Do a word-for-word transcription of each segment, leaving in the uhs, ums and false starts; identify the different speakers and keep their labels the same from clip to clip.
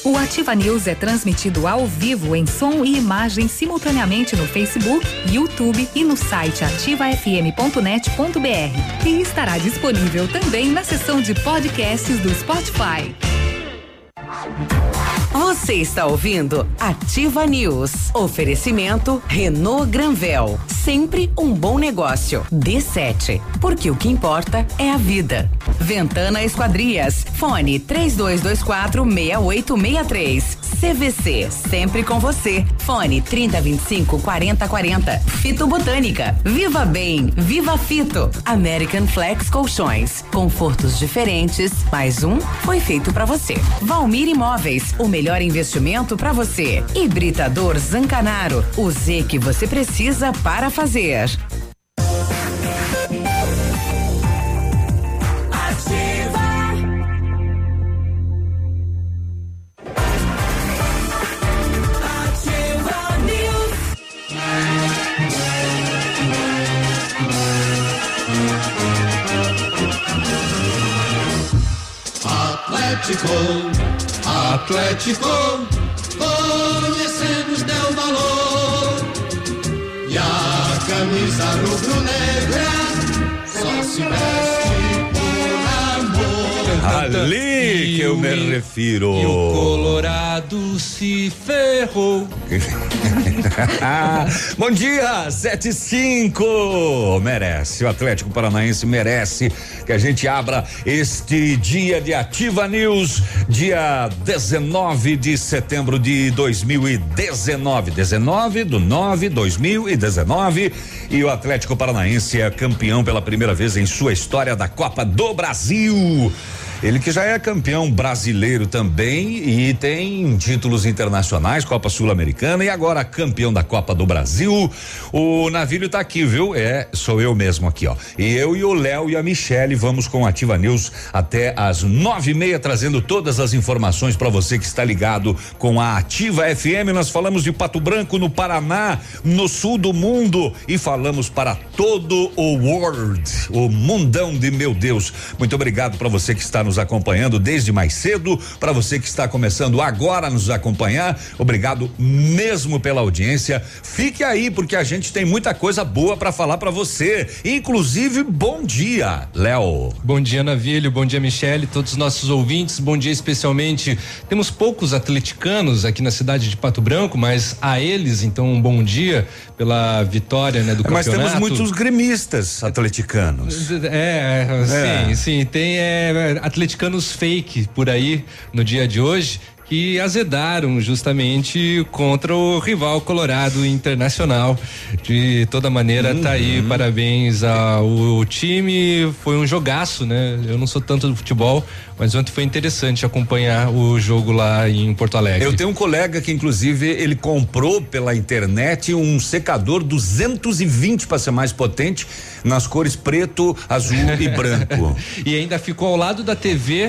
Speaker 1: O Ativa News é transmitido ao vivo em som e imagem simultaneamente no Facebook, YouTube e no site ativa f m ponto net ponto b r. E estará disponível também na seção de podcasts do Spotify.
Speaker 2: Você está ouvindo Ativa News. Oferecimento Renault Granvel. Sempre um bom negócio. D sete. Porque o que importa é a vida. Ventana Esquadrias. Fone três dois dois quatro seis oito seis três. C V C. Sempre com você. Fone trinta vinte e cinco quarenta quarenta. Fito Botânica. Viva Bem. Viva Fito. American Flex Colchões. Confortos diferentes. Mais um foi feito pra você. Valmir Imóveis. O melhor investimento pra você. Hibridador Zancanaro. O Z que você precisa para fazer.
Speaker 3: Atlético, Atlético, conhecemos teu valor. E a camisa rubro-negra só se veste por amor.
Speaker 4: Ali que eu me refiro.
Speaker 5: E o Colorado se ferrou.
Speaker 4: Bom dia, sete e cinco. Merece, o Atlético Paranaense merece que a gente abra este dia de Ativa News, dia dezenove de setembro de dois mil e dezenove. dezenove do nove de dois mil e dezenove. E o Atlético Paranaense é campeão pela primeira vez em sua história da Copa do Brasil. Ele que já é campeão brasileiro também e tem títulos internacionais, Copa Sul-Americana e agora campeão da Copa do Brasil. O Navírio tá aqui, viu? É, sou eu mesmo aqui, ó. E eu e o Léo e a Michele vamos com Ativa News até às nove e meia, trazendo todas as informações para você que está ligado com a Ativa F M. Nós falamos de Pato Branco, no Paraná, no sul do mundo, e falamos para todo o world, o mundão de meu Deus. Muito obrigado para você que está nos acompanhando desde mais cedo, para você que está começando agora a nos acompanhar, obrigado mesmo pela audiência. Fique aí porque a gente tem muita coisa boa para falar para você, inclusive bom dia, Léo.
Speaker 5: Bom dia, Navílio, bom dia, Michele, todos os nossos ouvintes, bom dia especialmente. Temos poucos atleticanos aqui na cidade de Pato Branco, mas a eles então um bom dia pela vitória, né, do
Speaker 4: mas
Speaker 5: campeonato.
Speaker 4: Mas temos muitos gremistas atleticanos.
Speaker 5: É, é. sim, sim, tem é, atleticanos fake por aí no dia de hoje, que azedaram justamente contra o rival Colorado Internacional. De toda maneira, uhum. Tá aí, parabéns ao time, foi um jogaço, né? Eu não sou tanto do futebol, mas ontem foi interessante acompanhar o jogo lá em Porto Alegre.
Speaker 4: Eu tenho um colega que inclusive ele comprou pela internet um secador duzentos e vinte para ser mais potente, nas cores preto, azul e branco.
Speaker 5: E ainda ficou ao lado da T V.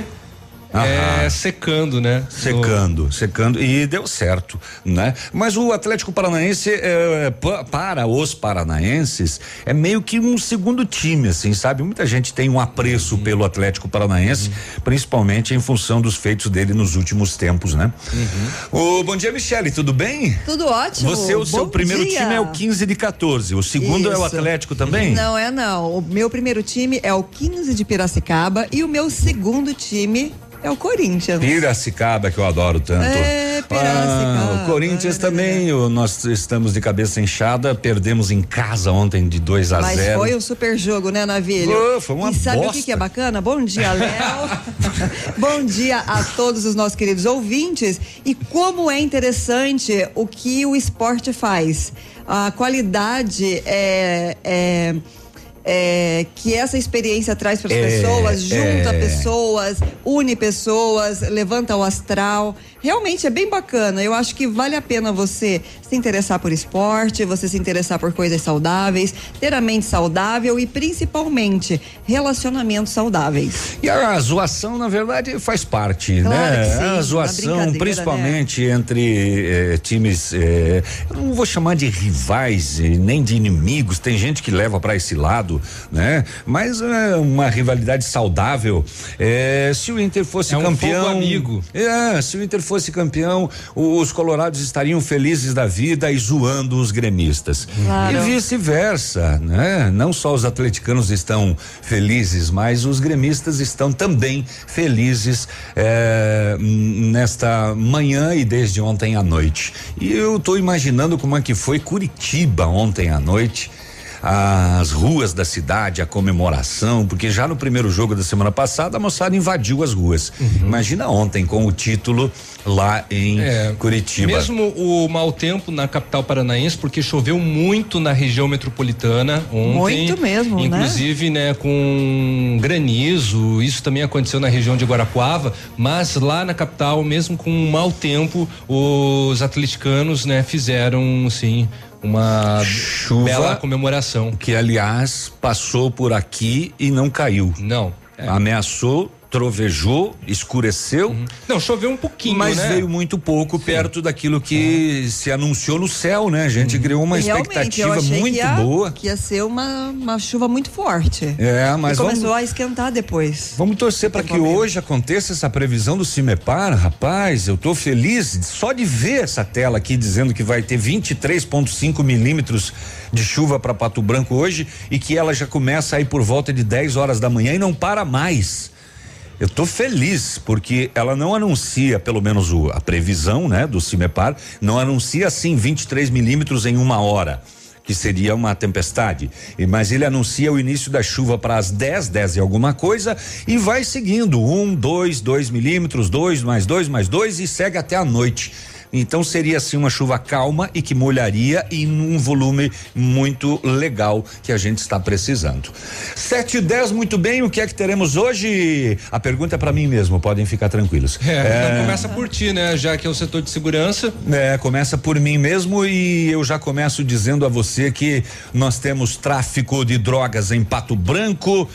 Speaker 5: É, secando, né?
Speaker 4: Secando, no... secando e deu certo, né? Mas o Atlético Paranaense é, para os paranaenses é meio que um segundo time, assim, sabe? Muita gente tem um apreço uhum. pelo Atlético Paranaense, uhum. principalmente em função dos feitos dele nos últimos tempos, né? Uhum. O bom dia, Michele, tudo bem?
Speaker 6: Tudo ótimo.
Speaker 4: Você, o
Speaker 6: bom
Speaker 4: seu primeiro
Speaker 6: dia.
Speaker 4: time é o quinze de quatorze, o segundo Isso. é o Atlético também?
Speaker 6: Não é não, o meu primeiro time é o quinze de Piracicaba e o meu segundo time é o Corinthians.
Speaker 4: Piracicaba, que eu adoro tanto.
Speaker 6: É, Piracicaba.
Speaker 4: Ah, o Corinthians é, também, o, nós estamos de cabeça inchada, perdemos em casa ontem de dois a zero.
Speaker 6: Mas foi um super jogo, né, Navílio?
Speaker 4: Oh, foi uma
Speaker 6: e sabe
Speaker 4: bosta.
Speaker 6: o que, que é bacana? Bom dia, Léo. Bom dia a todos os nossos queridos ouvintes. E como é interessante o que o esporte faz. A qualidade é, é É, que essa experiência traz para as é, pessoas, junta é. pessoas, une pessoas, levanta o astral. Realmente é bem bacana. Eu acho que vale a pena você se interessar por esporte, você se interessar por coisas saudáveis, ter a mente saudável e principalmente relacionamentos saudáveis.
Speaker 4: E a zoação, na verdade, faz parte,
Speaker 6: claro
Speaker 4: né?
Speaker 6: Que sim,
Speaker 4: a zoação, principalmente né? entre eh, times, eh, eu não vou chamar de rivais, eh, nem de inimigos. Tem gente que leva para esse lado. lado, né? Mas é uma rivalidade saudável. É, se o Inter fosse
Speaker 5: é um
Speaker 4: campeão,
Speaker 5: fogo amigo.
Speaker 4: É, se o Inter fosse campeão, os colorados estariam felizes da vida e zoando os gremistas.
Speaker 6: Claro.
Speaker 4: E vice-versa, né? Não só os atleticanos estão felizes, mas os gremistas estão também felizes é, nesta manhã e desde ontem à noite. E eu estou imaginando como é que foi Curitiba ontem à noite. As ruas da cidade, a comemoração, porque já no primeiro jogo da semana passada a moçada invadiu as ruas. Uhum. Imagina ontem com o título lá em é, Curitiba.
Speaker 5: Mesmo o mau tempo na capital paranaense, porque choveu muito na região metropolitana ontem.
Speaker 6: Muito mesmo,
Speaker 5: inclusive, né? né, com granizo, isso também aconteceu na região de Guarapuava, mas lá na capital, mesmo com um mau tempo, os atleticanos, né, fizeram, sim, uma
Speaker 4: chuva,
Speaker 5: bela comemoração.
Speaker 4: Que, aliás, passou por aqui e não caiu.
Speaker 5: Não. É.
Speaker 4: Ameaçou, trovejou, escureceu.
Speaker 5: Uhum. Não, choveu um pouquinho,
Speaker 4: mas
Speaker 5: né?
Speaker 4: veio muito pouco, sim, perto daquilo que uhum. se anunciou no céu, né? A gente uhum. criou uma
Speaker 6: Realmente,
Speaker 4: expectativa
Speaker 6: eu achei
Speaker 4: muito
Speaker 6: que ia,
Speaker 4: boa.
Speaker 6: Que ia ser uma, uma chuva muito forte.
Speaker 4: É, mas
Speaker 6: e começou
Speaker 4: vamos,
Speaker 6: a esquentar depois.
Speaker 4: Vamos torcer para que hoje aconteça essa previsão do Cimepar, rapaz. Eu tô feliz só de ver essa tela aqui dizendo que vai ter vinte e três vírgula cinco milímetros de chuva para Pato Branco hoje e que ela já começa aí por volta de dez horas da manhã e não para mais. Eu tô feliz porque ela não anuncia, pelo menos o, a previsão, né, do Cimepar, não anuncia assim vinte e três milímetros em uma hora, que seria uma tempestade. E, mas ele anuncia o início da chuva para as dez, dez e alguma coisa e vai seguindo um, dois, dois milímetros, dois mais dois mais dois e segue até a noite. Então seria assim uma chuva calma e que molharia e num volume muito legal que a gente está precisando. Sete e dez, muito bem, o que é que teremos hoje? A pergunta é para mim mesmo, podem ficar tranquilos.
Speaker 5: É, é, então começa por ti, né? Já que é o setor de segurança.
Speaker 4: É, começa por mim mesmo e eu já começo dizendo a você que nós temos tráfico de drogas em Pato Branco,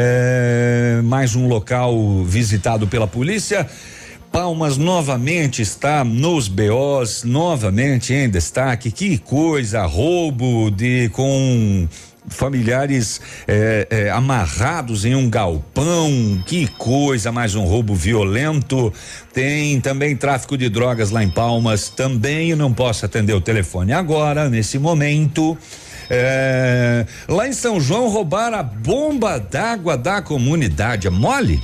Speaker 4: é, mais um local visitado pela polícia. Palmas novamente está nos B Os, novamente em destaque. Que coisa, roubo de com familiares eh, eh, amarrados em um galpão, que coisa, mais um roubo violento. Tem também tráfico de drogas lá em Palmas, também eu não posso atender o telefone agora, nesse momento. Eh, lá em São João roubaram a bomba d'água da comunidade, é mole?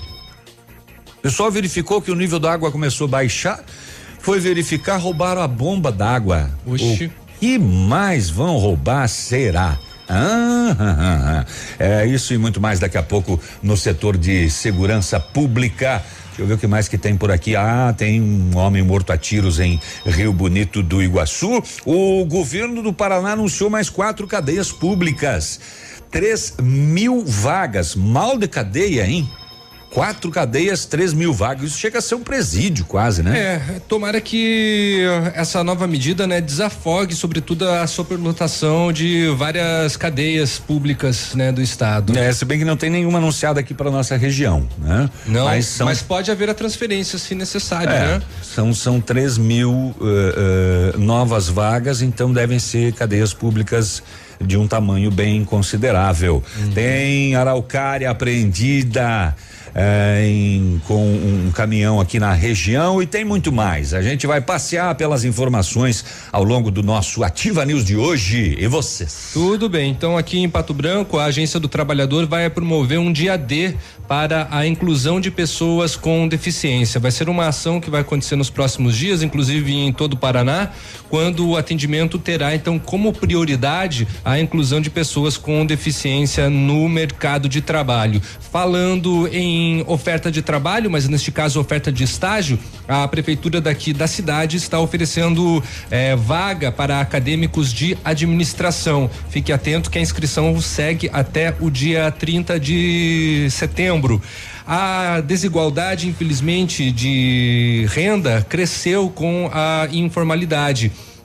Speaker 4: O pessoal verificou que o nível da água começou a baixar, foi verificar, roubaram a bomba d'água.
Speaker 5: Oxi.
Speaker 4: O que mais vão roubar será? Ah, ah, ah, é isso e muito mais daqui a pouco no setor de segurança pública. Deixa eu ver o que mais que tem por aqui. Ah, tem um homem morto a tiros em Rio Bonito do Iguaçu. O governo do Paraná anunciou mais quatro cadeias públicas. Três mil vagas. Mal de cadeia, hein? Quatro cadeias, três mil vagas, isso chega a ser um presídio quase, né?
Speaker 5: É, tomara que essa nova medida, né, desafogue sobretudo a superlotação de várias cadeias públicas, né, do estado.
Speaker 4: É, se bem que não tem nenhuma anunciada aqui para nossa região, né?
Speaker 5: Não, mas, são, mas pode haver a transferência se necessário,
Speaker 4: é,
Speaker 5: né?
Speaker 4: São, são três mil uh, uh, novas vagas, então devem ser cadeias públicas de um tamanho bem considerável. Uhum. Tem araucária apreendida É, em, com um caminhão aqui na região e tem muito mais. A gente vai passear pelas informações ao longo do nosso Ativa News de hoje. E vocês?
Speaker 5: Tudo bem. Então aqui em Pato Branco, a Agência do Trabalhador vai promover um dia D para a inclusão de pessoas com deficiência. Vai ser uma ação que vai acontecer nos próximos dias, inclusive em todo o Paraná, quando o atendimento terá então como prioridade a inclusão de pessoas com deficiência no mercado de trabalho. Falando em oferta de trabalho, mas neste caso oferta de estágio, a prefeitura daqui da cidade está oferecendo eh, vaga para acadêmicos de administração. Fique atento que a inscrição segue até o dia trinta de setembro. A desigualdade, infelizmente, de renda cresceu com a informalidade.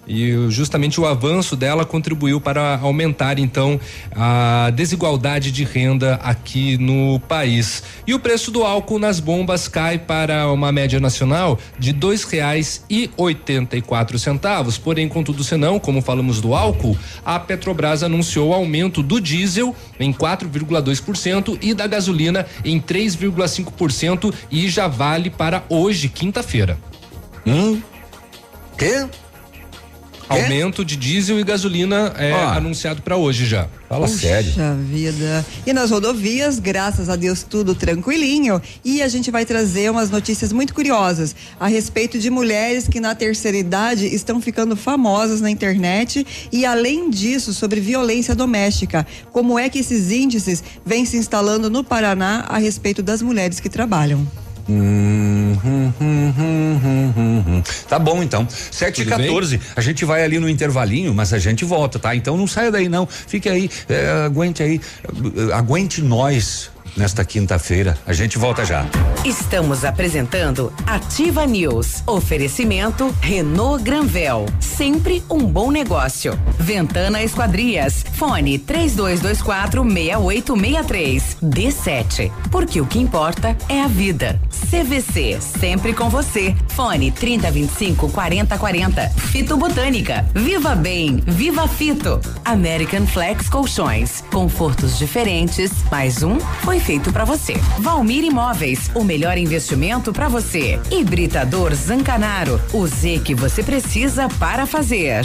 Speaker 5: E justamente o avanço dela contribuiu para aumentar então a desigualdade de renda aqui no país. E o preço do álcool nas bombas cai para uma média nacional de dois reais e oitenta e quatro centavos. Porém, contudo, senão, como falamos do álcool, a Petrobras anunciou o aumento do diesel em quatro vírgula dois por cento e da gasolina em três vírgula cinco por cento e já vale para hoje, quinta-feira.
Speaker 4: Hum? Quê?
Speaker 5: Aumento de diesel e gasolina é
Speaker 4: ah.
Speaker 5: anunciado para hoje já.
Speaker 4: Fala
Speaker 6: Puxa
Speaker 4: sério.
Speaker 6: vida. E nas rodovias, graças a Deus, tudo tranquilinho. E a gente vai trazer umas notícias muito curiosas a respeito de mulheres que na terceira idade estão ficando famosas na internet e, além disso, sobre violência doméstica. Como é que esses índices vêm se instalando no Paraná a respeito das mulheres que trabalham?
Speaker 4: Hum, hum, hum, hum, hum, hum. Tá bom, então. sete e quatorze. A gente vai ali no intervalinho, mas a gente volta, tá? Então não saia daí, não. Fique aí, é, aguente aí. Aguente nós nesta quinta-feira. A gente volta já.
Speaker 2: Estamos apresentando Ativa News. Oferecimento Renault Granvel. Sempre um bom negócio. Ventana Esquadrias. Fone três dois dois quatro seis oito seis três. D sete. Porque o que importa é a vida. C V C. Sempre com você. Fone trinta, vinte e cinco, quarenta, quarenta. Fito Botânica. Viva Bem. Viva Fito. American Flex Colchões. Confortos diferentes. Mais um foi feito para você. Valmir Imóveis, o melhor investimento para você. Hibridador Zancanaro, o Z que você precisa para fazer.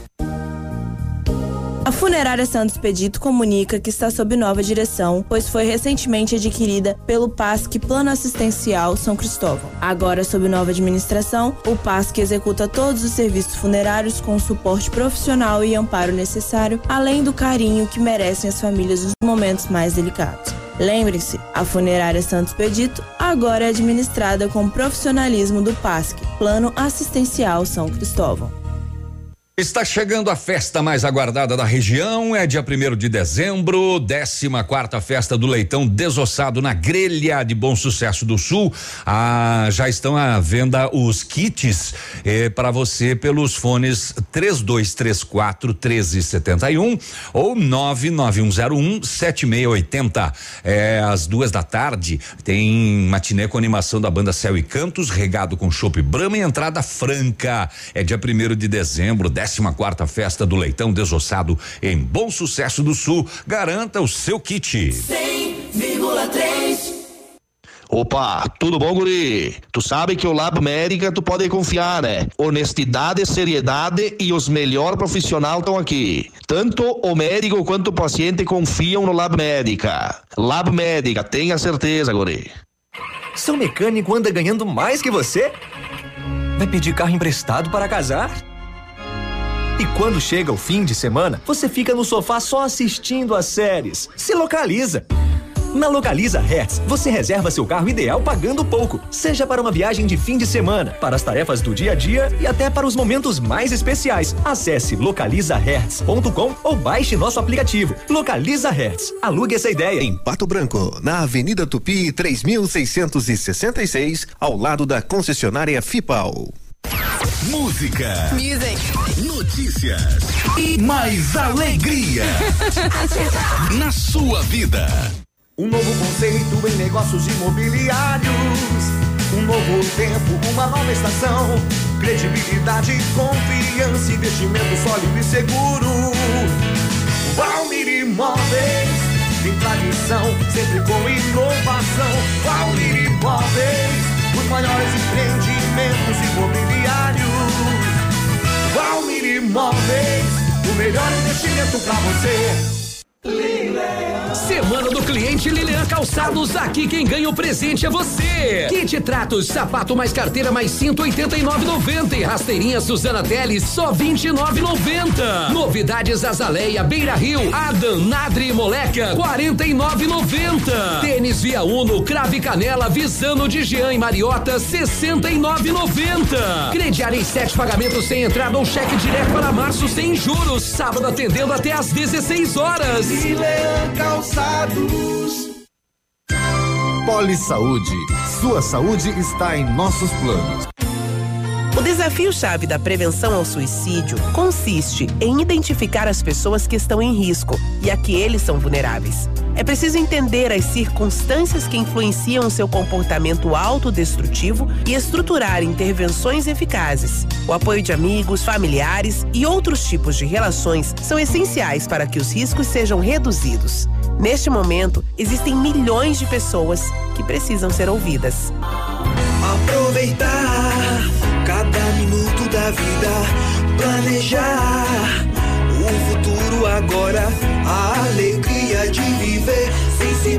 Speaker 7: A Funerária Santos Expedito comunica que está sob nova direção, pois foi recentemente adquirida pelo P A S C Plano Assistencial São Cristóvão. Agora, sob nova administração, o P A S C executa todos os serviços funerários com o suporte profissional e amparo necessário, além do carinho que merecem as famílias nos momentos mais delicados. Lembre-se, a Funerária Santos Expedito agora é administrada com o profissionalismo do P A S C, Plano Assistencial São Cristóvão.
Speaker 4: Está chegando a festa mais aguardada da região, é dia primeiro de dezembro, décima quarta festa do leitão desossado na Grelha de Bom Sucesso do Sul. Ah, já estão à venda os kits eh, para você pelos fones três dois três quatro, um três sete um ou nove nove um zero um, sete seis oito zero. É, às duas da tarde tem matinê com animação da banda Céu e Cantos, regado com chopp Brahma e entrada franca. É dia primeiro de dezembro, décima quarta festa do leitão desossado em Bom Sucesso do Sul. Garanta o seu kit.
Speaker 8: cem vírgula três.
Speaker 9: Opa, tudo bom, guri? Tu sabe que o Lab Médica tu pode confiar, né? Honestidade, seriedade e os melhores profissionais estão aqui. Tanto o médico quanto o paciente confiam no Lab Médica. Lab Médica, tenha certeza, guri.
Speaker 10: Seu mecânico anda ganhando mais que você? Vai pedir carro emprestado para casar? E quando chega o fim de semana, você fica no sofá só assistindo as séries. Se localiza! Na Localiza Hertz, você reserva seu carro ideal pagando pouco, seja para uma viagem de fim de semana, para as tarefas do dia a dia e até para os momentos mais especiais. Acesse localiza hertz ponto com ou baixe nosso aplicativo. Localiza Hertz. Alugue essa ideia.
Speaker 11: Em Pato Branco, na Avenida Tupi, três mil seiscentos e sessenta e seis, ao lado da concessionária Fipal.
Speaker 12: Música. Music. Notícias. E mais alegria. Na sua vida.
Speaker 3: Um novo conceito em negócios imobiliários. Um novo tempo, uma nova estação. Credibilidade, confiança, investimento sólido e seguro. Valmir Imóveis tem tradição, sempre com inovação. Valmir Imóveis, os maiores empreendimentos imobiliários. Valmir Imóveis, o melhor investimento pra você.
Speaker 13: Semana do cliente Lilian Calçados, aqui quem ganha o presente é você. Kit Tratos, sapato mais carteira mais cento e oitenta e nove reais e noventa centavos. E rasteirinha Suzana Teles, só vinte e nove reais e noventa centavos. Novidades Azaleia, Beira Rio, Adam, Nadri e Moleca, quarenta e nove reais e noventa centavos. Tênis Via Uno, Crave Canela, Visano de Jean e Mariota, sessenta e nove reais e noventa centavos. Crediário em sete pagamentos sem entrada ou cheque direto para março sem juros. Sábado atendendo até às dezesseis horas.
Speaker 3: Lilian Calçados.
Speaker 14: Poli Saúde. Sua saúde está em nossos planos.
Speaker 15: O desafio
Speaker 14: desafio-chave da prevenção ao suicídio consiste em identificar as pessoas que estão em risco e a que eles são vulneráveis. É preciso entender as circunstâncias que influenciam o seu comportamento autodestrutivo e estruturar intervenções eficazes. O apoio de amigos, familiares e outros tipos de relações são essenciais para que os riscos sejam reduzidos. Neste momento, existem milhões de pessoas que precisam ser ouvidas.
Speaker 3: Aproveitar cada minuto da vida, planejar o futuro agora, a alegria de viver sem se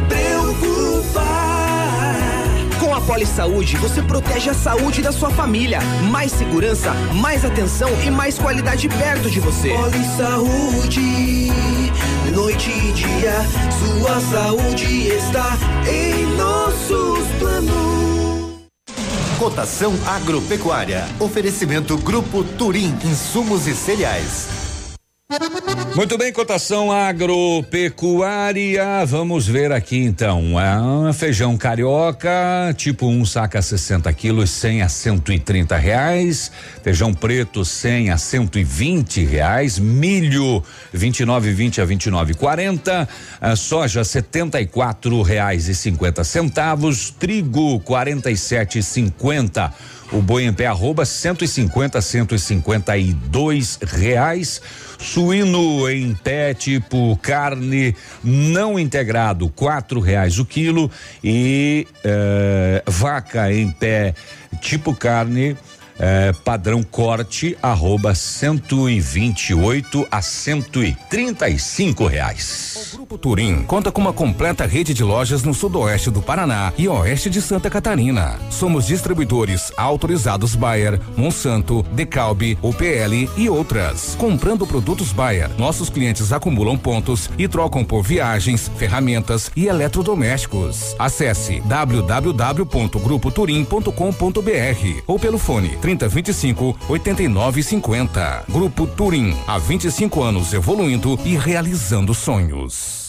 Speaker 3: preocupar.
Speaker 15: Com a Poli Saúde, você protege a saúde da sua família. Mais segurança, mais atenção e mais qualidade perto de você.
Speaker 3: Poli Saúde, noite e dia, sua saúde está em nossos planos.
Speaker 11: Cotação agropecuária. Oferecimento Grupo Turim, insumos e cereais.
Speaker 4: Muito bem, cotação agropecuária. Vamos ver aqui então. Ah, feijão carioca, tipo um saca sessenta quilos, cem a cento e trinta reais. Feijão preto, cem a cento e vinte reais. Milho, vinte e nove e vinte a vinte e nove e quarenta. Ah, soja, setenta e quatro reais e cinquenta centavos. Trigo, quarenta e sete e cinquenta. O boi em pé arroba cento e cinquenta, cento e cinquenta e dois reais. Suíno em pé tipo carne não integrado, quatro reais o quilo. E eh, vaca em pé tipo carne eh, padrão corte arroba cento e vinte e oito a cento e trinta e cinco reais.
Speaker 12: O Grupo Turim conta com uma completa rede de lojas no sudoeste do Paraná e oeste de Santa Catarina. Somos distribuidores autorizados Bayer, Monsanto, Decalbe, O P L e outras. Comprando produtos Bayer, nossos clientes acumulam pontos e trocam por viagens, ferramentas e eletrodomésticos. Acesse w w w ponto grupo turim ponto com ponto b r ou pelo fone trinta, vinte e cinco, oitenta e nove, cinquenta. Grupo Turim, há vinte e cinco anos evoluindo e realizando sonhos.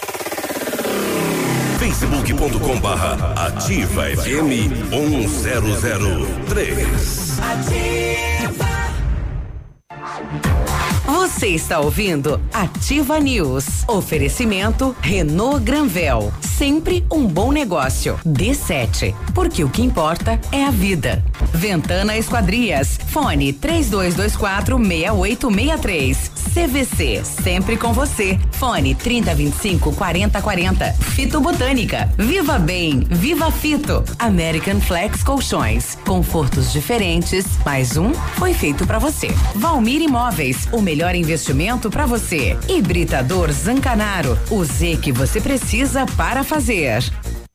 Speaker 16: facebook ponto com barra ativa F M um zero zero três.
Speaker 2: Ativa. Você está ouvindo Ativa News. Oferecimento Renault Granvel. Sempre um bom negócio. D sete. Porque o que importa é a vida. Ventana Esquadrias. Fone três dois dois quatro, seis oito seis três. C V C. Sempre com você. Fone trinta, vinte e cinco, quarenta, quarenta. Fito Botânica. Viva Bem. Viva Fito. American Flex Colchões. Confortos diferentes. Mais um foi feito pra você. Valmir Imóveis. O melhor investimento pra você. Hibridador Zancanaro. O Z que você precisa para fazer.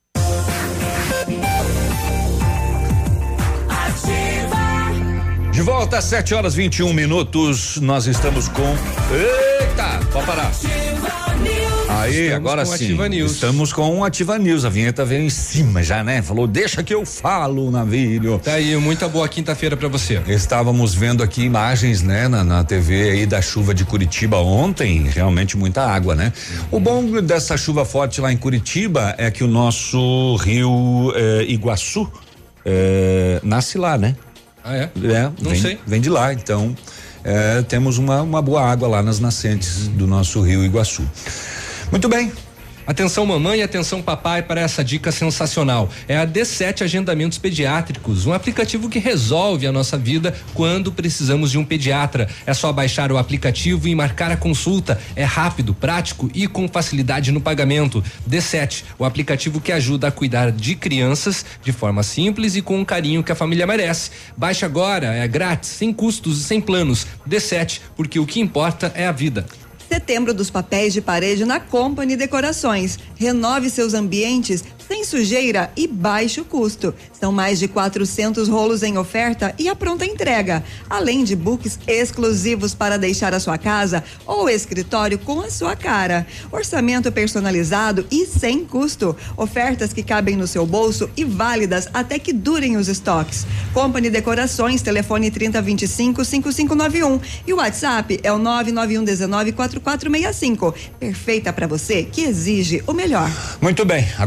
Speaker 4: De volta às sete horas vinte e um minutos, nós estamos com. Eita, pode parar. Aí, estamos agora sim. Ativa News. Estamos com Ativa News. A vinheta veio em cima já, né? Falou, deixa que eu falo, Navírio.
Speaker 5: Tá aí, muita boa quinta-feira pra você.
Speaker 4: Estávamos vendo aqui imagens, né, na, na T V aí da chuva de Curitiba ontem. Realmente muita água, né? O bom dessa chuva forte lá em Curitiba é que o nosso rio eh, Iguaçu eh, nasce lá, né?
Speaker 5: Ah, é?
Speaker 4: É,
Speaker 5: não
Speaker 4: vem,
Speaker 5: sei.
Speaker 4: Vem de lá, então é, temos uma, uma boa água lá nas nascentes do nosso rio Iguaçu. Muito bem.
Speaker 5: Atenção mamãe e atenção papai para essa dica sensacional. É a D sete Agendamentos Pediátricos, um aplicativo que resolve a nossa vida quando precisamos de um pediatra. É só baixar o aplicativo e marcar a consulta. É rápido, prático e com facilidade no pagamento. D sete, o aplicativo que ajuda a cuidar de crianças de forma simples e com o carinho que a família merece. Baixe agora, é grátis, sem custos e sem planos. D sete, porque o que importa é a vida.
Speaker 6: Setembro dos papéis de parede na Company Decorações. Renove seus ambientes sem sujeira e baixo custo. São mais de quatrocentos rolos em oferta e a pronta entrega, além de books exclusivos para deixar a sua casa ou escritório com a sua cara. Orçamento personalizado e sem custo. Ofertas que cabem no seu bolso e válidas até que durem os estoques. Company Decorações, telefone trinta, vinte e cinco, cinquenta e cinco noventa e um e o WhatsApp é o nove nove um dezenove, quatro quatro seis cinco. Perfeita para você que exige o melhor.
Speaker 4: Muito bem, agora dei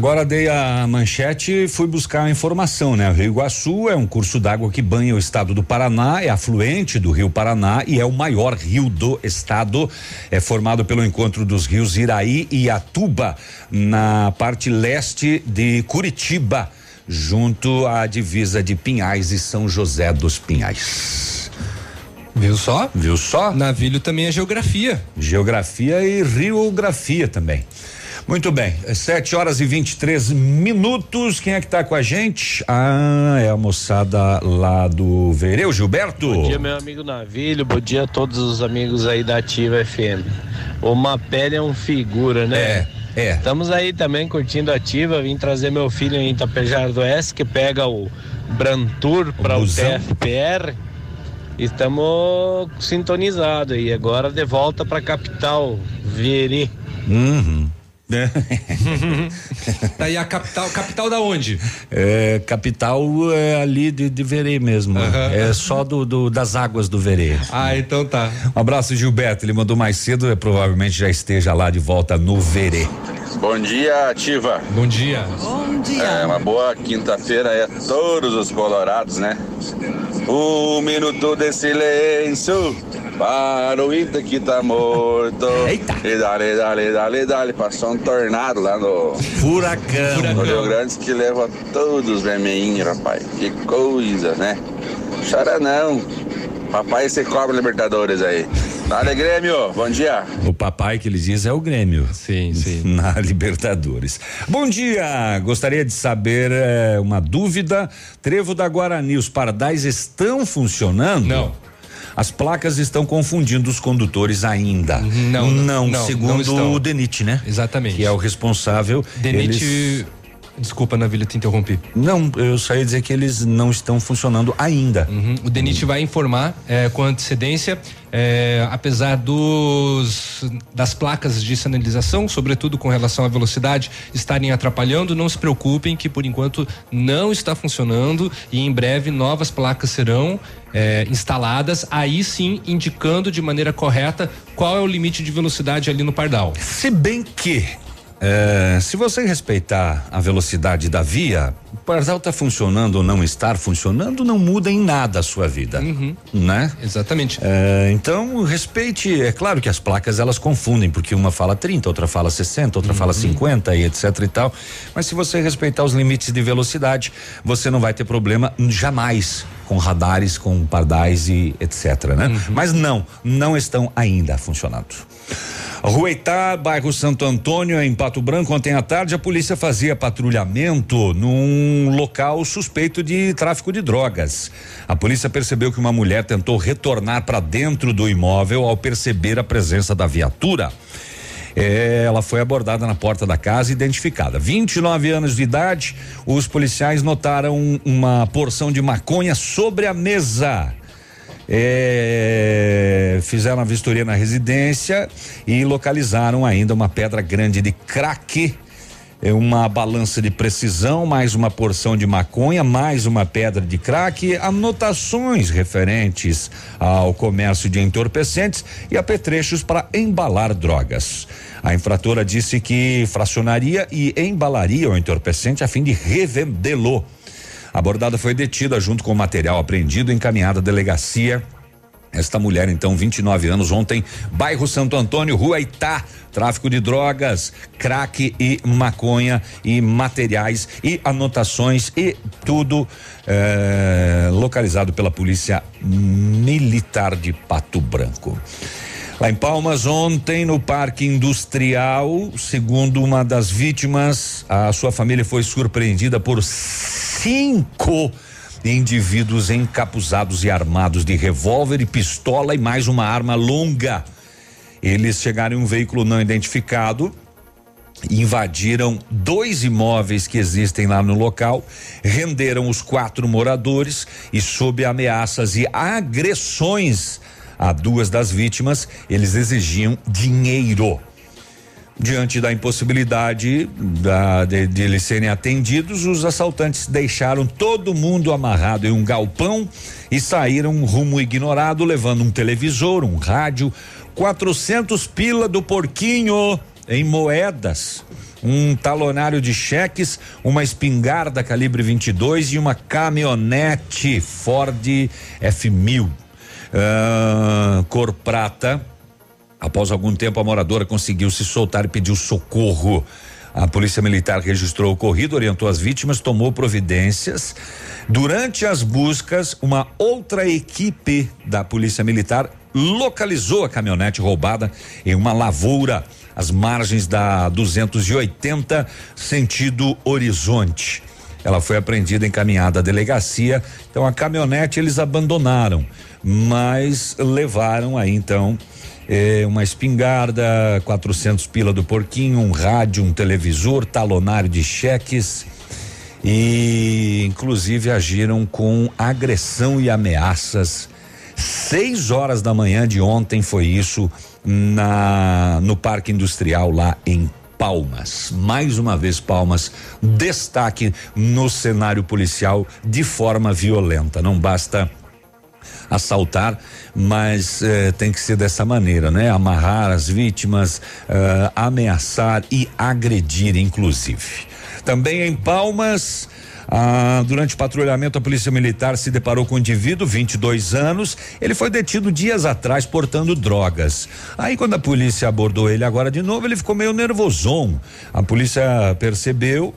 Speaker 4: a manchete, fui buscar a informação, né? O Rio Iguaçu é um curso d'água que banha o estado do Paraná, é afluente do Rio Paraná e é o maior rio do estado. É formado pelo encontro dos rios Iraí e Atuba, na parte leste de Curitiba, junto à divisa de Pinhais e São José dos Pinhais.
Speaker 5: Viu só?
Speaker 4: Viu só?
Speaker 5: Navilho também é geografia.
Speaker 4: Geografia e riografia também. Muito bem, sete horas e vinte e três minutos. Quem é que tá com a gente? Ah, é a moçada lá do Vereu, Gilberto.
Speaker 17: Bom dia, meu amigo Navilho. Bom dia a todos os amigos aí da Ativa F M. O Mapele é um figura, né?
Speaker 4: É, é.
Speaker 17: Estamos aí também curtindo a Ativa. Vim trazer meu filho em Itapejara do Oeste, que pega o Brantur para o, o T F P R. Estamos sintonizados aí. Agora de volta para a capital, Verê.
Speaker 4: Uhum.
Speaker 5: Daí a capital, capital da onde?
Speaker 4: É, capital é ali de, de Verê mesmo. Uhum. É só do, do das águas do Verê.
Speaker 5: Ah, então tá.
Speaker 4: Um abraço, Gilberto. Ele mandou mais cedo, é, provavelmente já esteja lá de volta no Verê.
Speaker 18: Bom dia, Ativa.
Speaker 5: Bom dia.
Speaker 6: Bom dia.
Speaker 18: É uma boa quinta-feira aí a todos os colorados, né? Um minuto de silêncio para o Ita que tá morto.
Speaker 4: Eita.
Speaker 18: E dale, dale, dale, dale. Passou um tornado lá no
Speaker 4: Furacão,
Speaker 18: no
Speaker 4: Furacão.
Speaker 18: Rio Grande que leva todos os vermelhinhos, rapaz. Que coisa, né? Chora não. Papai, você cobra Libertadores aí. Dale, Grêmio, bom dia.
Speaker 4: O papai que eles dizem é o Grêmio.
Speaker 5: Sim, sim.
Speaker 4: Na Libertadores. Bom dia, gostaria de saber é, uma dúvida. Trevo da Guarani, os pardais estão funcionando?
Speaker 5: Não.
Speaker 4: As placas estão confundindo os condutores ainda.
Speaker 5: Não, não, não
Speaker 4: segundo
Speaker 5: não
Speaker 4: o DENIT, né?
Speaker 5: Exatamente.
Speaker 4: Que é o responsável.
Speaker 5: DENIT,
Speaker 4: eles...
Speaker 5: desculpa, Navilho, te interrompi.
Speaker 4: Não, eu só ia dizer que eles não estão funcionando ainda.
Speaker 5: Uhum. O DENIT vai informar é, com antecedência, é, apesar dos das placas de sinalização, sobretudo com relação à velocidade, estarem atrapalhando, não se preocupem que por enquanto não está funcionando e em breve novas placas serão é, instaladas, aí sim indicando de maneira correta qual é o limite de velocidade ali no pardal.
Speaker 4: Se bem que É, se você respeitar a velocidade da via, o pardal está funcionando ou não estar funcionando, não muda em nada a sua vida,
Speaker 5: uhum.
Speaker 4: né?
Speaker 5: Exatamente.
Speaker 4: É, então, respeite, é claro que as placas elas confundem, porque uma fala trinta, outra fala sessenta, outra uhum. fala cinquenta e etc e tal, mas se você respeitar os limites de velocidade, você não vai ter problema jamais com radares, com pardais e etc, né? Uhum. Mas não, não estão ainda funcionando. Rueitá, bairro Santo Antônio, em Pato Branco, ontem à tarde a polícia fazia patrulhamento num local suspeito de tráfico de drogas. A polícia percebeu que uma mulher tentou retornar para dentro do imóvel ao perceber a presença da viatura. É, ela foi abordada na porta da casa e identificada. vinte e nove anos de idade, os policiais notaram uma porção de maconha sobre a mesa. É, fizeram a vistoria na residência e localizaram ainda uma pedra grande de crack, uma balança de precisão, mais uma porção de maconha, mais uma pedra de crack, anotações referentes ao comércio de entorpecentes e apetrechos para embalar drogas. A infratora disse que fracionaria e embalaria o entorpecente a fim de revendê-lo. A abordada foi detida junto com o material apreendido e encaminhada à delegacia. Esta mulher, então, vinte e nove anos, ontem, bairro Santo Antônio, Rua Itá, tráfico de drogas, crack e maconha e materiais e anotações e tudo eh, localizado pela Polícia Militar de Pato Branco. Lá em Palmas, ontem, no Parque Industrial, segundo uma das vítimas, a sua família foi surpreendida por cinco indivíduos encapuzados e armados de revólver e pistola e mais uma arma longa. Eles chegaram em um veículo não identificado, invadiram dois imóveis que existem lá no local, renderam os quatro moradores e, sob ameaças e agressões a duas das vítimas, eles exigiam dinheiro. Diante da impossibilidade da, de, de eles serem atendidos, os assaltantes deixaram todo mundo amarrado em um galpão e saíram rumo ignorado, levando um televisor, um rádio, quatrocentos pila do porquinho em moedas um talonário de cheques, uma espingarda calibre vinte e dois e uma caminhonete Ford F mil, uh, cor prata. Após algum tempo, a moradora conseguiu se soltar e pediu socorro. A polícia militar registrou o ocorrido, orientou as vítimas, tomou providências. Durante as buscas, uma outra equipe da polícia militar localizou a caminhonete roubada em uma lavoura às margens da duzentos e oitenta, sentido Horizonte. Ela foi apreendida e encaminhada à delegacia. Então a caminhonete eles abandonaram, mas levaram aí então eh, uma espingarda, quatrocentos pila do porquinho, um rádio, um televisor, talonário de cheques e inclusive agiram com agressão e ameaças. Seis horas da manhã de ontem foi isso na no Parque Industrial lá em Palmas. Mais uma vez Palmas, destaque no cenário policial de forma violenta. Não basta assaltar, mas eh, tem que ser dessa maneira, né? Amarrar as vítimas, eh, ameaçar e agredir, inclusive. Também em Palmas, Ah, durante o patrulhamento, a polícia militar se deparou com um indivíduo, vinte e dois anos. Ele foi detido dias atrás portando drogas. Aí, quando a polícia abordou ele agora de novo, ele ficou meio nervosão. A polícia percebeu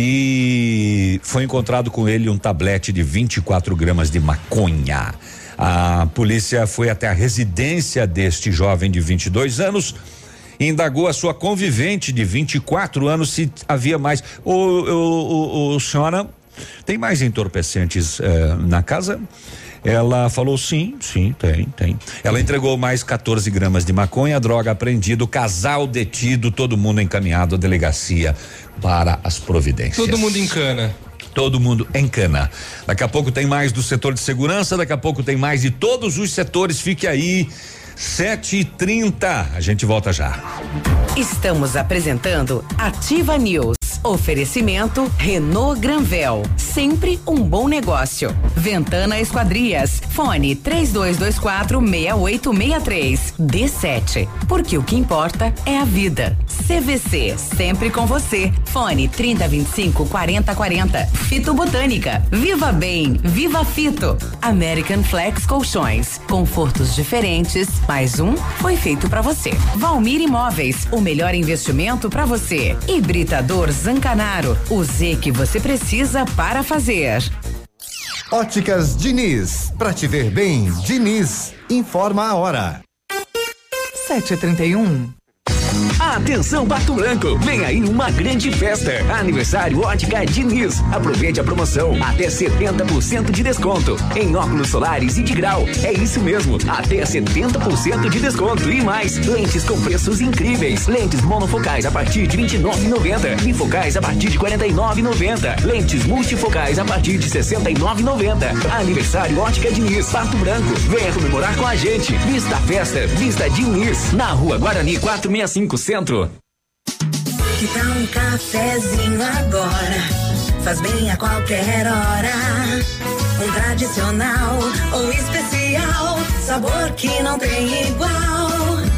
Speaker 4: e foi encontrado com ele um tablete de vinte e quatro gramas de maconha. A polícia foi até a residência deste jovem de vinte e dois anos. Indagou a sua convivente de vinte e quatro anos se havia mais. Ô, ô, ô, ô, senhora, tem mais entorpecentes eh, na casa? Ela falou sim, sim, tem, tem. Ela entregou mais quatorze gramas de maconha, droga apreendida, o casal detido, todo mundo encaminhado à delegacia para as providências.
Speaker 5: Todo mundo em cana.
Speaker 4: Todo mundo em cana. Daqui a pouco tem mais do setor de segurança, daqui a pouco tem mais de todos os setores. Fique aí. Sete e trinta, a gente volta já.
Speaker 2: Estamos apresentando Ativa News. Oferecimento Renault Granvel, sempre um bom negócio. Ventana Esquadrias, fone três dois dois quatro seis oito seis três. D sete, porque o que importa é a vida. C V C, sempre com você. Fone trinta, vinte e cinco, quarenta, quarenta. Fito Botânica, Viva Bem, Viva Fito. American Flex Colchões, confortos diferentes. Mais um foi feito pra você. Valmir Imóveis, o melhor investimento pra você. Hibridador Zancanaro, o Z que você precisa para fazer.
Speaker 19: Óticas Diniz, pra te ver bem, Diniz, informa a hora.
Speaker 20: sete e trinta e um.
Speaker 15: Atenção, Pato Branco, vem aí uma grande festa. Aniversário Ótica Diniz. Aproveite a promoção, até setenta por cento de desconto em óculos solares e de grau. É isso mesmo, até setenta por cento de desconto e mais. Lentes com preços incríveis. Lentes monofocais a partir de vinte e nove reais e noventa centavos. Bifocais a partir de quarenta e nove reais e noventa centavos. Lentes multifocais a partir de sessenta e nove reais e noventa centavos. Aniversário Ótica Diniz, Pato Branco. Venha comemorar com a gente. Vista a festa, Vista Diniz. Na Rua Guarani quatrocentos e sessenta e cinco, Centro.
Speaker 8: Que tal um cafezinho agora? Faz bem a qualquer hora. Um tradicional ou especial, sabor que não tem igual.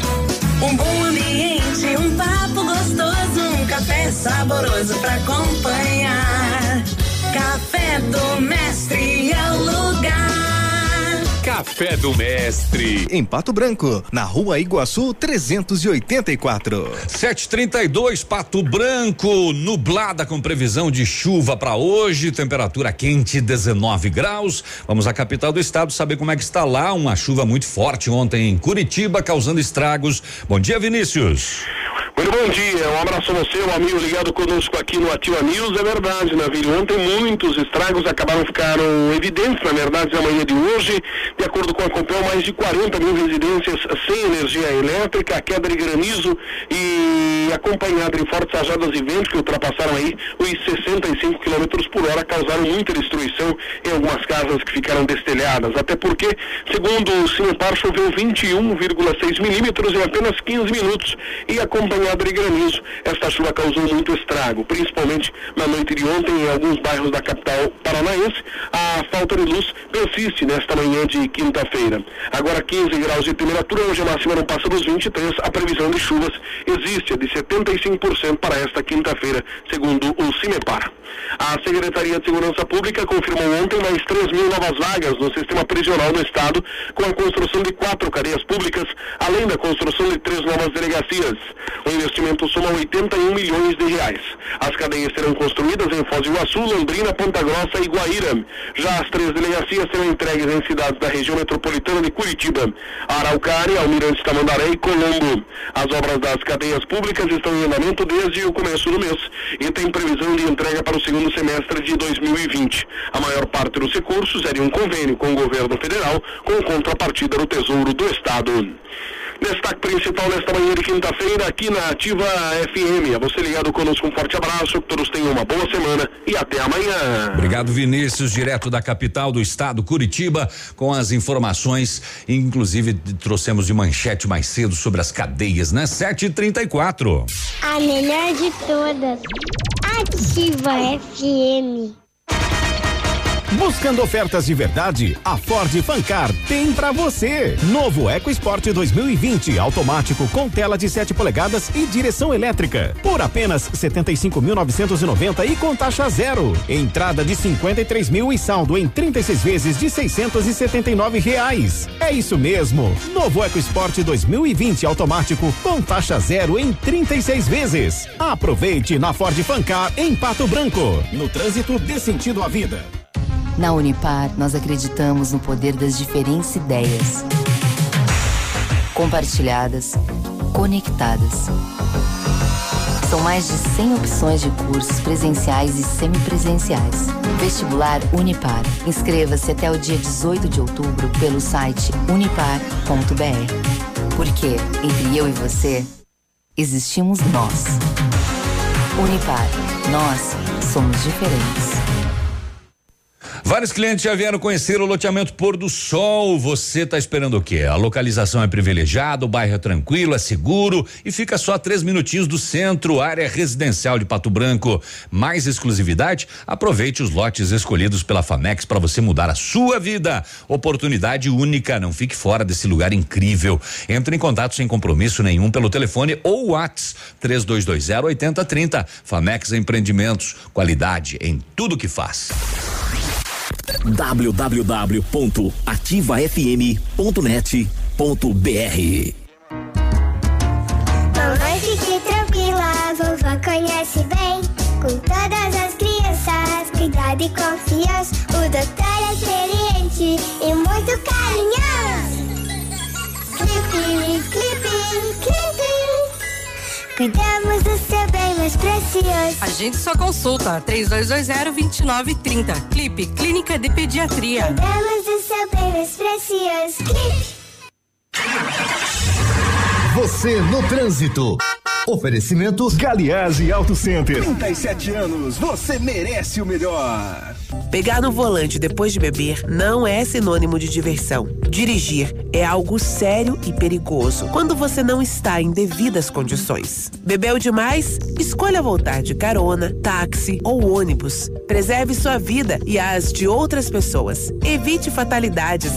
Speaker 8: Um bom ambiente, um papo gostoso, um café saboroso pra acompanhar. Café do Mestre é o lugar.
Speaker 19: Café do Mestre, em Pato Branco, na Rua Iguaçu trezentos e oitenta e quatro.
Speaker 4: sete e trinta e dois, Pato Branco, nublada com previsão de chuva para hoje, temperatura quente, dezenove graus. Vamos à capital do estado saber como é que está lá. Uma chuva muito forte ontem em Curitiba, causando estragos. Bom dia, Vinícius.
Speaker 21: Muito bom dia, um abraço a você, um amigo ligado conosco aqui no Ativa News. É verdade, Navírio, ontem muitos estragos acabaram ficaram evidentes, na verdade, na manhã de hoje. De acordo com a Copel, mais de quarenta mil residências sem energia elétrica, queda de granizo e acompanhada de fortes rajadas de vento que ultrapassaram aí os sessenta e cinco quilômetros por hora, causaram muita destruição em algumas casas que ficaram destelhadas. Até porque, segundo o Sinopar, choveu vinte e um vírgula seis milímetros em apenas quinze minutos e acompanhado trovoada e granizo. Esta chuva causou muito estrago, principalmente na noite de ontem em alguns bairros da capital paranaense. A falta de luz persiste nesta manhã de quinta-feira. Agora quinze graus de temperatura, hoje a máxima não passa dos vinte e três. A previsão de chuvas existe, é de setenta e cinco por cento para esta quinta-feira, segundo o CIMEPAR. A Secretaria de Segurança Pública confirmou ontem mais três mil novas vagas no sistema prisional do estado, com a construção de quatro cadeias públicas, além da construção de três novas delegacias. O investimento soma oitenta e um milhões de reais. As cadeias serão construídas em Foz do Iguaçu, Londrina, Ponta Grossa e Guaíra. Já as três delegacias serão entregues em cidades da região metropolitana de Curitiba, Araucária, Almirante Tamandaré e Colombo. As obras das cadeias públicas estão em andamento desde o começo do mês e tem previsão de entrega para o segundo semestre de dois mil e vinte. A maior parte dos recursos é de um convênio com o governo federal, com contrapartida do Tesouro do Estado. Destaque principal nesta manhã de quinta-feira aqui na Ativa F M. A você ligado conosco, um forte abraço, que todos tenham uma boa semana e até amanhã.
Speaker 4: Obrigado, Vinícius, direto da capital do estado, Curitiba, com as informações, inclusive trouxemos de manchete mais cedo sobre as cadeias, né? sete e trinta e quatro.
Speaker 1: A melhor de todas. Ativa F M.
Speaker 19: Buscando ofertas de verdade, a Ford Fancar tem pra você. Novo EcoSport dois mil e vinte, automático com tela de sete polegadas e direção elétrica. Por apenas setenta e cinco mil novecentos e noventa e com taxa zero. Entrada de cinquenta e três mil e saldo em trinta e seis vezes de seiscentos e setenta e nove reais. É isso mesmo. Novo EcoSport dois mil e vinte, automático com taxa zero em trinta e seis vezes. Aproveite na Ford Fancar em Pato Branco. No trânsito, dê sentido à vida.
Speaker 22: Na Unipar, nós acreditamos no poder das diferentes ideias. Compartilhadas, conectadas. São mais de cem opções de cursos presenciais e semipresenciais. Vestibular Unipar. Inscreva-se até o dia dezoito de outubro pelo site unipar ponto b r. Porque, entre eu e você, existimos nós. Unipar. Nós somos diferentes.
Speaker 4: Vários clientes já vieram conhecer o loteamento Pôr do Sol. Você está esperando o quê? A localização é privilegiada, o bairro é tranquilo, é seguro e fica só a três minutinhos do centro, área residencial de Pato Branco. Mais exclusividade? Aproveite os lotes escolhidos pela Famex para você mudar a sua vida. Oportunidade única, não fique fora desse lugar incrível. Entre em contato sem compromisso nenhum pelo telefone ou WhatsApp três dois dois zero oito zero três zero. Famex Empreendimentos, qualidade em tudo que faz.
Speaker 23: w w w ponto ativa f m ponto net ponto b r.
Speaker 1: Mamãe, fique tranquila, vovó conhece bem. Com todas as crianças, cuidado e confiança. O doutor é experiente e muito carinhoso. Clipe, clipe, clipe. Cuidamos do seu bem mais precioso.
Speaker 24: A gente só consulta três dois dois zero, dois nove três zero. Clipe, Clínica de Pediatria.
Speaker 1: Cuidamos do seu bem mais precioso. Clipe.
Speaker 19: Você no trânsito. Oferecimento Galiase Auto Center. trinta e sete anos, você merece o melhor.
Speaker 14: Pegar no volante depois de beber não é sinônimo de diversão. Dirigir é algo sério e perigoso quando você não está em devidas condições. Bebeu demais? Escolha voltar de carona, táxi ou ônibus. Preserve sua vida e as de outras pessoas. Evite fatalidades.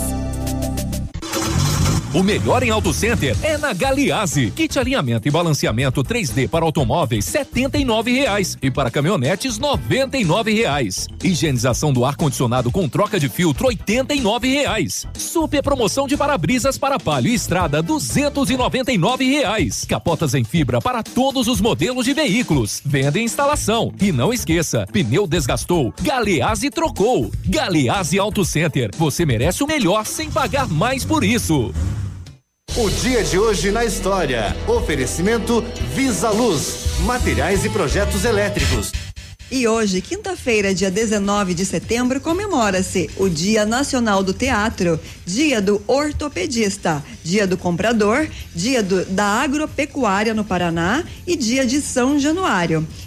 Speaker 25: O melhor em Auto Center é na Galiase. Kit alinhamento e balanceamento três D para automóveis, setenta e nove reais. E para caminhonetes, noventa e nove reais. Higienização do ar-condicionado com troca de filtro, oitenta e nove reais. Super promoção de para-brisas para Palio e Estrada, duzentos e noventa e nove reais. Capotas em fibra para todos os modelos de veículos. Venda e instalação. E não esqueça, pneu desgastou, Galiase trocou. Galiase Auto Center. Você merece o melhor sem pagar mais por isso.
Speaker 19: O dia de hoje na história. Oferecimento Visa Luz, materiais e projetos elétricos.
Speaker 6: E hoje, quinta-feira, dia dezenove de setembro, comemora-se o Dia Nacional do Teatro, Dia do Ortopedista, Dia do Comprador, Dia do, da Agropecuária no Paraná e Dia de São Januário.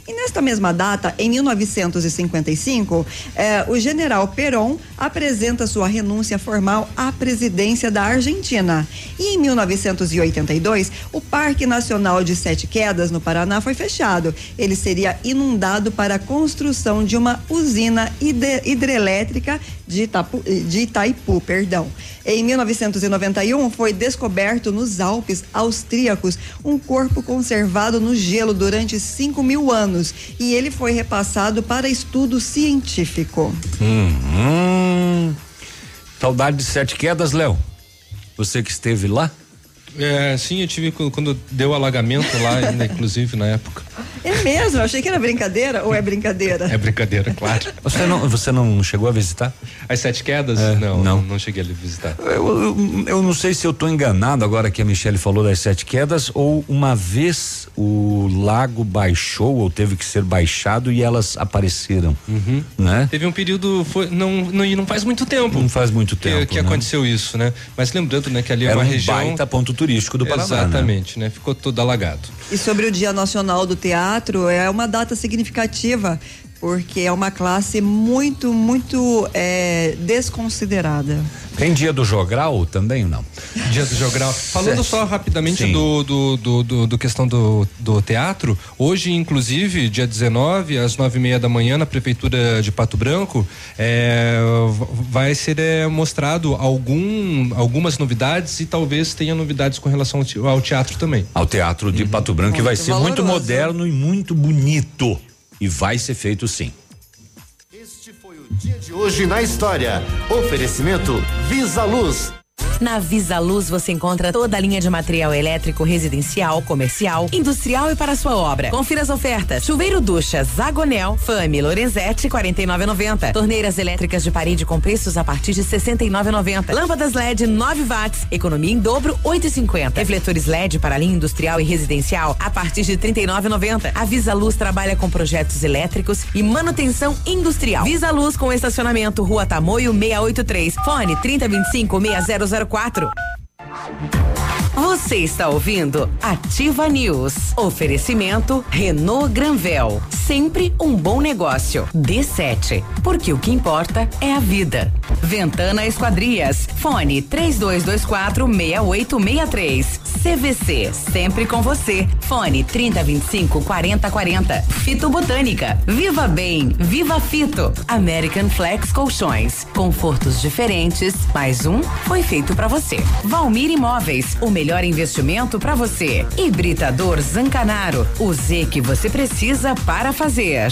Speaker 6: E nesta mesma data, em mil novecentos e cinquenta e cinco, eh, o general Perón apresenta sua renúncia formal à presidência da Argentina. E em mil novecentos e oitenta e dois, o Parque Nacional de Sete Quedas, no Paraná, foi fechado. Ele seria inundado para a construção de uma usina hidre- hidrelétrica de, Itapu, de Itaipu, perdão. Em mil novecentos e noventa e um, foi descoberto nos Alpes austríacos um corpo conservado no gelo durante cinco mil anos e ele foi repassado para estudo científico.
Speaker 4: Hum, hum. Saudade de Sete Quedas, Léo. Você que esteve lá?
Speaker 5: É, sim, eu tive quando deu alagamento lá, ainda, inclusive na época.
Speaker 6: É mesmo? Eu achei que era brincadeira ou é brincadeira?
Speaker 5: É brincadeira, claro.
Speaker 4: Você não, você não chegou a visitar?
Speaker 5: As Sete Quedas?
Speaker 4: É,
Speaker 5: não,
Speaker 4: não,
Speaker 5: não, não cheguei a visitar.
Speaker 4: Eu, eu, eu não sei se eu estou enganado agora que a Michele falou das Sete Quedas, ou uma vez o lago baixou ou teve que ser baixado e elas apareceram,
Speaker 5: uhum.
Speaker 4: né?
Speaker 5: Teve um período, foi, não, não, não faz muito tempo.
Speaker 4: Não faz muito tempo,
Speaker 5: que, que
Speaker 4: né?
Speaker 5: aconteceu isso, né? Mas lembrando, né, que ali é
Speaker 4: Era
Speaker 5: uma
Speaker 4: um
Speaker 5: região
Speaker 4: baita ponto turístico do Paraná.
Speaker 5: Exatamente, né? né? Ficou todo alagado.
Speaker 6: E sobre o Dia Nacional do Teatro, é uma data significativa, porque é uma classe muito, muito é, desconsiderada.
Speaker 4: Tem dia do Jogral também ou não?
Speaker 5: Dia do Jogral. Falando
Speaker 4: Certo.
Speaker 5: só rapidamente do, do, do, do, do questão do, do teatro, hoje, inclusive, dia dezenove, às nove e meia da manhã, na Prefeitura de Pato Branco, é, vai ser é, mostrado algum, algumas novidades e talvez tenha novidades com relação ao teatro também.
Speaker 4: Ao Teatro de uhum. Pato Branco, muito que vai ser valoroso. Muito moderno e muito bonito. E vai ser feito sim.
Speaker 11: Este foi o dia de hoje na história. Oferecimento Visa Luz.
Speaker 2: Na Visa Luz você encontra toda a linha de material elétrico residencial, comercial, industrial e para a sua obra. Confira as ofertas. Chuveiro ducha Zagonel, Fami, Lorenzetti, quarenta e nove e noventa. Torneiras elétricas de parede com preços a partir de sessenta e nove e noventa. Lâmpadas L E D nove watts, economia em dobro, oito e cinquenta. Refletores L E D para linha industrial e residencial a partir de trinta e nove e noventa. A Visa Luz trabalha com projetos elétricos e manutenção industrial. Visa Luz com estacionamento Rua Tamoio seiscentos e oitenta e três. Fone trinta, vinte e cinco, seis zero zero quatro. Você está ouvindo Ativa News. Oferecimento Renault Granvel. Sempre um bom negócio. D sete. Porque o que importa é a vida. Ventana Esquadrias. Fone três dois dois quatro, seis oito seis três. C V C. Sempre com você. Fone trinta, vinte e cinco, quarenta quarenta. Fito Botânica. Viva Bem. Viva Fito. American Flex Colchões. Confortos diferentes. Mais um foi feito pra você. Valmir Imóveis. O melhor investimento para você. Hibridador Zancanaro. O Z que você precisa para fazer.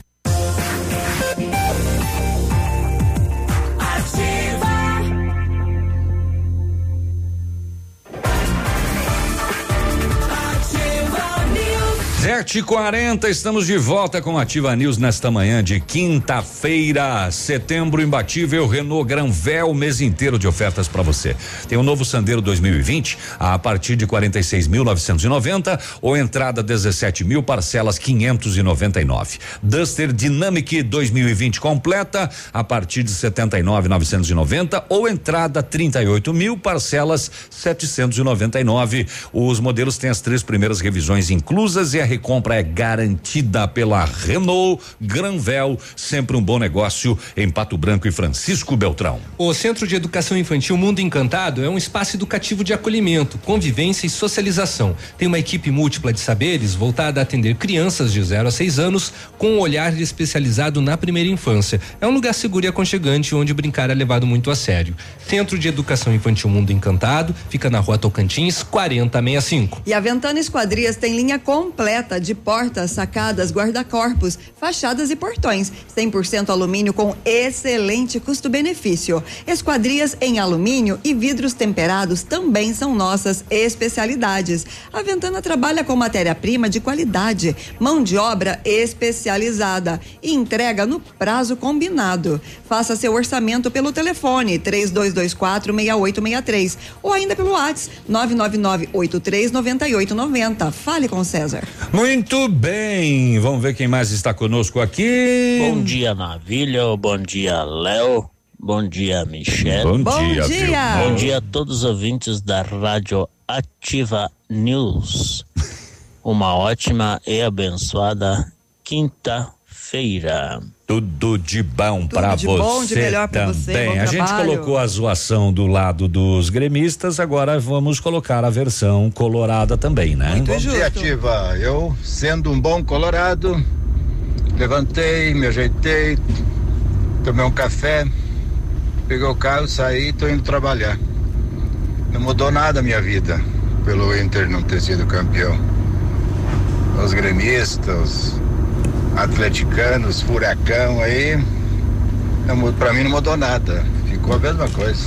Speaker 4: sete e quarenta, estamos de volta com Ativa News nesta manhã de quinta-feira, setembro imbatível, Renault Granvel, o mês inteiro de ofertas para você. Tem o novo Sandero dois mil e vinte a partir de quarenta e seis mil novecentos e noventa ou entrada dezessete mil, parcelas quinhentos e noventa e nove. Duster Dynamic dois mil e vinte completa a partir de setenta e nove mil novecentos e noventa ou entrada trinta e oito mil, parcelas setecentos e noventa e nove. Os modelos têm as três primeiras revisões inclusas e a recompra é garantida pela Renault Granvel, sempre um bom negócio em Pato Branco e Francisco Beltrão.
Speaker 5: O Centro de Educação Infantil Mundo Encantado é um espaço educativo de acolhimento, convivência e socialização. Tem uma equipe múltipla de saberes voltada a atender crianças de zero a seis anos com um olhar especializado na primeira infância. É um lugar seguro e aconchegante onde brincar é levado muito a sério. Centro de Educação Infantil Mundo Encantado fica na Rua Tocantins, quarenta sessenta e cinco.
Speaker 6: E a Ventana Esquadrias tem linha completa de portas, sacadas, guarda-corpos, fachadas e portões. cem por cento alumínio com excelente custo-benefício. Esquadrias em alumínio e vidros temperados também são nossas especialidades. A Ventana trabalha com matéria-prima de qualidade, mão de obra especializada e entrega no prazo combinado. Faça seu orçamento pelo telefone três dois dois quatro, seis oito seis três ou ainda pelo WhatsApp nove nove nove, oito três nove oito nove zero. Fale com o César.
Speaker 4: Muito bem, vamos ver quem mais está conosco aqui.
Speaker 3: Bom dia, Navilha, bom dia, Léo, bom dia, Michele.
Speaker 4: Bom,
Speaker 6: bom
Speaker 4: dia,
Speaker 6: dia.
Speaker 3: Bom dia a todos os ouvintes da Rádio Ativa News. Uma ótima e abençoada quinta-feira.
Speaker 4: Tudo de bom para você
Speaker 6: bom, de melhor pra
Speaker 4: também.
Speaker 6: você, bom
Speaker 4: a gente
Speaker 6: trabalho.
Speaker 4: colocou a zoação do lado dos gremistas, agora vamos colocar a versão colorada também, né?
Speaker 7: Bom dia, Ativa. Eu, sendo um bom colorado, levantei, me ajeitei, tomei um café, peguei o carro, saí e tô indo trabalhar. Não mudou nada a minha vida pelo Inter não ter sido campeão. Os gremistas, atleticanos, furacão aí, não, pra mim não mudou nada, ficou a mesma coisa.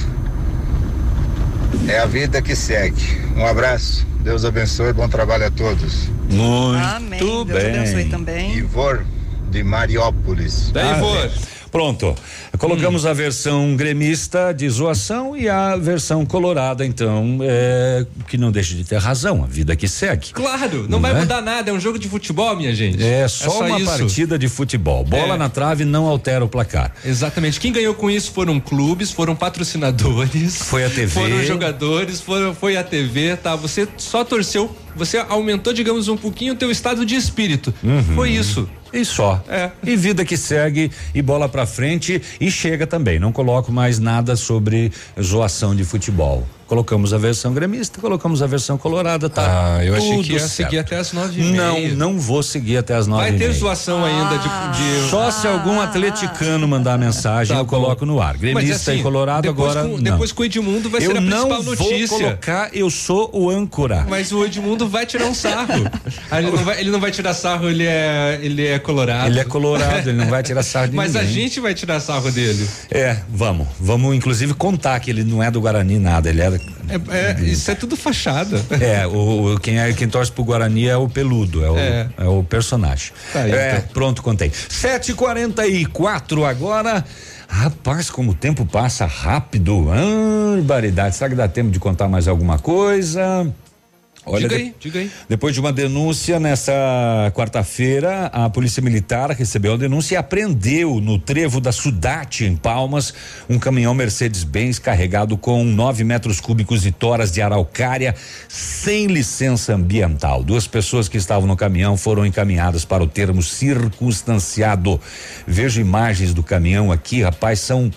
Speaker 7: É a vida que segue. Um abraço, Deus abençoe, bom trabalho a todos.
Speaker 4: Muito
Speaker 6: Amém.
Speaker 4: bem.
Speaker 6: Deus abençoe também.
Speaker 7: Ivor de Mariópolis.
Speaker 4: Ah, Ivor. Pronto, colocamos hum. a versão gremista de zoação e a versão colorada, então, é, que não deixa de ter razão, a vida que segue.
Speaker 5: Claro, não,
Speaker 4: não
Speaker 5: vai
Speaker 4: é?
Speaker 5: mudar nada, é um jogo de futebol, minha gente.
Speaker 4: É só, é só uma
Speaker 5: isso.
Speaker 4: partida de futebol, bola
Speaker 5: É.
Speaker 4: na trave não altera o placar.
Speaker 5: Exatamente, quem ganhou com isso foram clubes, foram patrocinadores.
Speaker 4: Foi a T V.
Speaker 5: Foram jogadores, foram, foi a T V, tá? Você só torceu, você aumentou, digamos, um pouquinho o teu estado de espírito.
Speaker 4: Uhum.
Speaker 5: Foi isso.
Speaker 4: E só.
Speaker 5: É.
Speaker 4: E vida que segue, e bola pra frente, e chega também. Não coloco mais nada sobre zoação de futebol. Colocamos a versão gremista, colocamos a versão colorada, tá?
Speaker 5: Ah, eu achei
Speaker 4: tudo
Speaker 5: que ia
Speaker 4: certo.
Speaker 5: seguir até as nove e meia.
Speaker 4: Não, não vou seguir até as nove
Speaker 5: Vai
Speaker 4: e
Speaker 5: ter
Speaker 4: meia.
Speaker 5: zoação ah. ainda de, de.
Speaker 4: Só se algum atleticano mandar mensagem,
Speaker 5: Tá
Speaker 4: eu
Speaker 5: bom.
Speaker 4: coloco no ar. Gremista
Speaker 5: Mas, assim,
Speaker 4: e colorado
Speaker 5: depois
Speaker 4: agora
Speaker 5: com,
Speaker 4: não.
Speaker 5: Depois com o Edmundo vai
Speaker 4: eu
Speaker 5: ser a principal
Speaker 4: não
Speaker 5: notícia.
Speaker 4: Vou colocar, eu sou o âncora.
Speaker 5: Mas o Edmundo vai tirar um sarro. ele, não vai, ele não vai tirar sarro, ele é, ele é colorado.
Speaker 4: Ele é colorado, ele não vai tirar sarro de
Speaker 5: Mas
Speaker 4: ninguém.
Speaker 5: a gente vai tirar sarro dele.
Speaker 4: É, vamos. Vamos inclusive contar que ele não é do Guarani nada, ele é.
Speaker 5: É, é, isso é tudo fachada.
Speaker 4: É, o, o quem é quem torce pro Guarani é o peludo, é o,
Speaker 5: É.
Speaker 4: é o personagem.
Speaker 5: Tá aí,
Speaker 4: é,
Speaker 5: então.
Speaker 4: pronto, contei. sete e quarenta e quatro agora. Rapaz, como o tempo passa rápido. Ah, barbaridade. Será que dá tempo de contar mais alguma coisa? Olha,
Speaker 5: diga
Speaker 4: de,
Speaker 5: aí, diga aí.
Speaker 4: Depois de uma denúncia nessa quarta-feira, a Polícia Militar recebeu a denúncia e apreendeu no trevo da Sudate, em Palmas, um caminhão Mercedes-Benz carregado com nove metros cúbicos de toras de araucária sem licença ambiental. Duas pessoas que estavam no caminhão foram encaminhadas para o termo circunstanciado. Vejo imagens do caminhão aqui, rapaz, são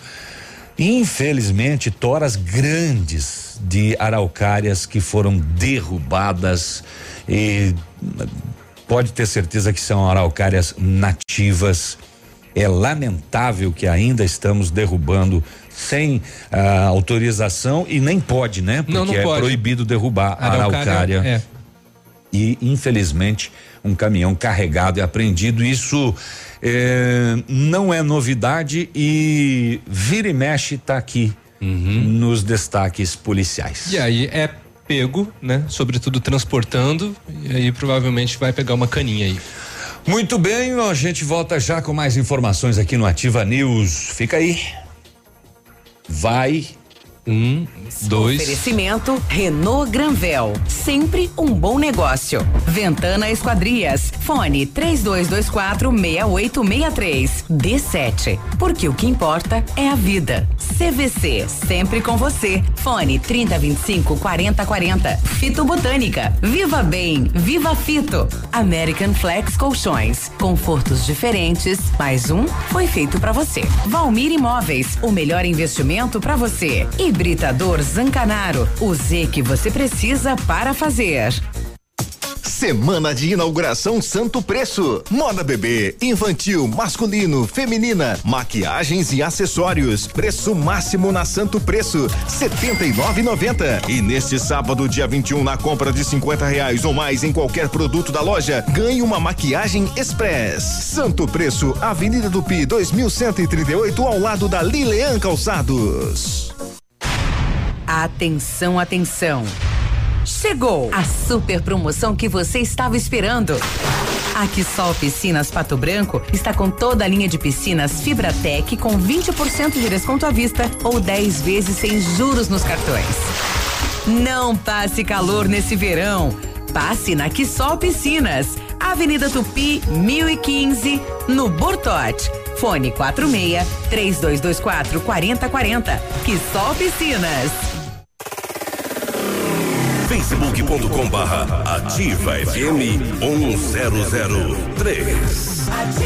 Speaker 4: infelizmente toras grandes de araucárias que foram derrubadas e pode ter certeza que são araucárias nativas. É lamentável que ainda estamos derrubando sem ah, autorização e nem pode, né? Porque
Speaker 5: não, não
Speaker 4: é
Speaker 5: pode.
Speaker 4: proibido derrubar a
Speaker 5: Araucária,
Speaker 4: araucária.
Speaker 5: é.
Speaker 4: E infelizmente um caminhão carregado e apreendido, isso eh, não é novidade e vira e mexe tá aqui uhum. nos destaques policiais.
Speaker 5: E aí é pego, né? Sobretudo transportando, e aí provavelmente vai pegar uma caninha aí.
Speaker 4: Muito bem, a gente volta já com mais informações aqui no Ativa News. Fica aí. Vai.
Speaker 5: Um, dois.
Speaker 2: Oferecimento Renault Granvel, sempre um bom negócio. Ventana Esquadrias, fone três dois dois quatro seis oito seis três. D sete, porque o que importa é a vida. C V C, sempre com você. Fone trinta vinte e cinco quarenta quarenta. Fito Botânica, Viva Bem, Viva Fito. American Flex Colchões, confortos diferentes, mais um foi feito pra você. Valmir Imóveis, o melhor investimento pra você. Hibridador Zancanaro, o Z que você precisa para fazer.
Speaker 11: Semana de inauguração Santo Preço. Moda bebê, infantil, masculino, feminina, maquiagens e acessórios. Preço máximo na Santo Preço, setenta e nove e noventa. E neste sábado, dia vinte e um, na compra de cinquenta reais ou mais em qualquer produto da loja, ganhe uma maquiagem express. Santo Preço, Avenida Tupi, dois mil cento e trinta e oito, ao lado da Lilean Calçados.
Speaker 2: Atenção, atenção. Chegou a super promoção que você estava esperando. A Quissol Piscinas Pato Branco está com toda a linha de piscinas Fibratec com vinte por cento de desconto à vista ou dez vezes sem juros nos cartões. Não passe calor nesse verão. Passe na Quissol Piscinas, Avenida Tupi, mil e quinze, no Bortote. Fone quatro seis, três dois dois quatro, quatro zero quatro zero. Quissol Piscinas.
Speaker 9: facebook ponto com barra ativa F M um zero zero três.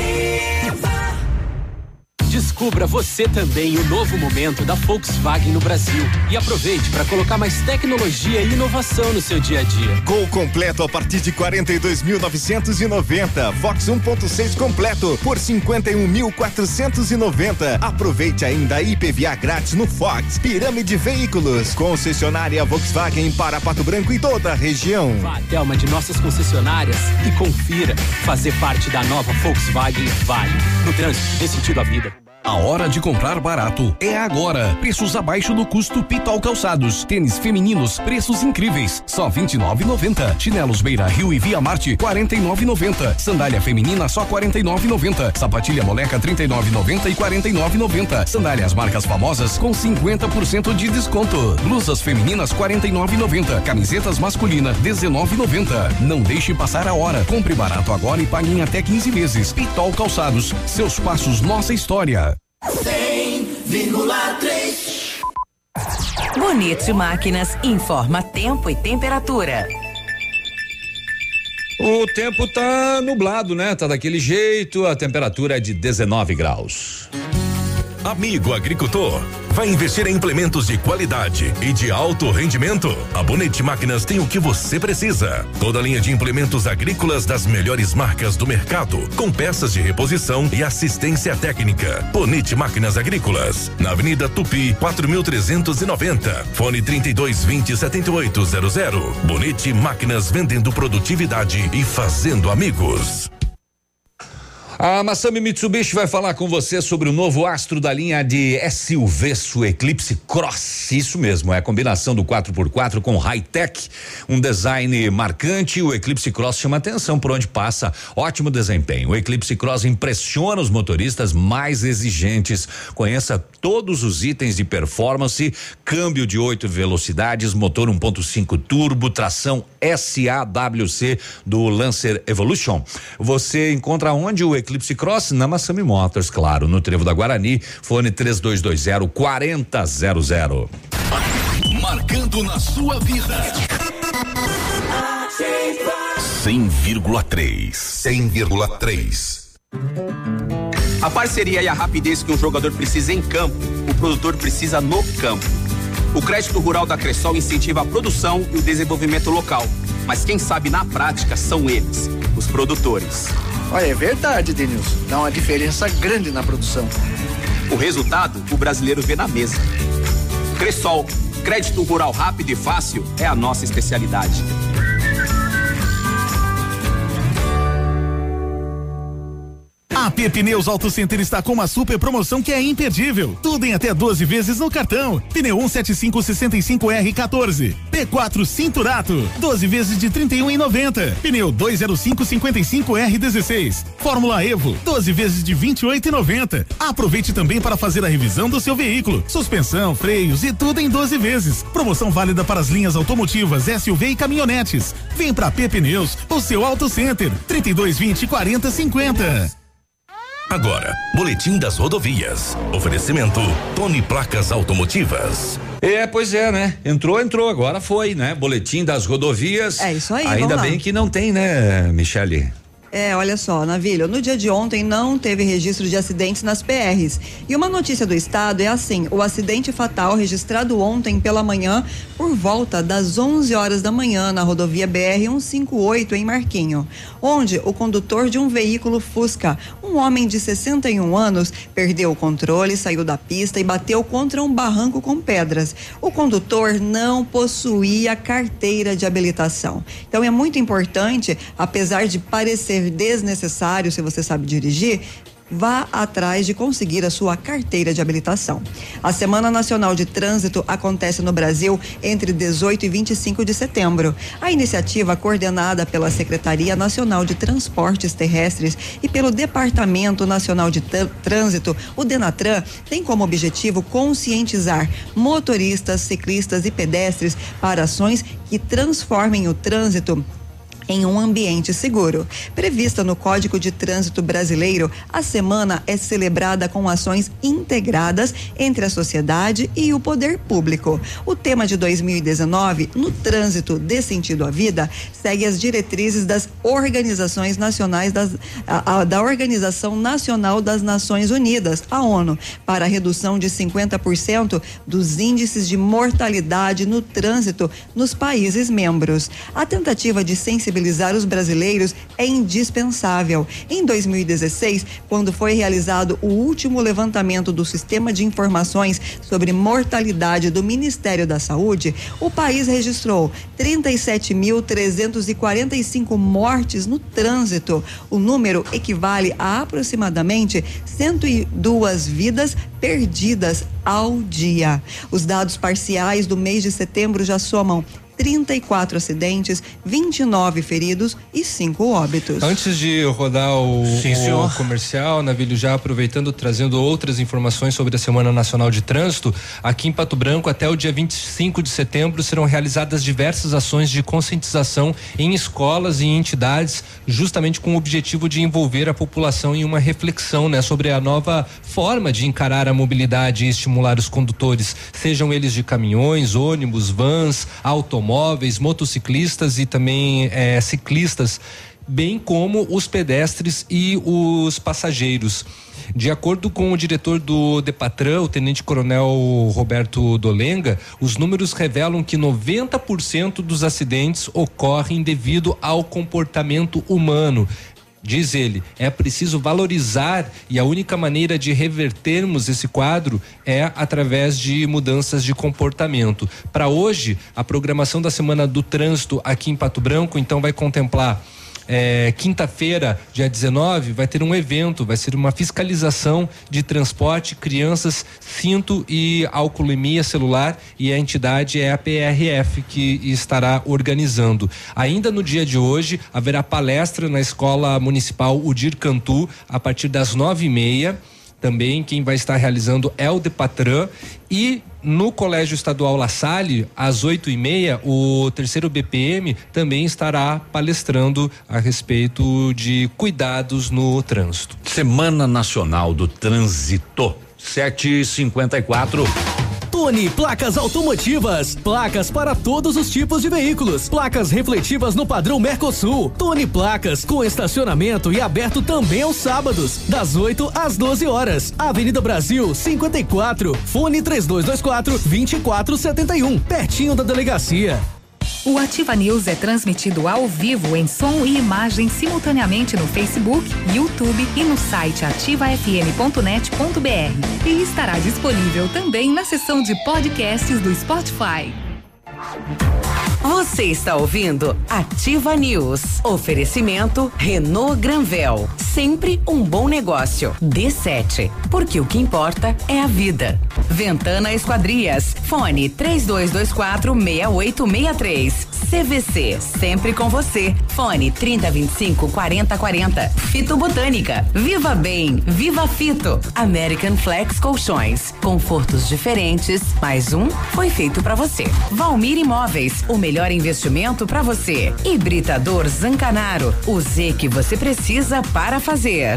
Speaker 10: Descubra você também o novo momento da Volkswagen no Brasil e aproveite para colocar mais tecnologia e inovação no seu dia a dia.
Speaker 11: Gol completo a partir de quarenta e dois mil novecentos e noventa. Vox um ponto seis completo por cinquenta e um mil quatrocentos e noventa. Aproveite ainda a I P V A grátis no Fox. Pirâmide Veículos, concessionária Volkswagen para Pato Branco e toda a região.
Speaker 10: Vá até uma de nossas concessionárias e confira. Fazer parte da nova Volkswagen vale. No trânsito, dê sentido à vida.
Speaker 12: A hora de comprar barato é agora. Preços abaixo do custo Pitol Calçados. Tênis femininos, preços incríveis. Só vinte e nove reais e noventa centavos. Chinelos Beira Rio e Via Marte, quarenta e nove reais e noventa centavos. Sandália feminina, só quarenta e nove reais e noventa centavos. Sapatilha moleca, trinta e nove reais e noventa centavos e quarenta e nove reais e noventa centavos. Sandálias marcas famosas com cinquenta por cento de desconto. Blusas femininas, quarenta e nove reais e noventa centavos. Camisetas masculina, dezenove reais e noventa centavos. Não deixe passar a hora. Compre barato agora e pague em até quinze vezes. Pitol Calçados. Seus passos, nossa história.
Speaker 8: cem vírgula três.
Speaker 2: Bonito Máquinas informa tempo e temperatura.
Speaker 4: O tempo tá nublado, né? Tá daquele jeito, a temperatura é de dezenove graus.
Speaker 9: Amigo agricultor, vai investir em implementos de qualidade e de alto rendimento? A Bonete Máquinas tem o que você precisa. Toda a linha de implementos agrícolas das melhores marcas do mercado, com peças de reposição e assistência técnica. Bonete Máquinas Agrícolas, na Avenida Tupi, quatro mil trezentos e noventa. Fone trinta e dois, vinte, setenta e oito zero zero. Bonete Máquinas, vendendo produtividade e fazendo amigos.
Speaker 4: A Massami Mitsubishi vai falar com você sobre o novo astro da linha de S U Vs, o Eclipse Cross. Isso mesmo, é a combinação do quatro por quatro com high-tech, um design marcante. O Eclipse Cross chama atenção por onde passa, ótimo desempenho. O Eclipse Cross impressiona os motoristas mais exigentes. Conheça todos os itens de performance: câmbio de oito velocidades, motor um ponto cinco turbo, tração S A W C do Lancer Evolution. Você encontra onde o Eclipse Cross? Na Massami Motors, claro, no Trevo da Guarani, fone três dois dois zero, quatro zero zero zero.
Speaker 9: Marcando na sua vida. cem vírgula três. cem vírgula três.
Speaker 13: A parceria e a rapidez que um jogador precisa em campo, o produtor precisa no campo. O crédito rural da Cressol incentiva a produção e o desenvolvimento local, mas quem sabe na prática são eles, os produtores.
Speaker 16: Olha, é verdade, Denilson. Dá uma diferença grande na produção.
Speaker 13: O resultado, o brasileiro vê na mesa. Cressol, crédito rural rápido e fácil é a nossa especialidade.
Speaker 26: A P Pneus Auto Center está com uma super promoção que é imperdível. Tudo em até doze vezes no cartão. Pneu um sete cinco seis cinco R quatorze. P quatro Cinturato. doze vezes de trinta e um reais e noventa centavos. Pneu dois zero cinco cinco cinco R dezesseis. Fórmula Evo. doze vezes de vinte e oito reais e noventa centavos. Aproveite também para fazer a revisão do seu veículo. Suspensão, freios e tudo em doze vezes. Promoção válida para as linhas automotivas, S U V e caminhonetes. Vem pra P Pneus, o seu Auto Center. trinta e dois, vinte, quarenta, cinquenta.
Speaker 9: Agora, Boletim das Rodovias. Oferecimento Tony Placas Automotivas.
Speaker 4: É, pois é, né? Entrou, entrou, agora foi, né? Boletim das Rodovias.
Speaker 6: É isso aí,
Speaker 4: Ainda bem que não tem, né, Michele?
Speaker 6: É, olha só, Navilho, no dia de ontem não teve registro de acidentes nas P Rs. E uma notícia do estado é assim: o acidente fatal registrado ontem pela manhã, por volta das onze horas da manhã, na rodovia B R cento e cinquenta e oito, em Marquinho, onde o condutor de um veículo Fusca, um homem de sessenta e um anos, perdeu o controle, saiu da pista e bateu contra um barranco com pedras. O condutor não possuía carteira de habilitação. Então é muito importante, apesar de parecer desnecessário, se você sabe dirigir, vá atrás de conseguir a sua carteira de habilitação. A Semana Nacional de Trânsito acontece no Brasil entre dezoito e vinte e cinco de setembro. A iniciativa, coordenada pela Secretaria Nacional de Transportes Terrestres e pelo Departamento Nacional de Trânsito, o Denatran, tem como objetivo conscientizar motoristas, ciclistas e pedestres para ações que transformem o trânsito em um ambiente seguro. Prevista no Código de Trânsito Brasileiro, a semana é celebrada com ações integradas entre a sociedade e o poder público. O tema de dois mil e dezenove, no trânsito de sentido à vida, segue as diretrizes das organizações nacionais das, a, a, da Organização Nacional das Nações Unidas, a ONU, para a redução de cinquenta por cento dos índices de mortalidade no trânsito nos países membros. A tentativa de sensibilizar os brasileiros é indispensável. Em dois mil e dezesseis, quando foi realizado o último levantamento do Sistema de Informações sobre Mortalidade do Ministério da Saúde, o país registrou trinta e sete mil trezentos e quarenta e cinco mortes no trânsito. O número equivale a aproximadamente cento e duas vidas perdidas ao dia. Os dados parciais do mês de setembro já somam trinta e quatro acidentes, vinte e nove feridos e cinco óbitos.
Speaker 5: Antes de rodar o,
Speaker 4: Sim,
Speaker 5: o comercial, Navilho, já aproveitando, trazendo outras informações sobre a Semana Nacional de Trânsito, aqui em Pato Branco, até o dia vinte e cinco de setembro, serão realizadas diversas ações de conscientização em escolas e em entidades, justamente com o objetivo de envolver a população em uma reflexão, né, sobre a nova forma de encarar a mobilidade e estimular os condutores, sejam eles de caminhões, ônibus, vans, automóveis, automóveis, motociclistas e também eh, ciclistas, bem como os pedestres e os passageiros. De acordo com o diretor do Depatran, o tenente-coronel Roberto Dolenga, os números revelam que noventa por cento dos acidentes ocorrem devido ao comportamento humano. Diz ele, é preciso valorizar e a única maneira de revertermos esse quadro é através de mudanças de comportamento. Para hoje, a programação da Semana do Trânsito aqui em Pato Branco, então, vai contemplar É, quinta-feira, dia dezenove, vai ter um evento, vai ser uma fiscalização de transporte, crianças, cinto e alcoolemia celular, e a entidade é a P R F que estará organizando. Ainda no dia de hoje, haverá palestra na Escola Municipal Udir Cantu, a partir das nove e meia. Também quem vai estar realizando é o Depatran, e no Colégio Estadual La Salle, às oito e meia, o terceiro B P M também estará palestrando a respeito de cuidados no trânsito.
Speaker 4: Semana Nacional do Trânsito, sete e cinquenta e quatro.
Speaker 12: Tony Placas Automotivas. Placas para todos os tipos de veículos. Placas refletivas no padrão Mercosul. Tony Placas com estacionamento e aberto também aos sábados, das oito às doze horas. Avenida Brasil cinquenta e quatro. Fone três dois dois quatro, dois quatro sete um. Pertinho da delegacia.
Speaker 15: O Ativa News é transmitido ao vivo em som e imagem simultaneamente no Facebook, YouTube e no site ativa f m ponto net ponto b r. E estará disponível também na seção de podcasts do Spotify.
Speaker 2: Você está ouvindo Ativa News. Oferecimento Renault Granvel. Sempre um bom negócio. D sete. Porque o que importa é a vida. Ventana Esquadrias. Fone três dois dois quatro, seis oito seis três. C V C. Sempre com você. Fone trinta, vinte e cinco, quarenta, quarenta. Fito Botânica. Viva Bem. Viva Fito. American Flex Colchões. Confortos diferentes. Mais um foi feito pra você. Valmir Imóveis. O melhor investimento pra você. Hibridador Zancanaro. O Z que você precisa para fazer.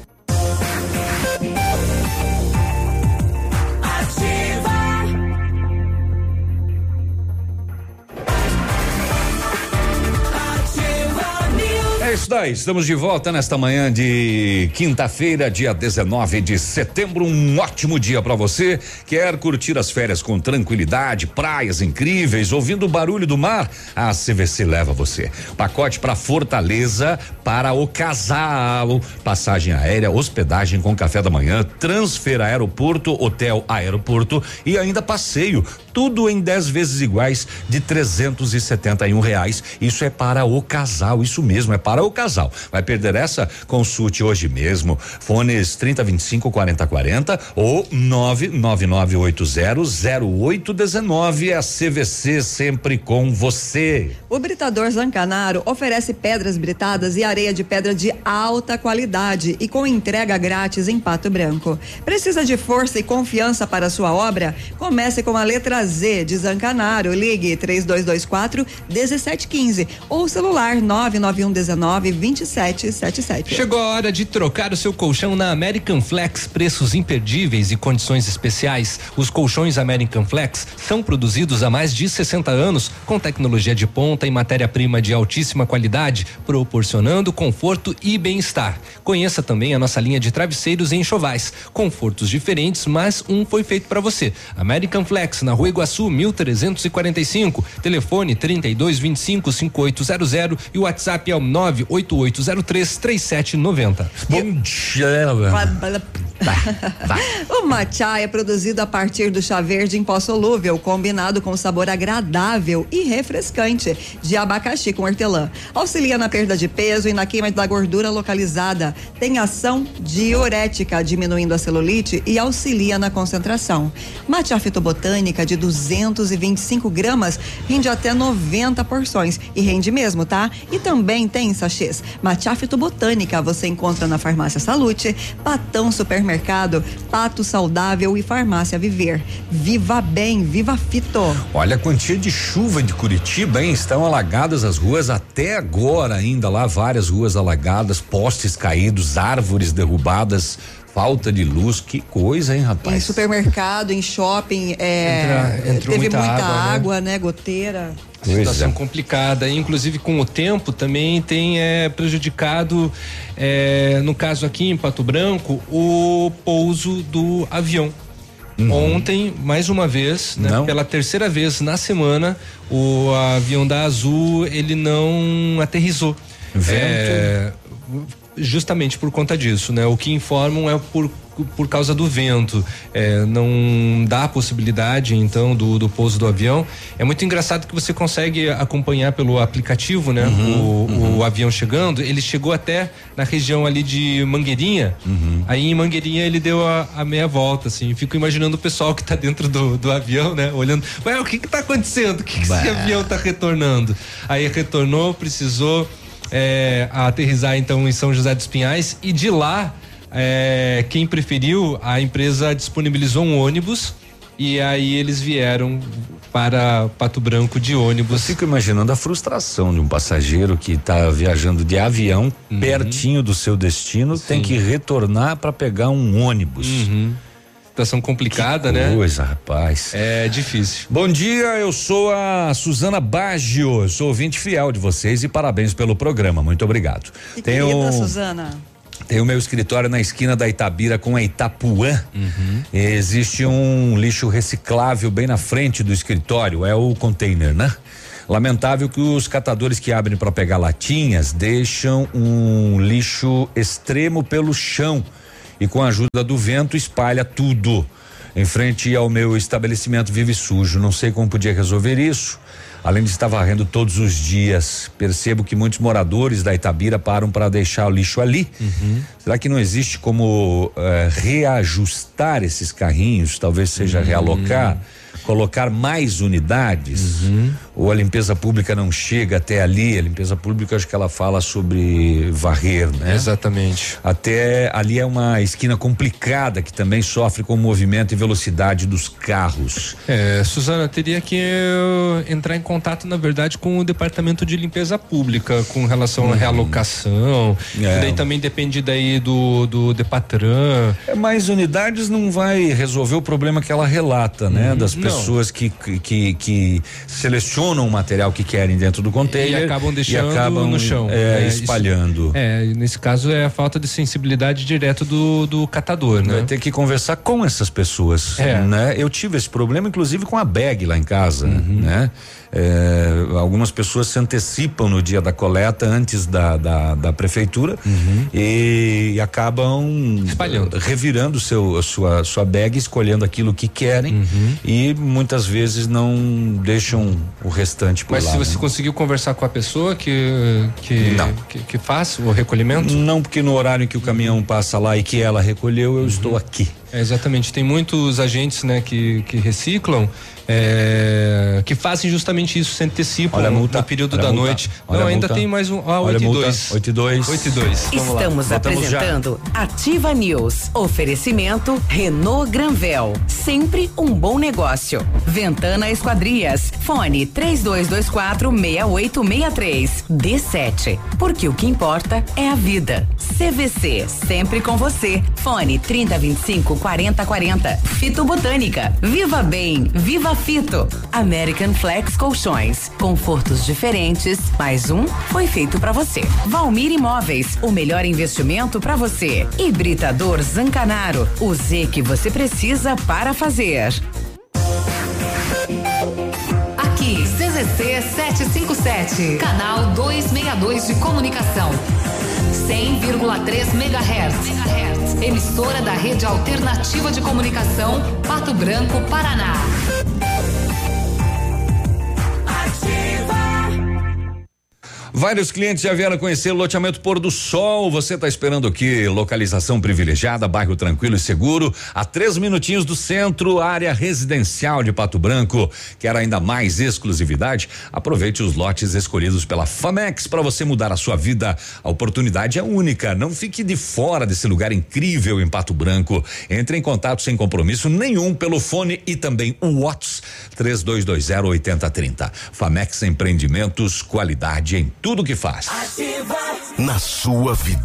Speaker 4: É isso daí, estamos de volta nesta manhã de quinta-feira, dia dezenove de setembro. Um ótimo dia para você. Quer curtir as férias com tranquilidade, praias incríveis, ouvindo o barulho do mar? A C V C leva você. Pacote para Fortaleza para o casal. Passagem aérea, hospedagem com café da manhã, transfer aeroporto, hotel aeroporto e ainda passeio. Tudo em dez vezes iguais de trezentos e setenta e um reais. Isso é para o casal, isso mesmo, é para o casal. Vai perder essa? Consulte hoje mesmo. Fones trinta, vinte e cinco, quarenta, quarenta ou nove nove nove oito zero, zero oito um nove. A C V C sempre com você.
Speaker 6: O Britador Zancanaro oferece pedras britadas e areia de pedra de alta qualidade e com entrega grátis em Pato Branco. Precisa de força e confiança para sua obra? Comece com a letra Z de Zancanaro, ligue três dois dois quatro um sete um cinco ou celular nove nove um um nove dois sete sete sete.
Speaker 5: Chegou a hora de trocar o seu colchão na American Flex, preços imperdíveis e condições especiais. Os colchões American Flex são produzidos há mais de sessenta anos com tecnologia de ponta e matéria-prima de altíssima qualidade, proporcionando conforto e bem-estar. Conheça também a nossa linha de travesseiros e enxovais, confortos diferentes, mas um foi feito para você. American Flex, na Rua Iguaçu, mil trezentos e quarenta e cinco, telefone trinta e dois vinte e cinco, cinquenta e oito zero zero e o WhatsApp é o nove oito oito zero três três sete nove zero.
Speaker 4: Bom dia.
Speaker 6: O matcha é produzido a partir do chá verde em pó solúvel, combinado com sabor agradável e refrescante de abacaxi com hortelã. Auxilia na perda de peso e na queima da gordura localizada. Tem ação diurética, diminuindo a celulite e auxilia na concentração. Matcha fitobotânica de duzentos e vinte e cinco gramas rende até noventa porções e rende mesmo, tá? E também tem sachês. Matcha fitobotânica você encontra na Farmácia Salute, Patão Supermercado, Pato Saudável e Farmácia Viver. Viva bem, viva fito.
Speaker 4: Olha a quantia de chuva de Curitiba, hein? Estão alagadas as ruas até agora ainda lá, várias ruas alagadas, postes caídos, árvores derrubadas, falta de luz, que coisa, hein, rapaz?
Speaker 6: Em supermercado, em shopping, é,
Speaker 5: Entra, entrou
Speaker 6: teve
Speaker 5: muita,
Speaker 6: muita
Speaker 5: água,
Speaker 6: água,
Speaker 5: né?
Speaker 6: né? Goteira.
Speaker 5: Situação complicada, inclusive com o tempo também tem é, prejudicado, é, no caso aqui em Pato Branco, o pouso do avião. Uhum. Ontem, mais uma vez, né, pela terceira vez na semana, o avião da Azul ele não aterrissou.
Speaker 4: Vento.
Speaker 5: É, justamente por conta disso, né? O que informam é por por causa do vento, é, não dá a possibilidade então do, do pouso do avião. É muito engraçado que você consegue acompanhar pelo aplicativo, né? Uhum, o, uhum. o avião chegando, ele chegou até na região ali de Mangueirinha, uhum. Aí em Mangueirinha ele deu a, a meia volta, assim, fico imaginando o pessoal que tá dentro do, do avião, né? Olhando, ué, o que que tá acontecendo? O que que esse avião tá retornando? Aí retornou, precisou é, aterrissar então em São José dos Pinhais e de lá É, quem preferiu, a empresa disponibilizou um ônibus e aí eles vieram para Pato Branco de ônibus.
Speaker 4: Eu fico imaginando a frustração de um passageiro que está viajando de avião, uhum. pertinho do seu destino, Sim. tem que retornar para pegar um ônibus.
Speaker 5: Uhum. Situação complicada, que né?
Speaker 4: Coisa, rapaz.
Speaker 5: É difícil.
Speaker 4: Bom dia, eu sou a Suzana Baggio, sou ouvinte fiel de vocês e parabéns pelo programa, muito obrigado.
Speaker 6: Que Tenho... querida, Suzana.
Speaker 4: Tem o meu escritório na esquina da Itabira com a Itapuã.
Speaker 5: Uhum.
Speaker 4: Existe um lixo reciclável bem na frente do escritório, é o container, né? Lamentável que os catadores que abrem para pegar latinhas deixam um lixo extremo pelo chão e com a ajuda do vento espalha tudo. Em frente ao meu estabelecimento vive sujo, não sei como podia resolver isso. Além de estar varrendo todos os dias, percebo que muitos moradores da Itabira param para deixar o lixo ali.
Speaker 5: Uhum.
Speaker 4: Será que não existe como uh, reajustar esses carrinhos? Talvez seja uhum. realocar, colocar mais unidades?
Speaker 5: Uhum.
Speaker 4: Ou a limpeza pública não chega até ali? A limpeza pública, acho que ela fala sobre varrer, né?
Speaker 5: Exatamente.
Speaker 4: Até ali é uma esquina complicada que também sofre com o movimento e velocidade dos carros.
Speaker 5: É, Suzana, teria que uh, entrar em contato, na verdade, com o departamento de limpeza pública com relação uhum. à realocação. É. Daí também depende daí do, do Depatran.
Speaker 4: É, mais unidades não vai resolver o problema que ela relata, né?
Speaker 5: Uhum.
Speaker 4: Das pessoas que, que, que selecionam o material que querem dentro do container
Speaker 5: e acabam deixando
Speaker 4: e acabam,
Speaker 5: no chão.
Speaker 4: É, é, espalhando.
Speaker 5: Isso, é, nesse caso é a falta de sensibilidade direto do, do catador, né?
Speaker 4: Vai ter que conversar com essas pessoas,
Speaker 5: é.
Speaker 4: né? Eu tive esse problema, inclusive, com a bag lá em casa,
Speaker 5: uhum.
Speaker 4: né? É, algumas pessoas se antecipam no dia da coleta antes da, da, da prefeitura
Speaker 5: uhum.
Speaker 4: e, e acabam
Speaker 5: espalhando,
Speaker 4: revirando seu, sua, sua bag, escolhendo aquilo que querem
Speaker 5: uhum.
Speaker 4: e muitas vezes não deixam o restante por
Speaker 5: Mas
Speaker 4: lá.
Speaker 5: Mas se você
Speaker 4: né?
Speaker 5: conseguiu conversar com a pessoa que que,
Speaker 4: não.
Speaker 5: que que faz o recolhimento?
Speaker 4: Não, porque no horário em que o caminhão passa lá e que ela recolheu, eu uhum. estou aqui.
Speaker 5: É, exatamente, tem muitos agentes, né, que, que reciclam, é, que fazem justamente isso, se antecipam
Speaker 4: Olha a multa,
Speaker 5: no período
Speaker 4: olha
Speaker 5: da
Speaker 4: a multa,
Speaker 5: noite.
Speaker 4: olha
Speaker 5: Não,
Speaker 4: a
Speaker 5: ainda
Speaker 4: multa.
Speaker 5: tem mais um. Ah,
Speaker 4: Olha a
Speaker 5: oito e
Speaker 4: multa,
Speaker 5: dois.
Speaker 4: oito e dois.
Speaker 5: oito e dois.
Speaker 2: Estamos apresentando Ativa News. Oferecimento Renault Granvel. Sempre um bom negócio. Ventana Esquadrias. Fone três dois dois quatro seis oito seis três. D sete. Porque o que importa é a vida. C V C. Sempre com você. Fone trinta, vinte e cinco, quarenta, quarenta. Fito Botânica. Viva Bem. Viva Fito. American Flex Colchões. Confortos diferentes. Mais um foi feito pra você. Valmir Imóveis. O melhor investimento pra você. Hibridador Zancanaro. O Z que você precisa para fazer.
Speaker 15: Aqui, C Z C setecentos e cinquenta e sete, canal duzentos e sessenta e dois de comunicação. cem vírgula três megahertz. Emissora da Rede Alternativa de Comunicação, Pato Branco, Paraná.
Speaker 4: Vários clientes já vieram conhecer o loteamento Pôr do Sol. Você está esperando o quê? Localização privilegiada, bairro tranquilo e seguro, a três minutinhos do centro, área residencial de Pato Branco. Quer ainda mais exclusividade? Aproveite os lotes escolhidos pela Famex para você mudar a sua vida. A oportunidade é única. Não fique de fora desse lugar incrível em Pato Branco. Entre em contato sem compromisso nenhum pelo fone e também o WhatsApp três dois dois zero, oito zero três zero. Famex Empreendimentos, qualidade em tudo que faz.
Speaker 9: Ativa na sua vida.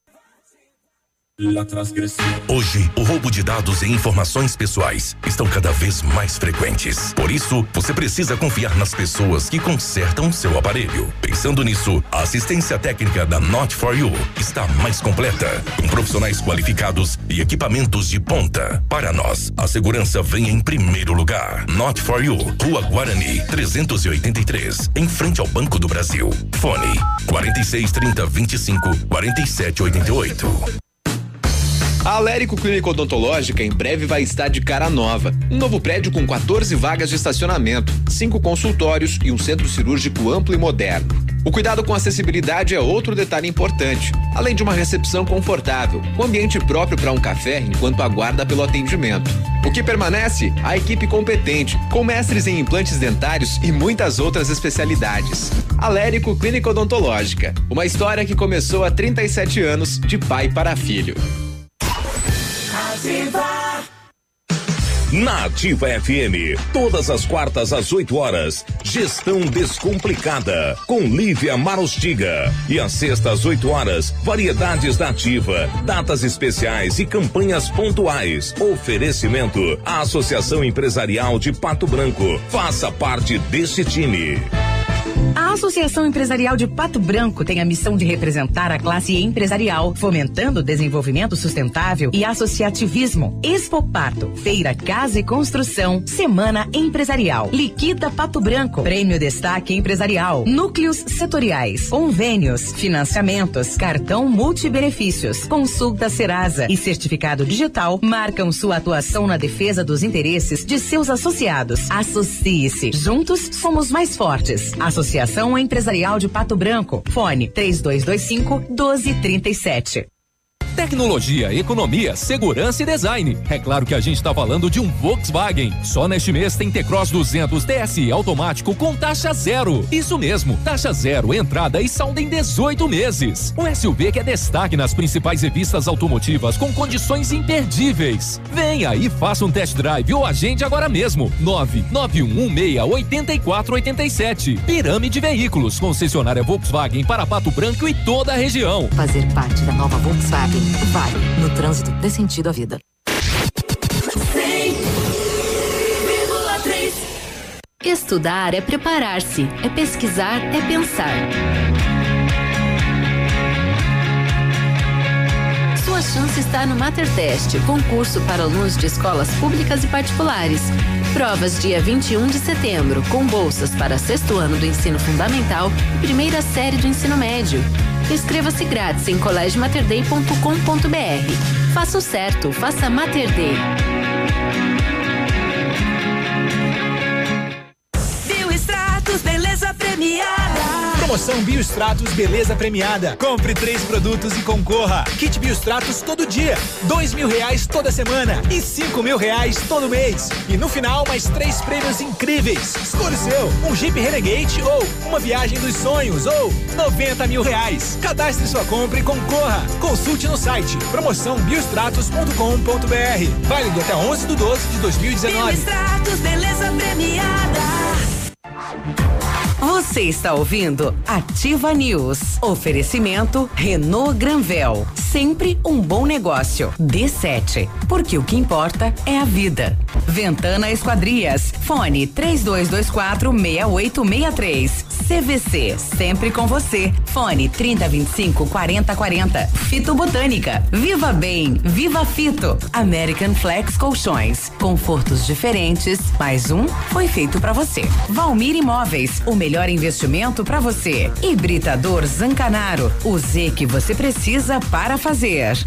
Speaker 9: Hoje, o roubo de dados e informações pessoais estão cada vez mais frequentes. Por isso, você precisa confiar nas pessoas que consertam seu aparelho. Pensando nisso, a assistência técnica da Not for You está mais completa, com profissionais qualificados e equipamentos de ponta. Para nós, a segurança vem em primeiro lugar. Not for You, Rua Guarani, trezentos e oitenta e três, em frente ao Banco do Brasil. Fone quarenta e seis, trinta, vinte e cinco, quarenta e sete, oitenta e oito.
Speaker 17: A Alérico Clínica Odontológica em breve vai estar de cara nova. Um novo prédio com quatorze vagas de estacionamento, cinco consultórios e um centro cirúrgico amplo e moderno. O cuidado com a acessibilidade é outro detalhe importante, além de uma recepção confortável, com ambiente próprio para um café enquanto aguarda pelo atendimento. O que permanece? A equipe competente, com mestres em implantes dentários e muitas outras especialidades. Alérico Clínica Odontológica, uma história que começou há trinta e sete anos, de pai para filho.
Speaker 9: Ativa. Na Ativa F M, todas as quartas às oito horas, Gestão Descomplicada, com Lívia Marostiga. E às sextas às oito horas, variedades da Ativa, datas especiais e campanhas pontuais. Oferecimento à Associação Empresarial de Pato Branco. Faça parte deste time.
Speaker 2: A Associação Empresarial de Pato Branco tem a missão de representar a classe empresarial, fomentando o desenvolvimento sustentável e associativismo. Expo Pato, Feira Casa e Construção, Semana Empresarial, Liquida Pato Branco, Prêmio Destaque Empresarial, Núcleos Setoriais, Convênios, Financiamentos, Cartão Multibenefícios, Consulta Serasa e Certificado Digital marcam sua atuação na defesa dos interesses de seus associados. Associe-se. Juntos somos mais fortes. Associação Empresarial de Pato Branco. Fone três dois dois cinco, um dois três sete.
Speaker 25: Tecnologia, economia, segurança e design. É claro que a gente está falando de um Volkswagen. Só neste mês tem T-Cross duzentos D S I automático com taxa zero. Isso mesmo, taxa zero, entrada e saldo em dezoito meses. Um S U V que é destaque nas principais revistas automotivas com condições imperdíveis. Venha e faça um test drive ou agende agora mesmo. nove nove um um seis, oito quatro oito sete. Pirâmide Veículos, concessionária Volkswagen para Pato Branco e toda a região.
Speaker 18: Fazer parte da nova Volkswagen vale. No trânsito, dê sentido à vida.
Speaker 20: Estudar é preparar-se, é pesquisar, é pensar. Sua chance está no MaterTest, concurso para alunos de escolas públicas e particulares. Provas dia vinte e um de setembro, com bolsas para sexto ano do ensino fundamental e primeira série do ensino médio. Inscreva-se grátis em colégio mater dei ponto com ponto br. Faça o certo, faça Mater Dei.
Speaker 8: Bioextratos, beleza premiada.
Speaker 1: Promoção Biostratos Beleza Premiada. Compre três produtos e concorra. Kit Biostratos todo dia, dois mil reais toda semana e cinco mil reais todo mês. E no final, mais três prêmios incríveis. Escolha o seu, um Jeep Renegade ou uma viagem dos sonhos ou noventa mil reais. Cadastre sua compra e concorra. Consulte no site promoção biostratos ponto com ponto br. Válido até onze de doze de dois mil e dezenove.
Speaker 8: Biostratos Beleza Premiada.
Speaker 2: Você está ouvindo Ativa News. Oferecimento Renault Granvel. Sempre um bom negócio. D sete. Porque o que importa é a vida. Ventana Esquadrias. Fone três dois dois quatro seis oito seis três. C V C. Sempre com você. Fone trinta vinte e cinco quarenta quarenta. Fito Botânica. Viva Bem. Viva Fito. American Flex Colchões. Confortos diferentes. Mais um foi feito pra você. Valmir Imóveis. O melhor investimento pra você. Hibridador Zancanaro. O Z que você precisa para fazer.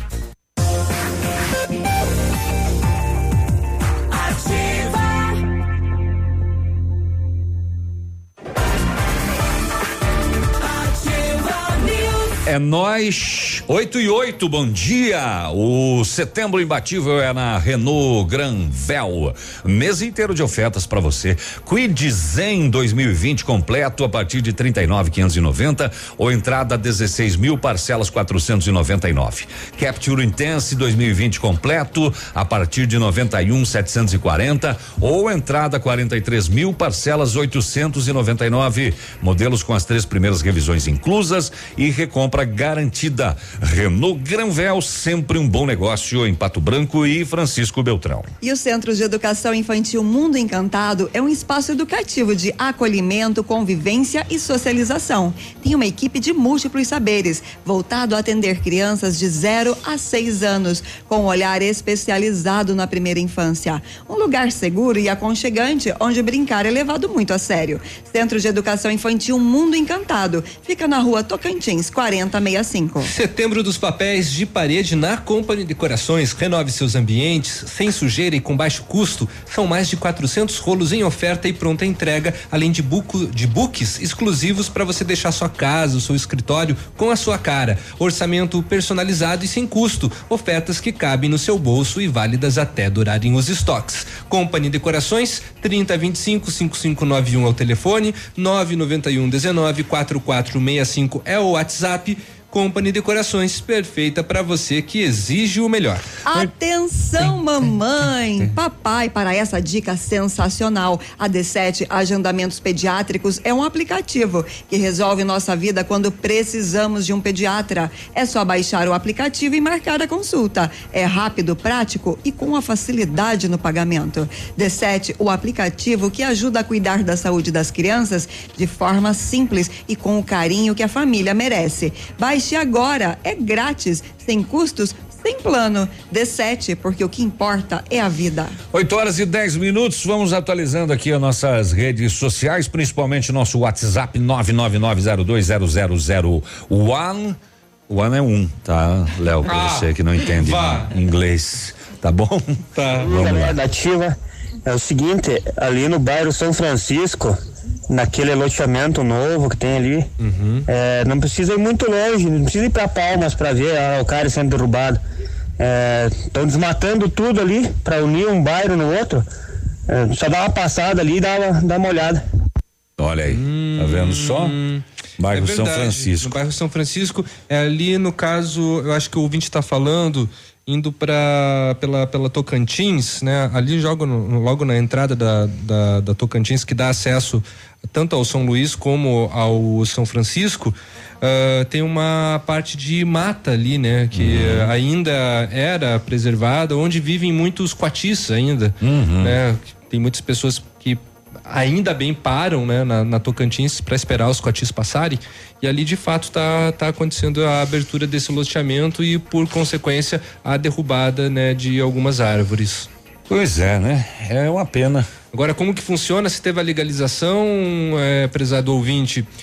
Speaker 4: É nós, oito e oito, bom dia. O setembro imbatível é na Renault Granvel. Mês inteiro de ofertas para você. Kwid Zen dois mil e vinte completo a partir de trinta e nove mil quinhentos e noventa ou entrada dezesseis mil, parcelas quatrocentos e noventa e nove. Capture Intense dois mil e vinte completo a partir de noventa e um mil setecentos e quarenta ou entrada quarenta e três mil, parcelas oitocentos e noventa e nove. Modelos com as três primeiras revisões inclusas e recompra garantida. Renault Granvel, sempre um bom negócio em Pato Branco e Francisco Beltrão.
Speaker 6: E o Centro de Educação Infantil Mundo Encantado é um espaço educativo de acolhimento, convivência e socialização. Tem uma equipe de múltiplos saberes, voltado a atender crianças de zero a seis anos, com um olhar especializado na primeira infância. Um lugar seguro e aconchegante, onde brincar é levado muito a sério. Centro de Educação Infantil Mundo Encantado, fica na rua Tocantins, quarenta sessenta e cinco.
Speaker 5: Setembro dos papéis de parede na Company Decorações. Renove seus ambientes sem sujeira e com baixo custo. São mais de quatrocentos rolos em oferta e pronta entrega, além de, buco, de books exclusivos para você deixar sua casa, o seu escritório com a sua cara. Orçamento personalizado e sem custo. Ofertas que cabem no seu bolso e válidas até durarem os estoques. Company Decorações, trinta vinte e cinco, cinquenta e cinco noventa e um é o telefone, nove nove um dezenove, quarenta e quatro sessenta e cinco é o WhatsApp. Company Decorações, perfeita para você que exige o melhor.
Speaker 6: Atenção, mamãe, papai, para essa dica sensacional. A D sete Agendamentos Pediátricos é um aplicativo que resolve nossa vida quando precisamos de um pediatra. É só baixar o aplicativo e marcar a consulta. É rápido, prático e com a facilidade no pagamento. D sete, o aplicativo que ajuda a cuidar da saúde das crianças de forma simples e com o carinho que a família merece. Baixe agora, é grátis, sem custos, sem plano. D sete, porque o que importa é a vida.
Speaker 4: oito horas e dez minutos, vamos atualizando aqui as nossas redes sociais, principalmente nosso WhatsApp nove nove nove zero dois zero zero zero um. O ano é um, tá, Léo? Pra ah, você que não entende inglês, tá bom?
Speaker 14: Tá. Vamos lá. Da Ativa é o seguinte, ali no bairro São Francisco, naquele loteamento novo que tem ali, uhum. é, não precisa ir muito longe, não precisa ir pra Palmas pra ver ah, o cara sendo derrubado. Estão é, desmatando tudo ali pra unir um bairro no outro. É, só dá uma passada ali e dá uma, dá uma olhada.
Speaker 4: Olha aí, hum, tá vendo só? Bairro é São Francisco.
Speaker 5: No bairro São Francisco, é ali no caso, eu acho que o ouvinte tá falando, indo para pela, pela Tocantins, né? Ali logo, no, logo na entrada da, da, da Tocantins, que dá acesso tanto ao São Luís como ao São Francisco, uh, tem uma parte de mata ali, né? Que uhum. ainda era preservada, onde vivem muitos coatis ainda, uhum. né? Tem muitas pessoas que ainda bem param, né, na, na Tocantins para esperar os coatis passarem, e ali de fato tá, tá acontecendo a abertura desse loteamento e por consequência a derrubada, né, de algumas árvores.
Speaker 4: Pois é, né? É uma pena.
Speaker 5: Agora, como que funciona? Se teve a legalização, é, prezado ouvinte,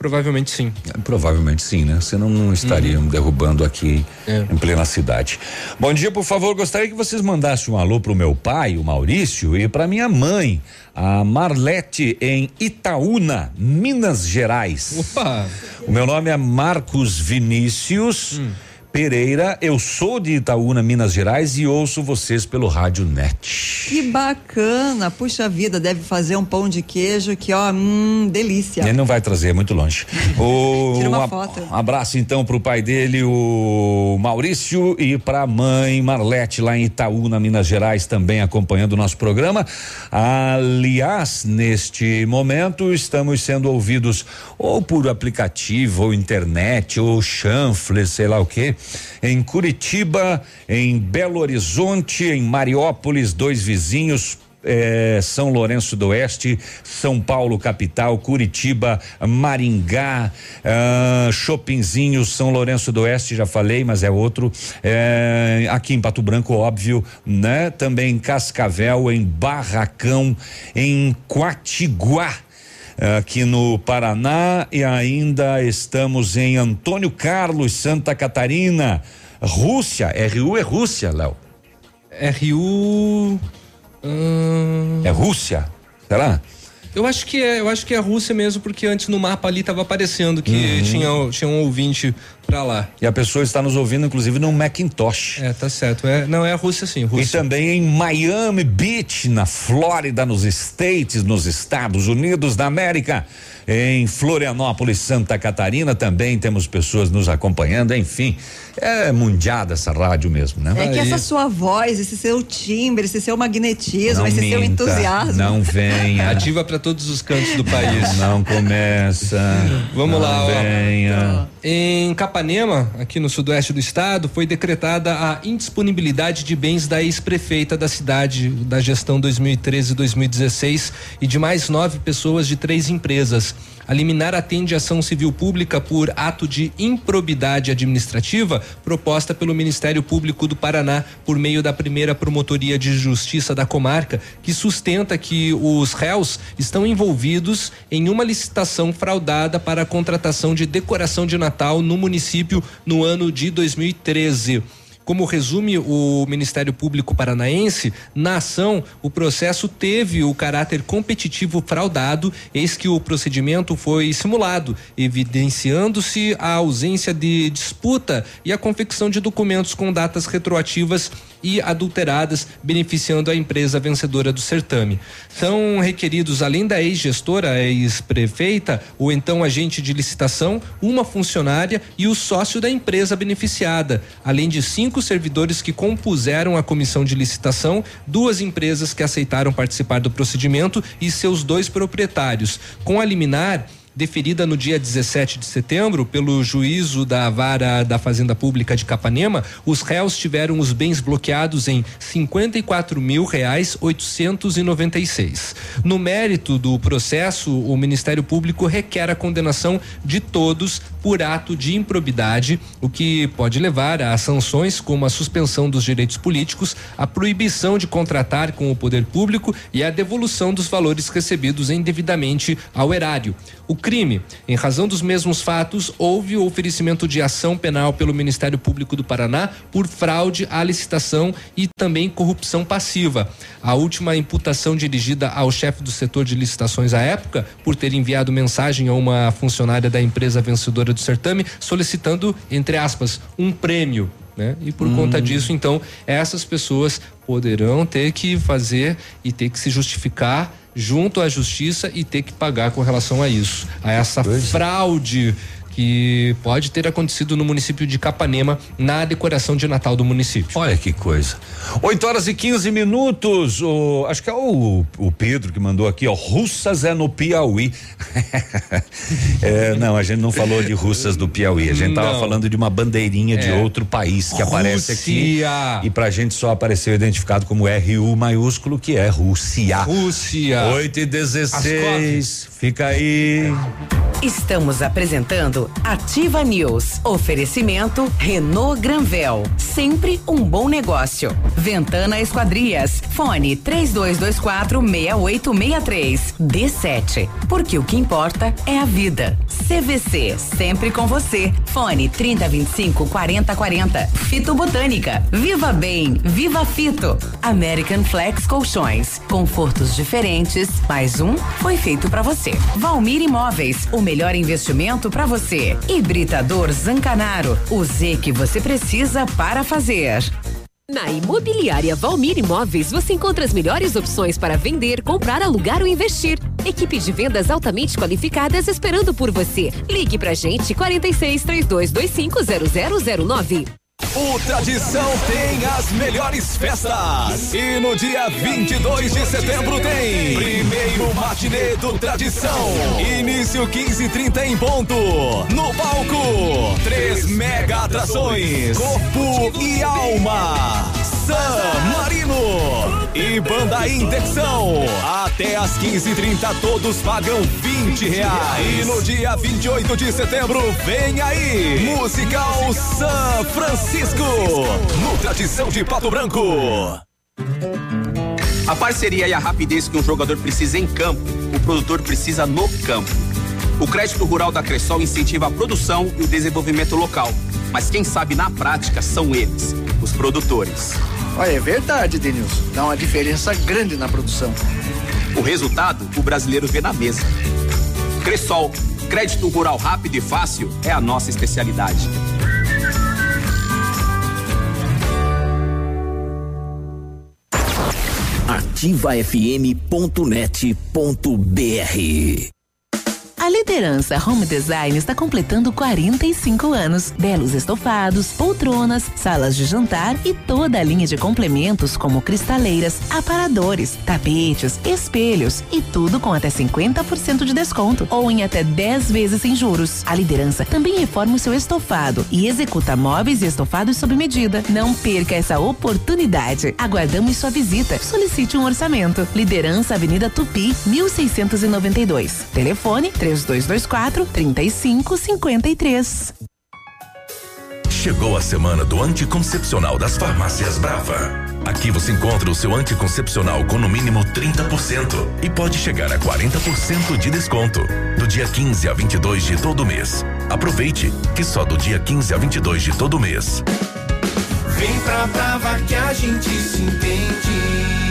Speaker 5: Provavelmente sim.
Speaker 4: Provavelmente sim, né? Senão não estariam
Speaker 5: uhum.
Speaker 4: derrubando aqui
Speaker 5: é.
Speaker 4: em plena cidade. Bom dia, por favor, gostaria que vocês mandassem um alô pro meu pai, o Maurício, e pra minha mãe, a Marlete, em Itaúna, Minas Gerais.
Speaker 5: Opa!
Speaker 4: O meu nome é Marcos Vinícius hum. Pereira, eu sou de Itaúna, Minas Gerais e ouço vocês pelo Rádio Net.
Speaker 6: Que bacana, puxa vida, deve fazer um pão de queijo que ó, hum, delícia.
Speaker 4: Ele não vai trazer, é muito longe. O,
Speaker 6: Tira uma
Speaker 4: um
Speaker 6: foto.
Speaker 4: Um abraço então pro pai dele, o Maurício, e pra mãe Marlete lá em Itaúna, Minas Gerais, também acompanhando o nosso programa. Aliás, neste momento estamos sendo ouvidos ou por aplicativo, ou internet, ou chanfle, sei lá o quê. Em Curitiba, em Belo Horizonte, em Mariópolis, dois vizinhos, eh, São Lourenço do Oeste, São Paulo capital, Curitiba, Maringá, ah, Chopinzinho, São Lourenço do Oeste, já falei, mas é outro, eh, aqui em Pato Branco, óbvio, né? Também em Cascavel, em Barracão, em Quatiguá, aqui no Paraná, e ainda estamos em Antônio Carlos, Santa Catarina, Rússia. R U é Rússia, Léo?
Speaker 5: R U hum...
Speaker 4: É Rússia? Será?
Speaker 5: Eu acho que é, eu acho que é a Rússia mesmo, porque antes no mapa ali estava aparecendo que uhum. tinha, tinha um ouvinte pra lá.
Speaker 4: E a pessoa está nos ouvindo, inclusive, no Macintosh.
Speaker 5: É, tá certo. É, não, é a Rússia sim, Rússia.
Speaker 4: E também em Miami Beach, na Flórida, nos States, nos Estados Unidos da América. Em Florianópolis, Santa Catarina, também temos pessoas nos acompanhando, enfim, é mundiada essa rádio mesmo, né?
Speaker 6: É que
Speaker 4: Aí.
Speaker 6: essa sua voz, esse seu timbre, esse seu magnetismo,
Speaker 4: Não
Speaker 6: esse
Speaker 4: minta,
Speaker 6: seu entusiasmo.
Speaker 4: Não venha.
Speaker 5: Ativa para todos os cantos do país.
Speaker 4: Não começa.
Speaker 5: Vamos
Speaker 4: não
Speaker 5: lá,
Speaker 4: venha.
Speaker 5: ó. Em Capanema, aqui no sudoeste do estado, foi decretada a indisponibilidade de bens da ex-prefeita da cidade da gestão dois mil e treze e dois mil e dezesseis e de mais nove pessoas de três empresas. A liminar atende a ação civil pública por ato de improbidade administrativa proposta pelo Ministério Público do Paraná por meio da primeira Promotoria de Justiça da comarca, que sustenta que os réus estão envolvidos em uma licitação fraudada para a contratação de decoração de Natal no município no ano de dois mil e treze. Como resume o Ministério Público Paranaense, na ação, o processo teve o caráter competitivo fraudado, eis que o procedimento foi simulado, evidenciando-se a ausência de disputa e a confecção de documentos com datas retroativas e adulteradas, beneficiando a empresa vencedora do certame. São requeridos, além da ex-gestora, ex-prefeita, o então agente de licitação, uma funcionária e o sócio da empresa beneficiada, além de cinco servidores que compuseram a comissão de licitação, duas empresas que aceitaram participar do procedimento e seus dois proprietários. Com a liminar deferida no dia dezessete de setembro pelo juízo da Vara da Fazenda Pública de Capanema, os réus tiveram os bens bloqueados em cinquenta e quatro mil reais oitocentos e noventa e seis. No mérito do processo, o Ministério Público requer a condenação de todos por ato de improbidade, o que pode levar a sanções como a suspensão dos direitos políticos, a proibição de contratar com o poder público e a devolução dos valores recebidos indevidamente ao erário. O crime, em razão dos mesmos fatos, houve o oferecimento de ação penal pelo Ministério Público do Paraná por fraude à licitação e também corrupção passiva. A última imputação dirigida ao chefe do setor de licitações à época, por ter enviado mensagem a uma funcionária da empresa vencedora do certame, solicitando, entre aspas, um prêmio. Né? E por hum. conta disso, então, essas pessoas poderão ter que fazer e ter que se justificar junto à justiça e ter que pagar com relação a isso, a essa fraude que pode ter acontecido no município de Capanema na decoração de Natal do município.
Speaker 4: Olha que coisa. oito horas e quinze minutos. O, acho que é o, o Pedro que mandou aqui, ó. Russas é no Piauí. é, não, a gente não falou de Russas do Piauí. A gente não. tava falando de uma bandeirinha é. de outro país que Rússia. aparece aqui. E pra gente só apareceu identificado como R U maiúsculo, que é Rússia.
Speaker 5: Rússia.
Speaker 4: oito e dezesseis. Fica aí.
Speaker 2: Estamos apresentando Ativa News. Oferecimento Renault Granvel. Sempre um bom negócio. Ventana Esquadrias. Fone três dois dois quatro seis oito seis três. D sete. Porque o que importa é a vida. C V C, sempre com você. Fone trinta, vinte e cinco, quarenta, quarenta. Fito Botânica. Viva Bem, Viva Fito. American Flex Colchões. Confortos diferentes, mais um foi feito pra você. Valmir Imóveis, o melhor investimento pra você. Hibridador Zancanaro, o Z que você precisa para fazer.
Speaker 3: Na Imobiliária Valmir Imóveis, você encontra as melhores opções para vender, comprar, alugar ou investir. Equipe de vendas altamente qualificadas esperando por você. Ligue pra gente quarenta e seis, trinta e dois, vinte e cinco, zero zero zero nove.
Speaker 19: O Tradição tem as melhores festas. E no dia vinte e dois de setembro tem primeiro matinê do Tradição. Início quinze e trinta em ponto. No palco, três mega atrações: Corpo e Alma, San Marino e Banda Indexão. Até às quinze e trinta todos pagam vinte reais. E no dia vinte e oito de setembro vem aí Musical San Francisco, no Tradição de Pato Branco.
Speaker 13: A parceria e a rapidez que um jogador precisa em campo, o produtor precisa no campo. O crédito rural da Cressol incentiva a produção e o desenvolvimento local. Mas quem sabe na prática são eles, os produtores.
Speaker 16: Olha, é verdade, Denilson. Dá uma diferença grande na produção.
Speaker 13: O resultado, o brasileiro vê na mesa. Cressol, crédito rural rápido e fácil é a nossa especialidade.
Speaker 21: ativa f m ponto net ponto b r.
Speaker 22: A Liderança Home Design está completando quarenta e cinco anos. Belos estofados, poltronas, salas de jantar e toda a linha de complementos como cristaleiras, aparadores, tapetes, espelhos e tudo com até cinquenta por cento de desconto ou em até dez vezes sem juros. A Liderança também reforma o seu estofado e executa móveis e estofados sob medida. Não perca essa oportunidade. Aguardamos sua visita. Solicite um orçamento. Liderança, Avenida Tupi, mil seiscentos e noventa e dois. Telefone três dois dois quatro, três cinco cinco três.
Speaker 9: Chegou a semana do anticoncepcional das farmácias Brava. Aqui você encontra o seu anticoncepcional com no mínimo trinta por cento e pode chegar a quarenta por cento de desconto do dia quinze a vinte e dois de todo mês. Aproveite que só do dia quinze a vinte e dois de todo mês.
Speaker 23: Vem pra Brava que a gente se entende.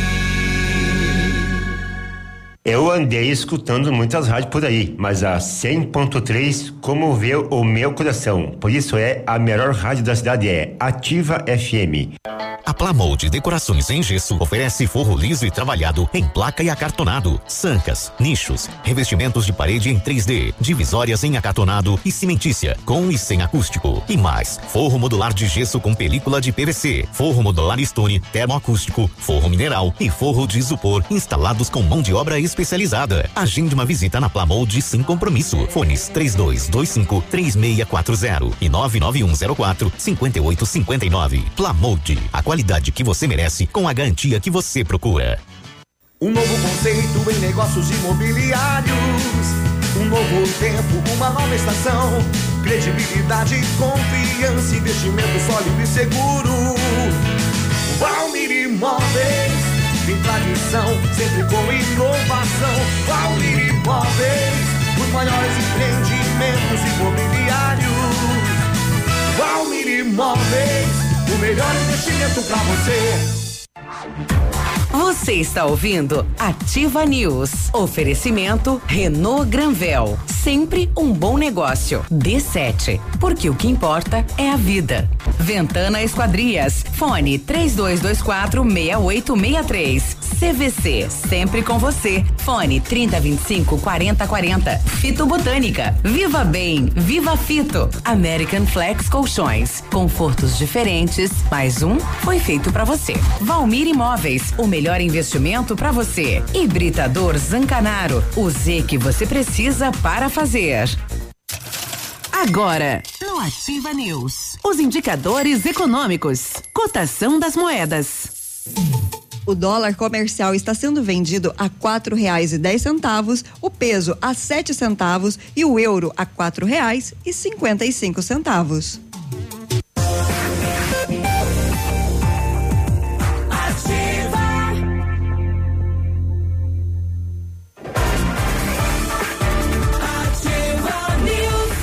Speaker 24: Eu andei escutando muitas rádios por aí, mas a cem ponto três comoveu o meu coração. Por isso é a melhor rádio da cidade, é Ativa F M.
Speaker 27: A Plamold Decorações em Gesso oferece forro liso e trabalhado em placa e acartonado, sancas, nichos, revestimentos de parede em três D, divisórias em acartonado e cimentícia, com e sem acústico. E mais, forro modular de gesso com película de P V C, forro modular Stone, termoacústico, forro mineral e forro de isopor instalados com mão de obra especializada. Agende uma visita na Plamold sem compromisso. Fones três dois dois cinco, três seis quatro zero e nove nove um zero quatro, cinco oito cinco nove. Plamold, a qualidade que você merece com a garantia que você procura.
Speaker 23: Um novo conceito em negócios imobiliários, um novo tempo, uma nova estação, credibilidade, confiança, investimento sólido e seguro. Valmir Imóveis, tem tradição, sempre com inovação. Valmir Imóveis, os maiores empreendimentos imobiliários. Valmir Imóveis, o melhor investimento pra você.
Speaker 2: Você está ouvindo Ativa News. Oferecimento Renault Granvel. Sempre um bom negócio. D sete. Porque o que importa é a vida. Ventana Esquadrias. Fone três dois dois quatro, seis oito seis três. C V C. Sempre com você. Fone trinta, vinte e cinco, quarenta, quarenta. Fito Botânica. Viva Bem. Viva Fito. American Flex Colchões. Confortos diferentes. Mais um foi feito pra você. Valmir Imóveis. O melhor investimento pra você. Hibridador Zancanaro. O Z que você precisa para fazer. Agora, no Ativa News, os indicadores econômicos, cotação das moedas.
Speaker 6: O dólar comercial está sendo vendido a quatro reais e dez centavos, o peso a sete centavos e o euro a quatro reais e cinquenta e cinco centavos.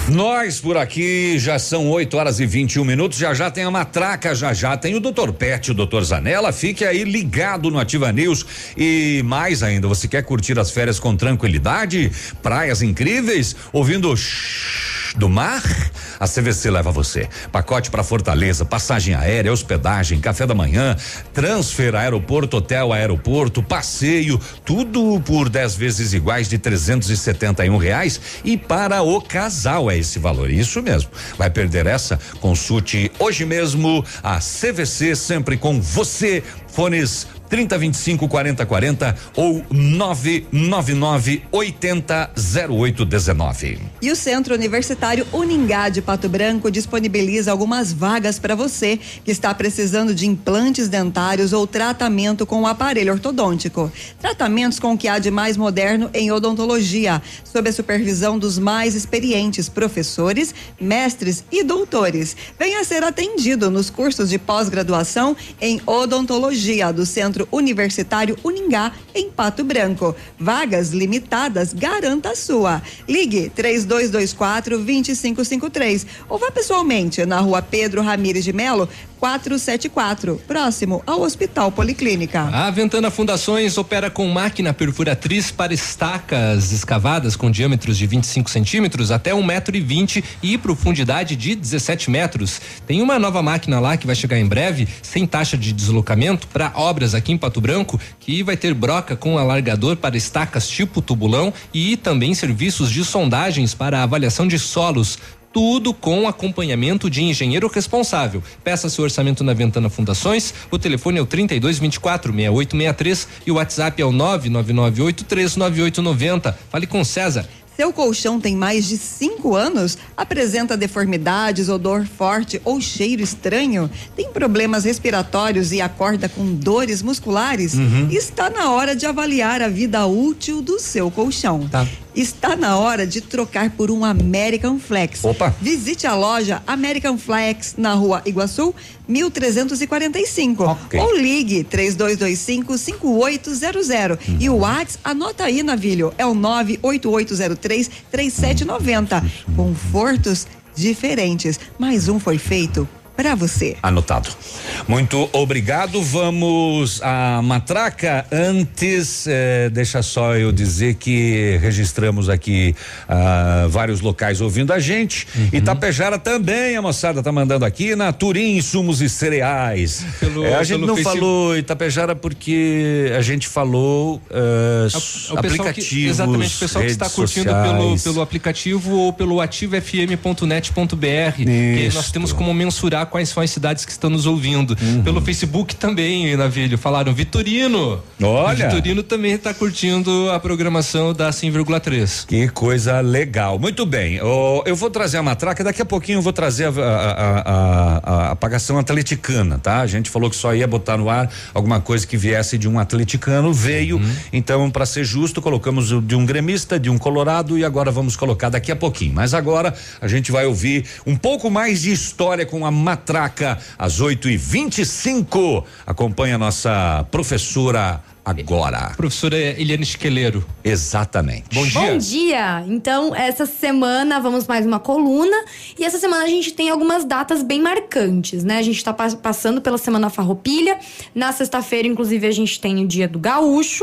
Speaker 4: Nós por aqui já são oito horas e vinte e um minutos, já já tem a matraca, já já tem o doutor Pet, o doutor Zanella, fique aí ligado no Ativa News e mais ainda, você quer curtir as férias com tranquilidade, praias incríveis, ouvindo o do mar? A C V C leva você. Pacote para Fortaleza, passagem aérea, hospedagem, café da manhã, transfer, aeroporto, hotel, aeroporto, passeio, tudo por dez vezes iguais de trezentos e setenta e um reais e para o casal é esse valor. Isso mesmo. Vai perder essa? Consulte hoje mesmo a C V C, sempre com você. Fones trinta, vinte e cinco, quarenta, quarenta ou nove nove nove, oitenta, zero oito dezenove.
Speaker 6: E o Centro Universitário Uningá de Pato Branco disponibiliza algumas vagas para você que está precisando de implantes dentários ou tratamento com o aparelho ortodôntico. Tratamentos com o que há de mais moderno em odontologia, sob a supervisão dos mais experientes professores, mestres e doutores. Venha ser atendido nos cursos de pós-graduação em odontologia do Centro Universitário Uningá, em Pato Branco. Vagas limitadas, garanta a sua. Ligue três dois dois quatro, dois cinco cinco três ou vá pessoalmente na Rua Pedro Ramires de Melo, quatrocentos e setenta e quatro, próximo ao Hospital Policlínica.
Speaker 5: A Ventana Fundações opera com máquina perfuratriz para estacas escavadas com diâmetros de vinte e cinco centímetros até um metro e vinte e profundidade de dezessete metros. Tem uma nova máquina lá que vai chegar em breve, sem taxa de deslocamento, para obras aqui em Pato Branco, que vai ter broca com alargador para estacas tipo tubulão e também serviços de sondagens para avaliação de solos. Tudo com acompanhamento de engenheiro responsável. Peça seu orçamento na Ventana Fundações. O telefone é o trinta e dois, vinte e quatro, sessenta e oito sessenta e três e o WhatsApp é o nove nove nove oito três nove oito nove zero. Fale com César.
Speaker 6: Seu colchão tem mais de cinco anos? Apresenta deformidades, odor forte ou cheiro estranho? Tem problemas respiratórios e acorda com dores musculares?
Speaker 4: Uhum.
Speaker 6: Está na hora de avaliar a vida útil do seu colchão.
Speaker 4: Tá.
Speaker 6: Está na hora de trocar por um American Flex.
Speaker 4: Opa.
Speaker 6: Visite a loja American Flex na Rua Iguaçu, mil trezentos e quarenta e cinco.
Speaker 4: Okay.
Speaker 6: Ou ligue três dois dois cinco, cinco oito zero zero. Uhum. E o WhatsApp, anota aí, Navilho, é o nove oito oito zero três, três sete nove zero. Confortos diferentes. Mais um foi feito para você.
Speaker 4: Anotado. Muito obrigado. Vamos à matraca. Antes, eh, deixa só eu dizer que registramos aqui ah, vários locais ouvindo a gente. Uhum. Itapejara também, a moçada tá mandando aqui na Turim Insumos e Cereais. Pelo, eh, a gente não Facebook. Falou Itapejara porque a gente falou uh, o aplicativos.
Speaker 5: Que, exatamente, o pessoal que está curtindo pelo, pelo aplicativo ou pelo ativa f m ponto net ponto b r, que nós temos como mensurar quais são as cidades que estão nos ouvindo. Uhum. Pelo Facebook também, Navilho, falaram Vitorino.
Speaker 4: Olha.
Speaker 5: Vitorino também está curtindo a programação da cem vírgula três.
Speaker 4: Que coisa legal. Muito bem. Oh, eu vou trazer a matraca, daqui a pouquinho eu vou trazer a, a, a, a, a apagação atleticana, tá? A gente falou que só ia botar no ar alguma coisa que viesse de um atleticano, veio. Uhum. Então, para ser justo, colocamos de um gremista, de um colorado e agora vamos colocar daqui a pouquinho. Mas agora a gente vai ouvir um pouco mais de história com a matraca às oito e vinte e cinco. Acompanha a nossa professora agora.
Speaker 5: Professora Eliane Esqueleiro.
Speaker 4: Exatamente.
Speaker 5: Bom dia.
Speaker 7: Bom dia. Então, essa semana vamos mais uma coluna e essa semana a gente tem algumas datas bem marcantes, né? A gente tá passando pela Semana Farroupilha. Na sexta-feira, inclusive, a gente tem o Dia do Gaúcho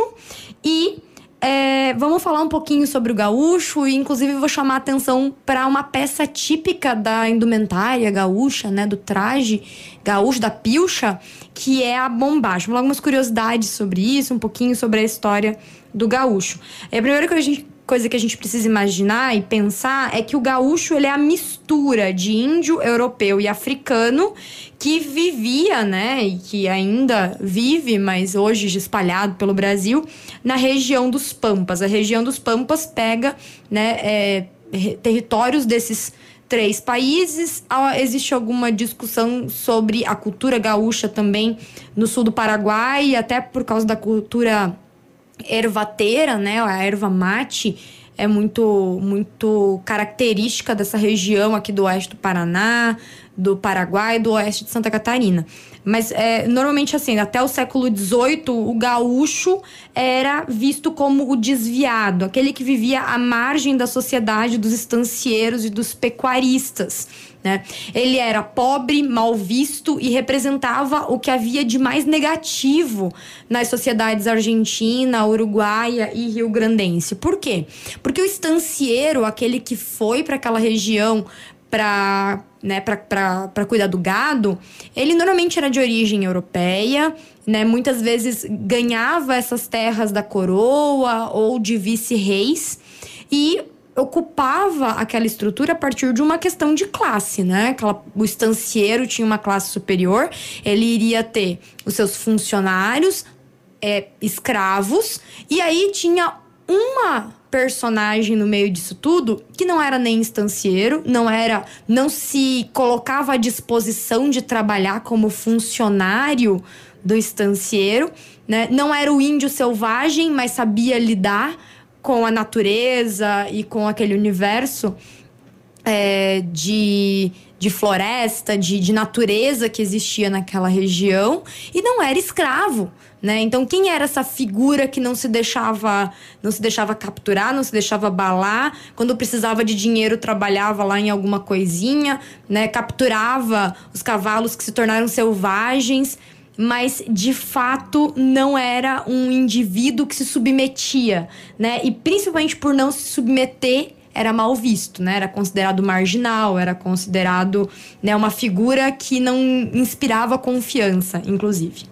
Speaker 7: e É, vamos falar um pouquinho sobre o gaúcho e inclusive vou chamar a atenção para uma peça típica da indumentária gaúcha, né, do traje gaúcho, da pilcha, que é a bombacha. Vamos falar algumas curiosidades sobre isso, um pouquinho sobre a história do gaúcho. É, a primeira coisa que a gente coisa que a gente precisa imaginar e pensar é que o gaúcho, ele é a mistura de índio, europeu e africano que vivia, né, e que ainda vive, mas hoje espalhado pelo Brasil, na região dos Pampas. A região dos Pampas pega, né, é, territórios desses três países. Existe alguma discussão sobre a cultura gaúcha também no sul do Paraguai, até por causa da cultura ervateira, né? A erva mate é muito, muito característica dessa região aqui do oeste do Paraná, do Paraguai e do oeste de Santa Catarina. Mas é, normalmente assim, até o século dezoito, o gaúcho era visto como o desviado, aquele que vivia à margem da sociedade dos estancieiros e dos pecuaristas, né? Ele era pobre, mal visto e representava o que havia de mais negativo nas sociedades argentina, uruguaia e rio-grandense. Por quê? Porque o estancieiro, aquele que foi para aquela região para né, para cuidar do gado, ele normalmente era de origem europeia, né? Muitas vezes ganhava essas terras da coroa ou de vice-reis e ocupava aquela estrutura a partir de uma questão de classe, né? Aquela, o estancieiro tinha uma classe superior, ele iria ter os seus funcionários, é, escravos, e aí tinha uma personagem no meio disso tudo que não era nem estancieiro, não era, não se colocava à disposição de trabalhar como funcionário do estancieiro, né? Não era o índio selvagem, mas sabia lidar com a natureza e com aquele universo é, de, de floresta, de, de natureza que existia naquela região, e não era escravo, né? Então, quem era essa figura que não se deixava, não se deixava capturar, não se deixava abalar, quando precisava de dinheiro trabalhava lá em alguma coisinha, né? Capturava os cavalos que se tornaram selvagens, mas de fato não era um indivíduo que se submetia, né? E principalmente por não se submeter, era mal visto, né? Era considerado marginal, era considerado, né, uma figura que não inspirava confiança, inclusive.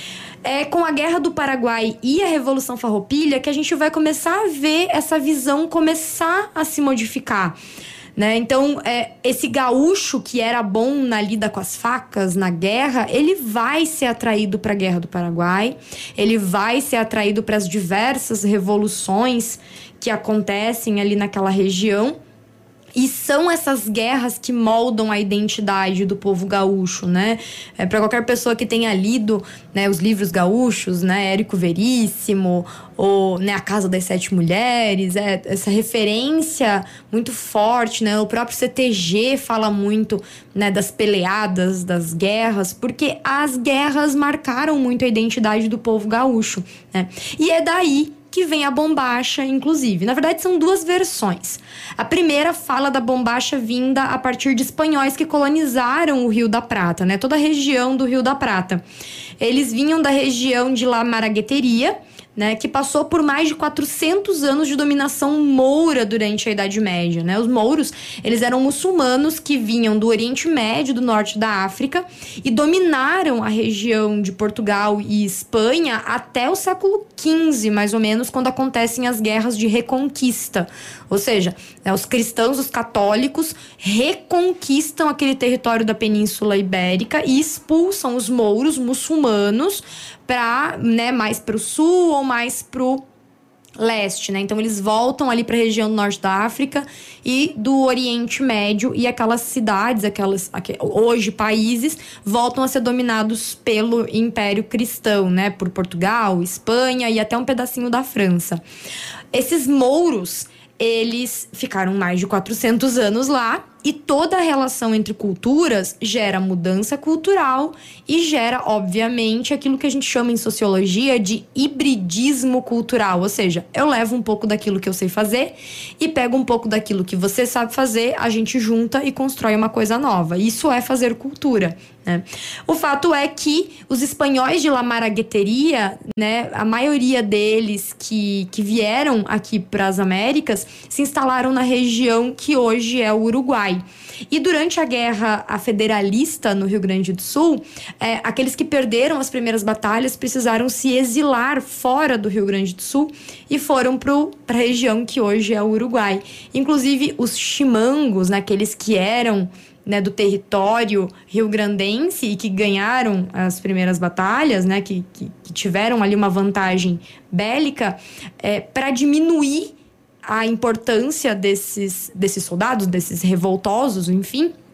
Speaker 7: É com a Guerra do Paraguai e a Revolução Farroupilha que a gente vai começar a ver essa visão começar a se modificar, né? Então, é, esse gaúcho que era bom na lida com as facas, na guerra, ele vai ser atraído para a Guerra do Paraguai, ele vai ser atraído para as diversas revoluções que acontecem ali naquela região. E são essas guerras que moldam a identidade do povo gaúcho, né? É, para qualquer pessoa que tenha lido, né, os livros gaúchos, né, Érico Veríssimo, ou, né, A Casa das Sete Mulheres, é, essa referência muito forte, né? O próprio C T G fala muito, né, das peleadas, das guerras, porque as guerras marcaram muito a identidade do povo gaúcho, né? E é daí que vem a bombacha, inclusive. Na verdade, são duas versões. A primeira fala da bombacha vinda a partir de espanhóis que colonizaram o Rio da Prata, né? Toda a região do Rio da Prata. Eles vinham da região de La Maragueteria, né, que passou por mais de quatrocentos anos de dominação moura durante a Idade Média, né? Os mouros, eles eram muçulmanos que vinham do Oriente Médio, do norte da África, e dominaram a região de Portugal e Espanha até o século quinze, mais ou menos, quando acontecem as guerras de reconquista. Ou seja, né, os cristãos, os católicos, reconquistam aquele território da Península Ibérica e expulsam os mouros muçulmanos para, né, mais para o sul ou mais para o leste, né? Então eles voltam ali para a região do norte da África e do Oriente Médio, e aquelas cidades, aquelas hoje países, voltam a ser dominados pelo Império Cristão, né? Por Portugal, Espanha e até um pedacinho da França. Esses mouros, eles ficaram mais de quatrocentos anos lá, e toda a relação entre culturas gera mudança cultural e gera, obviamente, aquilo que a gente chama em sociologia de hibridismo cultural. Ou seja, eu levo um pouco daquilo que eu sei fazer e pego um pouco daquilo que você sabe fazer, a gente junta e constrói uma coisa nova. Isso é fazer cultura, né? O fato é que os espanhóis de La Maragueteria, né, a maioria deles que, que vieram aqui para as Américas, se instalaram na região que hoje é o Uruguai. E durante a guerra a federalista no Rio Grande do Sul, é, aqueles que perderam as primeiras batalhas precisaram se exilar fora do Rio Grande do Sul e foram para a região que hoje é o Uruguai. Inclusive os chimangos, né, aqueles que eram, né, do território rio-grandense e que ganharam as primeiras batalhas, né, que, que, que tiveram ali uma vantagem bélica, é, para diminuir a importância desses, desses soldados, desses revoltosos, enfim,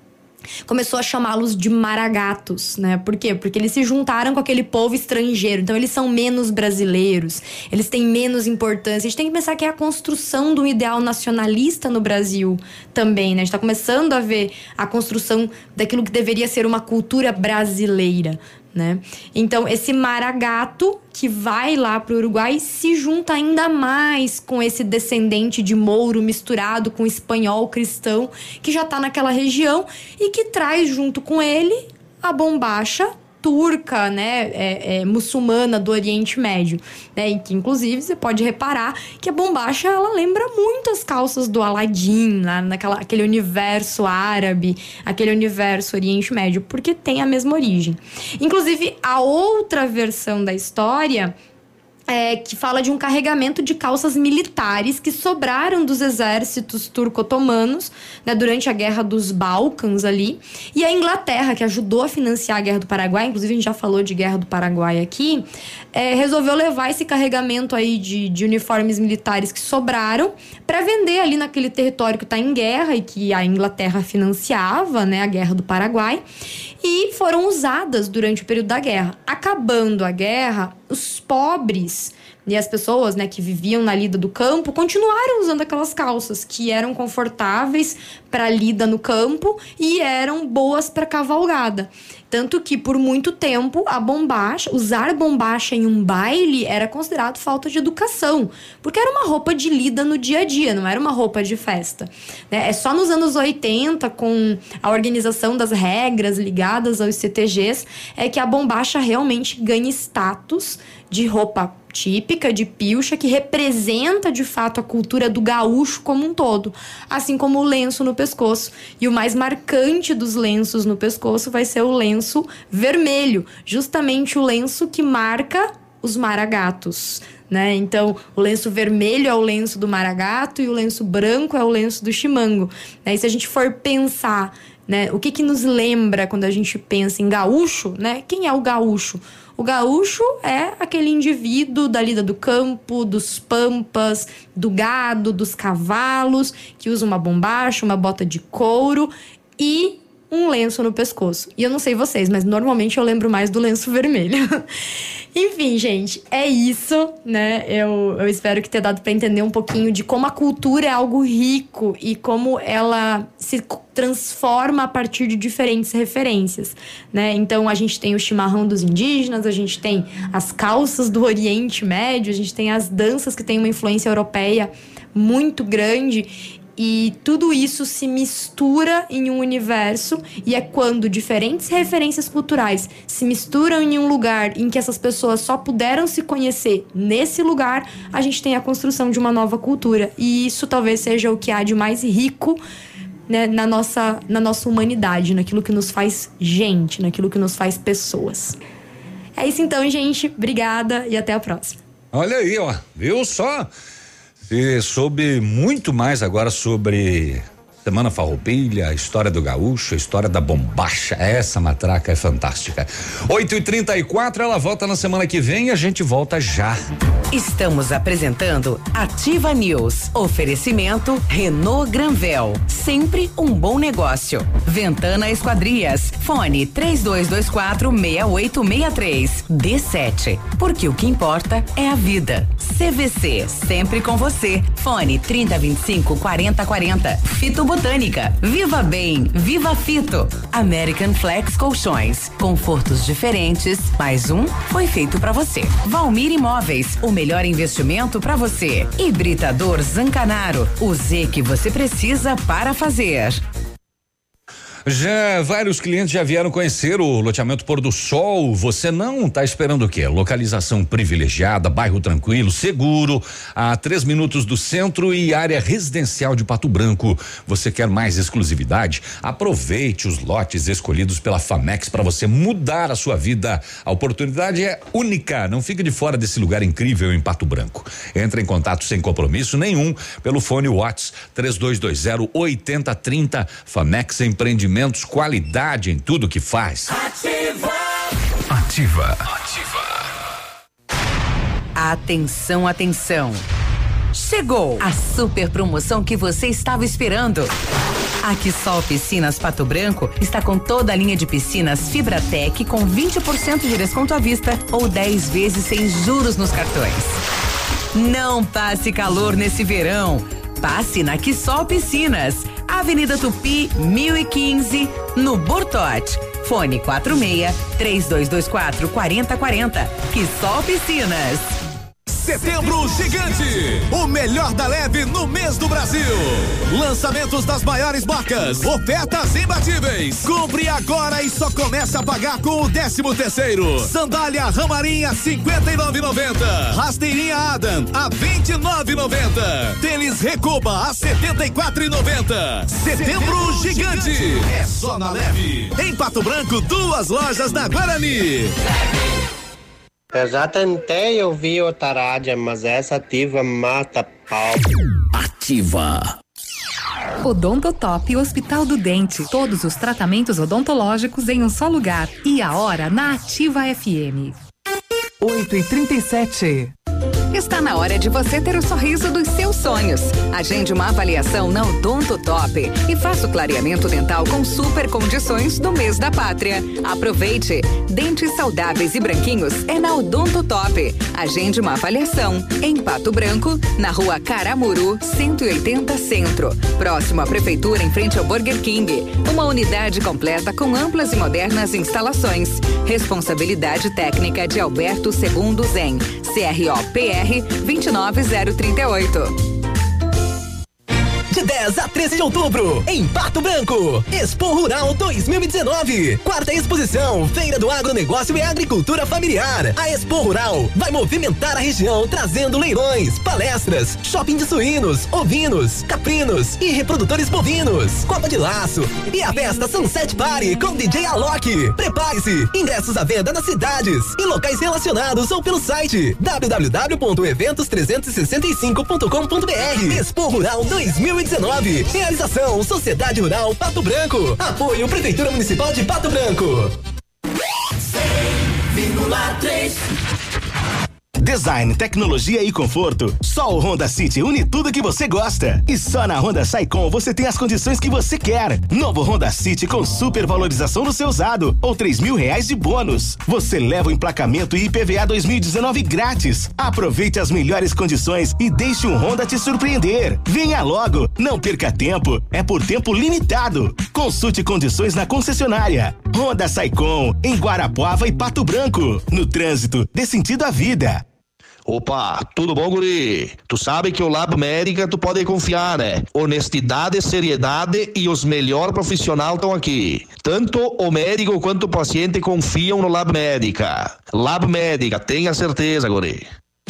Speaker 7: começou a chamá-los de maragatos, né? Por quê? Porque eles se juntaram com aquele povo estrangeiro, então eles são menos brasileiros, eles têm menos importância. A gente tem que pensar que é a construção do ideal nacionalista no Brasil também, né? A gente tá começando a ver a construção daquilo que deveria ser uma cultura brasileira, né? Então, esse maragato que vai lá para o Uruguai se junta ainda mais com esse descendente de mouro misturado com espanhol cristão que já está naquela região e que traz junto com ele a bombacha turca, né, é, é, muçulmana do Oriente Médio, né, e que inclusive você pode reparar que a bombacha ela lembra muito as calças do Aladim, lá naquela, aquele universo árabe, aquele universo Oriente Médio, porque tem a mesma origem. Inclusive, a outra versão da história É, que fala de um carregamento de calças militares que sobraram dos exércitos turco-otomanos, né, durante a Guerra dos Balcãs ali. E a Inglaterra, que ajudou a financiar a Guerra do Paraguai, inclusive a gente já falou de Guerra do Paraguai aqui, é, resolveu levar esse carregamento aí de, de uniformes militares que sobraram para vender ali naquele território que está em guerra e que a Inglaterra financiava, né, a Guerra do Paraguai. E foram usadas durante o período da guerra. Acabando a guerra, os pobres e as pessoas, né, que viviam na lida do campo continuaram usando aquelas calças que eram confortáveis para lida no campo e eram boas para cavalgada. Tanto que, por muito tempo, a bombacha, usar bombacha em um baile era considerado falta de educação, porque era uma roupa de lida no dia a dia, não era uma roupa de festa, né? É só nos anos oitenta, com a organização das regras ligadas aos C T Gs, é que a bombacha realmente ganha status de roupa típica, de pilcha, que representa de fato a cultura do gaúcho como um todo, assim como o lenço no pescoço. E o mais marcante dos lenços no pescoço vai ser o lenço vermelho, justamente o lenço que marca os maragatos, né? Então, o lenço vermelho é o lenço do maragato e o lenço branco é o lenço do chimango. E se a gente for pensar, né, o que que nos lembra quando a gente pensa em gaúcho, né? Quem é o gaúcho? O gaúcho é aquele indivíduo da lida do campo, dos pampas, do gado, dos cavalos, que usa uma bombacha, uma bota de couro e um lenço no pescoço. E eu não sei vocês, mas normalmente eu lembro mais do lenço vermelho. Enfim, gente, é isso, né? Eu, eu espero que tenha dado para entender um pouquinho de como a cultura é algo rico e como ela se transforma a partir de diferentes referências, né? Então, a gente tem o chimarrão dos indígenas, a gente tem as calças do Oriente Médio, a gente tem as danças que têm uma influência europeia muito grande. E tudo isso se mistura em um universo, e é quando diferentes referências culturais se misturam em um lugar em que essas pessoas só puderam se conhecer nesse lugar, a gente tem a construção de uma nova cultura. E isso talvez seja o que há de mais rico, né, na nossa, na nossa humanidade, naquilo que nos faz gente, naquilo que nos faz pessoas. É isso então, gente. Obrigada e até a próxima.
Speaker 4: Olha aí, ó. Viu só? Você soube muito mais agora sobre Semana Farroupilha, a história do gaúcho, a história da bombacha. Essa matraca é fantástica. oito e trinta e quatro, ela volta na semana que vem e a gente volta já.
Speaker 2: Estamos apresentando Ativa News. Oferecimento Renault Granvel. Sempre um bom negócio. Ventana Esquadrias. Fone três dois dois quatro seis oito seis três. D sete. Porque o que importa é a vida. C V C. Sempre com você. Fone trinta, vinte e cinco, quarenta, quarenta. Fito Botânica. Viva Bem. Viva Fito. American Flex Colchões. Confortos diferentes. Mais um foi feito pra você. Valmir Imóveis. O melhor investimento pra você. Hibridador Zancanaro. O Z que você precisa para fazer.
Speaker 4: Já vários clientes já vieram conhecer o loteamento Pôr do Sol. Você não está esperando o quê? Localização privilegiada, bairro tranquilo, seguro, a três minutos do centro e área residencial de Pato Branco. Você quer mais exclusividade? Aproveite os lotes escolhidos pela Famex para você mudar a sua vida. A oportunidade é única. Não fique de fora desse lugar incrível em Pato Branco. Entre em contato sem compromisso nenhum pelo fone WhatsApp três dois dois zero, oito zero três zero. Famex Empreendimento. Qualidade em tudo que faz.
Speaker 19: Ativa. Ativa.
Speaker 2: Ativa. Atenção, atenção. Chegou a super promoção que você estava esperando. A Quissol Piscinas Pato Branco está com toda a linha de piscinas Fibratec com vinte por cento de desconto à vista ou dez vezes sem juros nos cartões. Não passe calor nesse verão. Passe na Quissol Piscinas, Avenida Tupi, mil e quinze, no Bortote. Fone quatro seis, três dois dois quatro, quatro zero quatro zero. Quissol Piscinas.
Speaker 19: Setembro Gigante, o melhor da Leve no mês do Brasil. Lançamentos das maiores marcas, ofertas imbatíveis. Compre agora e só começa a pagar com o décimo terceiro. Sandália Ramarinha cinquenta e nove e noventa. Rasteirinha Adam a vinte e nove e noventa. Tênis Recoba a setenta e quatro e noventa. Setembro Gigante é só na Leve. Em Pato Branco, duas lojas na Guarani.
Speaker 10: Eu já tentei ouvir outra rádio, mas essa ativa mata pau.
Speaker 21: Ativa.
Speaker 11: Odontotop Hospital do Dente. Todos os tratamentos odontológicos em um só lugar. E a hora na Ativa F M.
Speaker 12: oito e trinta e sete.
Speaker 15: Está na hora de você ter o sorriso dos seus sonhos. Agende uma avaliação na Odontotop e faça o clareamento dental com super condições do mês da pátria. Aproveite! Dentes saudáveis e branquinhos é na Odontotop. Agende uma avaliação em Pato Branco, na rua Caramuru, cento e oitenta Centro. Próximo à Prefeitura, em frente ao Burger King. Uma unidade completa com amplas e modernas instalações. Responsabilidade técnica de Alberto Segundo Zen. C R O P R vinte e nove zero trinta e oito.
Speaker 17: De dez a treze de outubro, em Pato Branco, Expo Rural dois mil e dezenove, quarta exposição, Feira do Agronegócio e Agricultura Familiar. A Expo Rural vai movimentar a região, trazendo leilões, palestras, shopping de suínos, ovinos, caprinos e reprodutores bovinos, Copa de Laço e a festa Sunset Party com D J Alok. Prepare-se, ingressos à venda nas cidades e locais relacionados ou pelo site w w w ponto eventos trezentos e sessenta e cinco ponto com ponto b r. Expo Rural dois mil e dezenove. Realização Sociedade Rural Pato Branco. Apoio Prefeitura Municipal de Pato Branco.
Speaker 23: cem vírgula três.
Speaker 25: Design, tecnologia e conforto. Só o Honda City une tudo que você gosta. E só na Honda Saicom você tem as condições que você quer. Novo Honda City com super valorização no seu usado ou três mil reais de bônus. Você leva o emplacamento e I P V A dois mil e dezenove grátis. Aproveite as melhores condições e deixe um Honda te surpreender. Venha logo, não perca tempo. É por tempo limitado. Consulte condições na concessionária. Honda Saicom, em Guarapuava e Pato Branco. No trânsito, dê sentido à vida.
Speaker 26: Opa, tudo bom, guri? Tu sabe que o Lab Médica tu pode confiar, né? Honestidade, seriedade e os melhores profissionais estão aqui. Tanto o médico quanto o paciente confiam no Lab Médica. Lab Médica, tenha certeza, guri.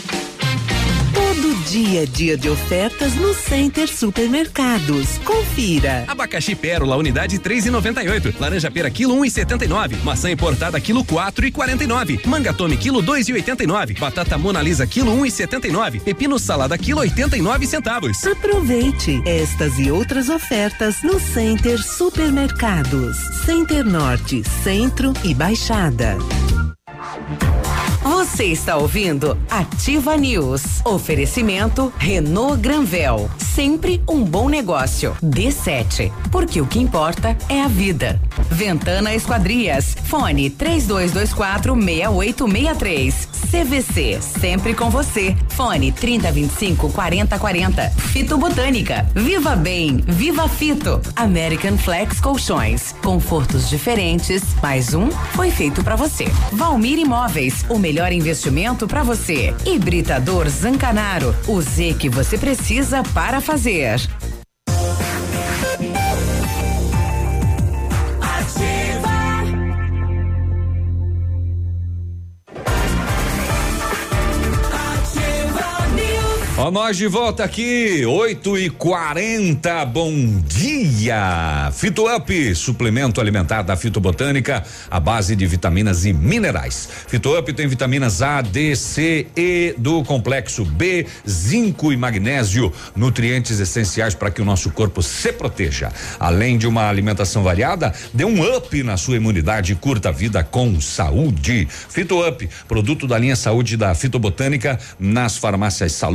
Speaker 22: Todo dia a dia de ofertas no Center Supermercados. Confira.
Speaker 28: Abacaxi Pérola, unidade três e noventa e oito. Laranja pera, quilo um e setenta e nove. Maçã importada, quilo quatro e quarenta e nove. Manga Tome, quilo dois e oitenta e nove. Batata Mona Lisa, quilo um e setenta e nove. Pepino salada, quilo oitenta e nove centavos.
Speaker 22: Aproveite estas e outras ofertas no Center Supermercados. Center Norte, Centro e Baixada.
Speaker 2: Você está ouvindo Ativa News. Oferecimento Renault Granvel. Sempre um bom negócio. D sete. Porque o que importa é a vida. Ventana Esquadrias. Fone três dois dois quatro, seis oito seis três. C V C. Sempre com você. Fone trinta, vinte e cinco, quarenta, quarenta. Fito Botânica. Viva Bem. Viva Fito. American Flex Colchões. Confortos diferentes. Mais um foi feito pra você. Valmir Imóveis. O melhor investimento para você. Hibridador Zancanaro, o Z que você precisa para fazer.
Speaker 4: Ó, nós de volta aqui, oito e quarenta, bom dia. Fito Up, suplemento alimentar da Fitobotânica, à base de vitaminas e minerais. Fito Up tem vitaminas A, D, C, E do complexo B, zinco e magnésio, nutrientes essenciais para que o nosso corpo se proteja. Além de uma alimentação variada, dê um up na sua imunidade e curta a vida com saúde. Fito Up, produto da linha Saúde da Fitobotânica, nas farmácias Salute,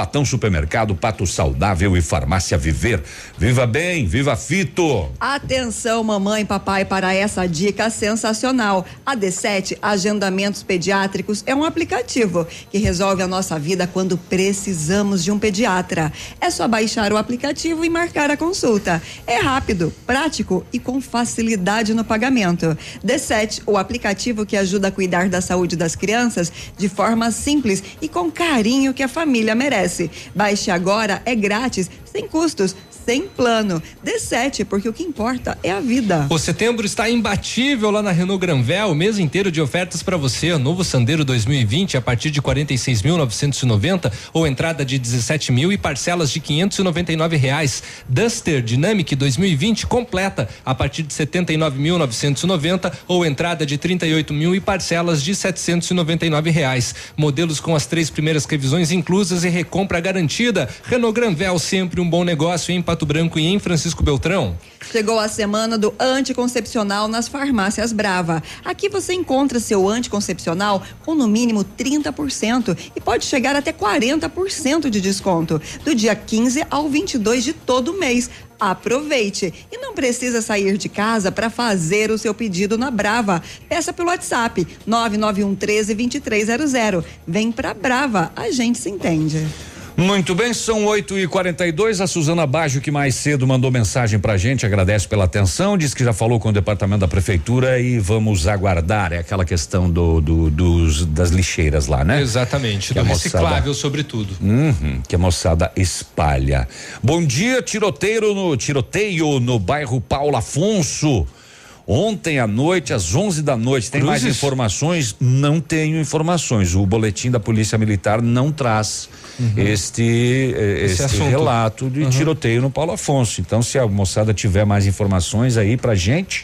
Speaker 4: Patão Supermercado, Pato Saudável e Farmácia Viver. Viva bem, viva fito!
Speaker 6: Atenção, mamãe e papai, para essa dica sensacional. A D sete Agendamentos Pediátricos é um aplicativo que resolve a nossa vida quando precisamos de um pediatra. É só baixar o aplicativo e marcar a consulta. É rápido, prático e com facilidade no pagamento. D sete, o aplicativo que ajuda a cuidar da saúde das crianças de forma simples e com carinho que a família merece. Baixe agora, é grátis, sem custos, sem plano. D sete, porque o que importa é a vida.
Speaker 5: O setembro está imbatível lá na Renault Granvel, o mês inteiro de ofertas para você. Novo Sandero dois mil e vinte a partir de quarenta e seis mil novecentos e noventa ou entrada de dezessete mil e parcelas de quinhentos e noventa e nove reais. Duster Dynamic dois mil e vinte completa a partir de setenta e nove mil novecentos e noventa ou entrada de trinta e oito mil e parcelas de setecentos e noventa e nove reais. Modelos com as três primeiras revisões inclusas e recompra garantida. Renault Granvel, sempre um bom negócio em Pato Branco e em Francisco Beltrão.
Speaker 6: Chegou a semana do anticoncepcional nas farmácias Brava. Aqui você encontra seu anticoncepcional com no mínimo trinta por cento e pode chegar até quarenta por cento de desconto do dia quinze ao vinte e dois de todo mês. Aproveite e não precisa sair de casa para fazer o seu pedido na Brava. Peça pelo WhatsApp nove nove um um três, dois três zero zero. Vem pra Brava, a gente se entende.
Speaker 4: Muito bem, são oito e quarenta e dois. A Suzana Baggio, que mais cedo mandou mensagem pra gente, agradece pela atenção, diz que já falou com o departamento da prefeitura e vamos aguardar. É aquela questão do, do dos das lixeiras lá, né?
Speaker 5: Exatamente,
Speaker 4: que
Speaker 5: do
Speaker 4: moçada,
Speaker 5: reciclável sobretudo.
Speaker 4: Uhum, que a moçada espalha. Bom dia, tiroteio no tiroteio no bairro Paulo Afonso. Ontem à noite, às onze da noite, tem
Speaker 5: Cruzes?
Speaker 4: mais informações? Não tenho informações. O boletim da Polícia Militar não traz uhum. este,
Speaker 5: Esse
Speaker 4: este relato de uhum. tiroteio no Paulo Afonso. Então, se a moçada tiver mais informações aí pra gente,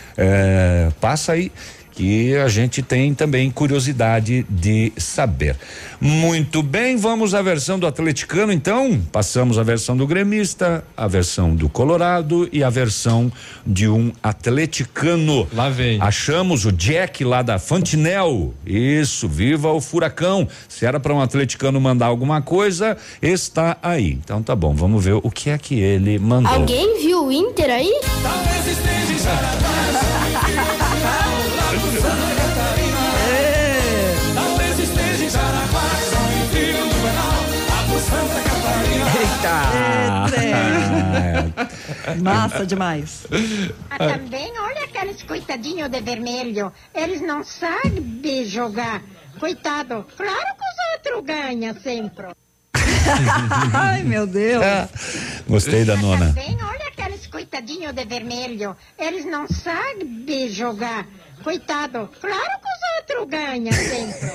Speaker 4: é, passa aí, que a gente tem também curiosidade de saber. Muito bem, vamos à versão do atleticano, então. Passamos a versão do gremista, a versão do colorado e a versão de um atleticano.
Speaker 5: Lá vem.
Speaker 4: Achamos o Jack lá da Fantinel. Isso, viva o furacão. Se era para um atleticano mandar alguma coisa, está aí. Então tá bom, vamos ver o que é que ele mandou.
Speaker 1: Alguém viu o Inter aí?
Speaker 23: Talvez esteja em Jaraguá. Talvez esteja em Jaraguá, São Filho do Benal, lá por Santa Catarina.
Speaker 6: Eita! Massa demais.
Speaker 3: Ah, também, olha aqueles coitadinhos de vermelho, eles não sabem jogar. Coitado, claro que os outros ganham sempre.
Speaker 6: Ai, meu Deus.
Speaker 4: Ah, gostei da nona.
Speaker 3: Também, olha aqueles coitadinhos de vermelho, eles não sabem jogar. Coitado, claro que os outros ganham sempre.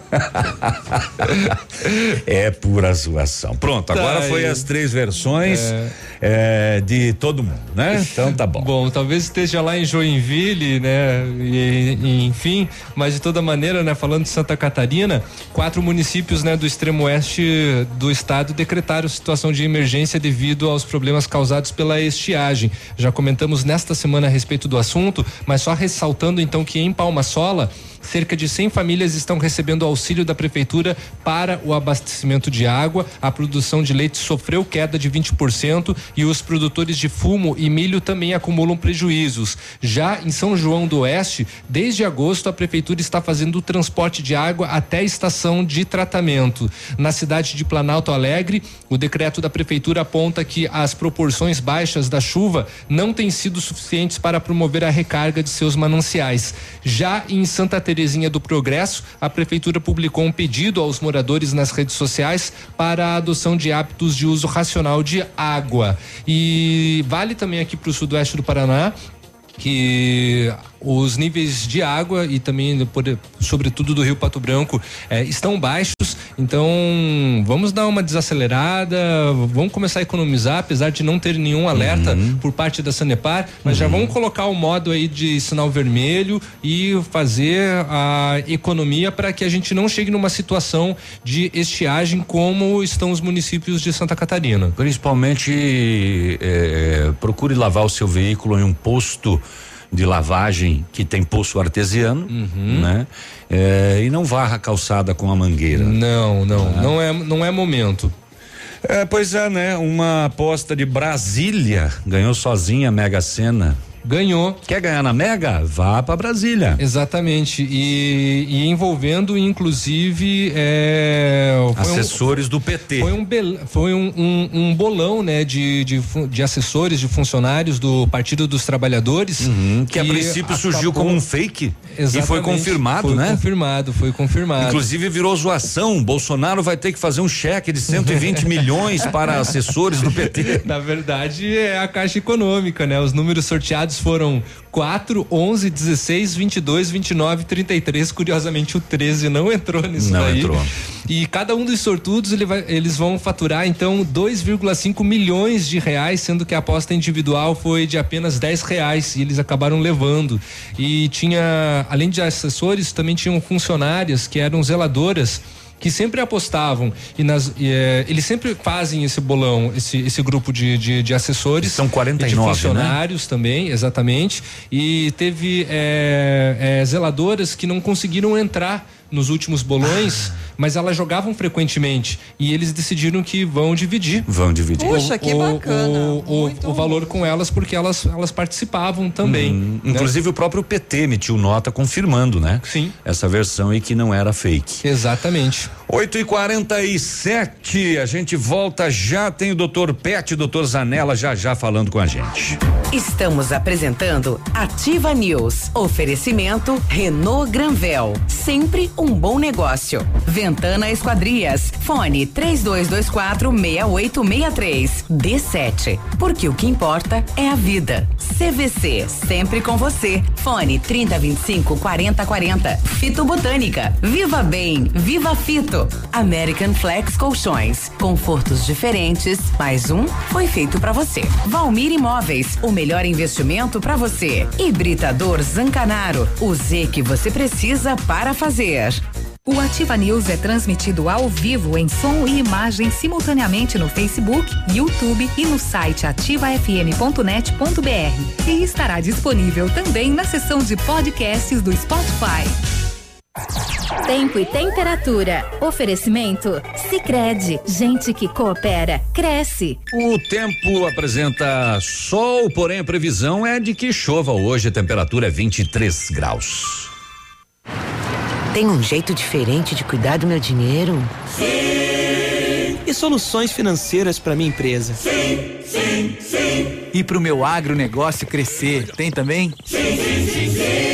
Speaker 4: É pura zoação. Pronto, agora
Speaker 5: tá
Speaker 4: foi
Speaker 5: aí.
Speaker 4: as três versões é. É, de todo mundo, né? Então tá bom.
Speaker 5: Bom, talvez esteja lá em Joinville, né? E, e, enfim, mas de toda maneira, né? Falando de Santa Catarina, quatro municípios, né? Do extremo oeste do estado decretaram situação de emergência devido aos problemas causados pela estiagem. Já comentamos nesta semana a respeito do assunto, mas só ressaltando então que em Palma Sola, cerca de cem famílias estão recebendo auxílio da prefeitura para o abastecimento de água. A produção de leite sofreu queda de vinte por cento e os produtores de fumo e milho também acumulam prejuízos. Já em São João do Oeste, desde agosto, a prefeitura está fazendo o transporte de água até a estação de tratamento. Na cidade de Planalto Alegre, o decreto da prefeitura aponta que as proporções baixas da chuva não têm sido suficientes para promover a recarga de seus mananciais. Já em Santa Terezinha do Progresso, a prefeitura publicou um pedido aos moradores nas redes sociais para a adoção de hábitos de uso racional de água. E vale também aqui para o sudoeste do Paraná que os níveis de água e também, sobretudo do Rio Pato Branco, eh, estão baixos, então vamos dar uma desacelerada, vamos começar a economizar, apesar de não ter nenhum alerta uhum. por parte da Sanepar, mas uhum. já vamos colocar o modo aí de sinal vermelho e fazer a economia para que a gente não chegue numa situação de estiagem como estão os municípios de Santa Catarina.
Speaker 4: Principalmente eh, procure lavar o seu veículo em um posto de lavagem que tem poço artesiano, uhum. né? É, e não varra a calçada com a mangueira.
Speaker 5: Não, não, ah. não é, não é momento.
Speaker 4: É, pois é, né? Uma aposta de Brasília ganhou sozinha a Mega Sena.
Speaker 5: Ganhou.
Speaker 4: Quer ganhar na Mega? Vá pra Brasília.
Speaker 5: Exatamente. E, e envolvendo, inclusive, é,
Speaker 4: assessores
Speaker 5: um,
Speaker 4: do P T.
Speaker 5: Foi um, bel, foi um, um, um bolão, né, de, de, de assessores, de funcionários do Partido dos Trabalhadores.
Speaker 4: Uhum, que, que a princípio acabou, surgiu como um fake. Exatamente, e foi confirmado,
Speaker 5: foi
Speaker 4: né?
Speaker 5: Foi confirmado, foi confirmado.
Speaker 4: Inclusive virou zoação. Bolsonaro vai ter que fazer um cheque de cento e vinte milhões para assessores do P T.
Speaker 5: Na verdade, é a Caixa Econômica, né? Os números sorteados foram quatro, onze, dezesseis, vinte e dois, vinte e nove, trinta e três. Curiosamente, o treze não entrou nisso
Speaker 4: não
Speaker 5: daí.
Speaker 4: Não entrou.
Speaker 5: E cada um dos sortudos, ele vai, eles vão faturar, então, dois vírgula cinco milhões de reais, sendo que a aposta individual foi de apenas dez reais e eles acabaram levando. E tinha, além de assessores, também tinham funcionárias que eram zeladoras, que sempre apostavam e nas, e, é, eles sempre fazem esse bolão, esse, esse grupo de, de, de assessores.
Speaker 4: São quarenta e nove,
Speaker 5: de funcionários, né? Também, exatamente. E teve é, é, zeladoras que não conseguiram entrar nos últimos bolões, ah. mas elas jogavam frequentemente e eles decidiram que vão dividir.
Speaker 4: Vão dividir.
Speaker 6: Puxa,
Speaker 5: o,
Speaker 6: que
Speaker 5: o,
Speaker 6: bacana.
Speaker 5: O, o, o valor com elas, porque elas, elas participavam também.
Speaker 4: Hum,
Speaker 5: né?
Speaker 4: Inclusive o próprio P T emitiu nota confirmando, né?
Speaker 5: Sim.
Speaker 4: Essa versão e que não era fake.
Speaker 5: Exatamente.
Speaker 4: oito e quarenta e sete, a gente volta já, tem o doutor Pet, doutor Zanella já já falando com a gente.
Speaker 2: Estamos apresentando Ativa News. Oferecimento Renault Granvel. Sempre um bom negócio. Ventana Esquadrias. Fone três dois dois quatro seis oito seis três. D sete. Porque o que importa é a vida. C V C. Sempre com você. Fone trinta, vinte e cinco, quarenta, quarenta. Fito Botânica. Viva Bem. Viva Fito. American Flex Colchões. Confortos diferentes. Mais um foi feito pra você. Valmir Imóveis. O melhor investimento pra você. Hibridador Zancanaro. O Z que você precisa para fazer.
Speaker 11: O Ativa News é transmitido ao vivo em som e imagem simultaneamente no Facebook, YouTube e no site ativa f m ponto net ponto b r. E estará disponível também na seção de podcasts do Spotify.
Speaker 1: Tempo e temperatura. Oferecimento Sicredi. Gente que coopera, cresce.
Speaker 4: O tempo apresenta sol, porém a previsão é de que chova hoje. A temperatura é vinte e três graus.
Speaker 8: Tem um jeito diferente de cuidar do meu dinheiro?
Speaker 9: Sim! E soluções financeiras para minha empresa?
Speaker 8: Sim, sim, sim.
Speaker 9: E para o meu agronegócio crescer, tem também?
Speaker 8: Sim, sim, sim,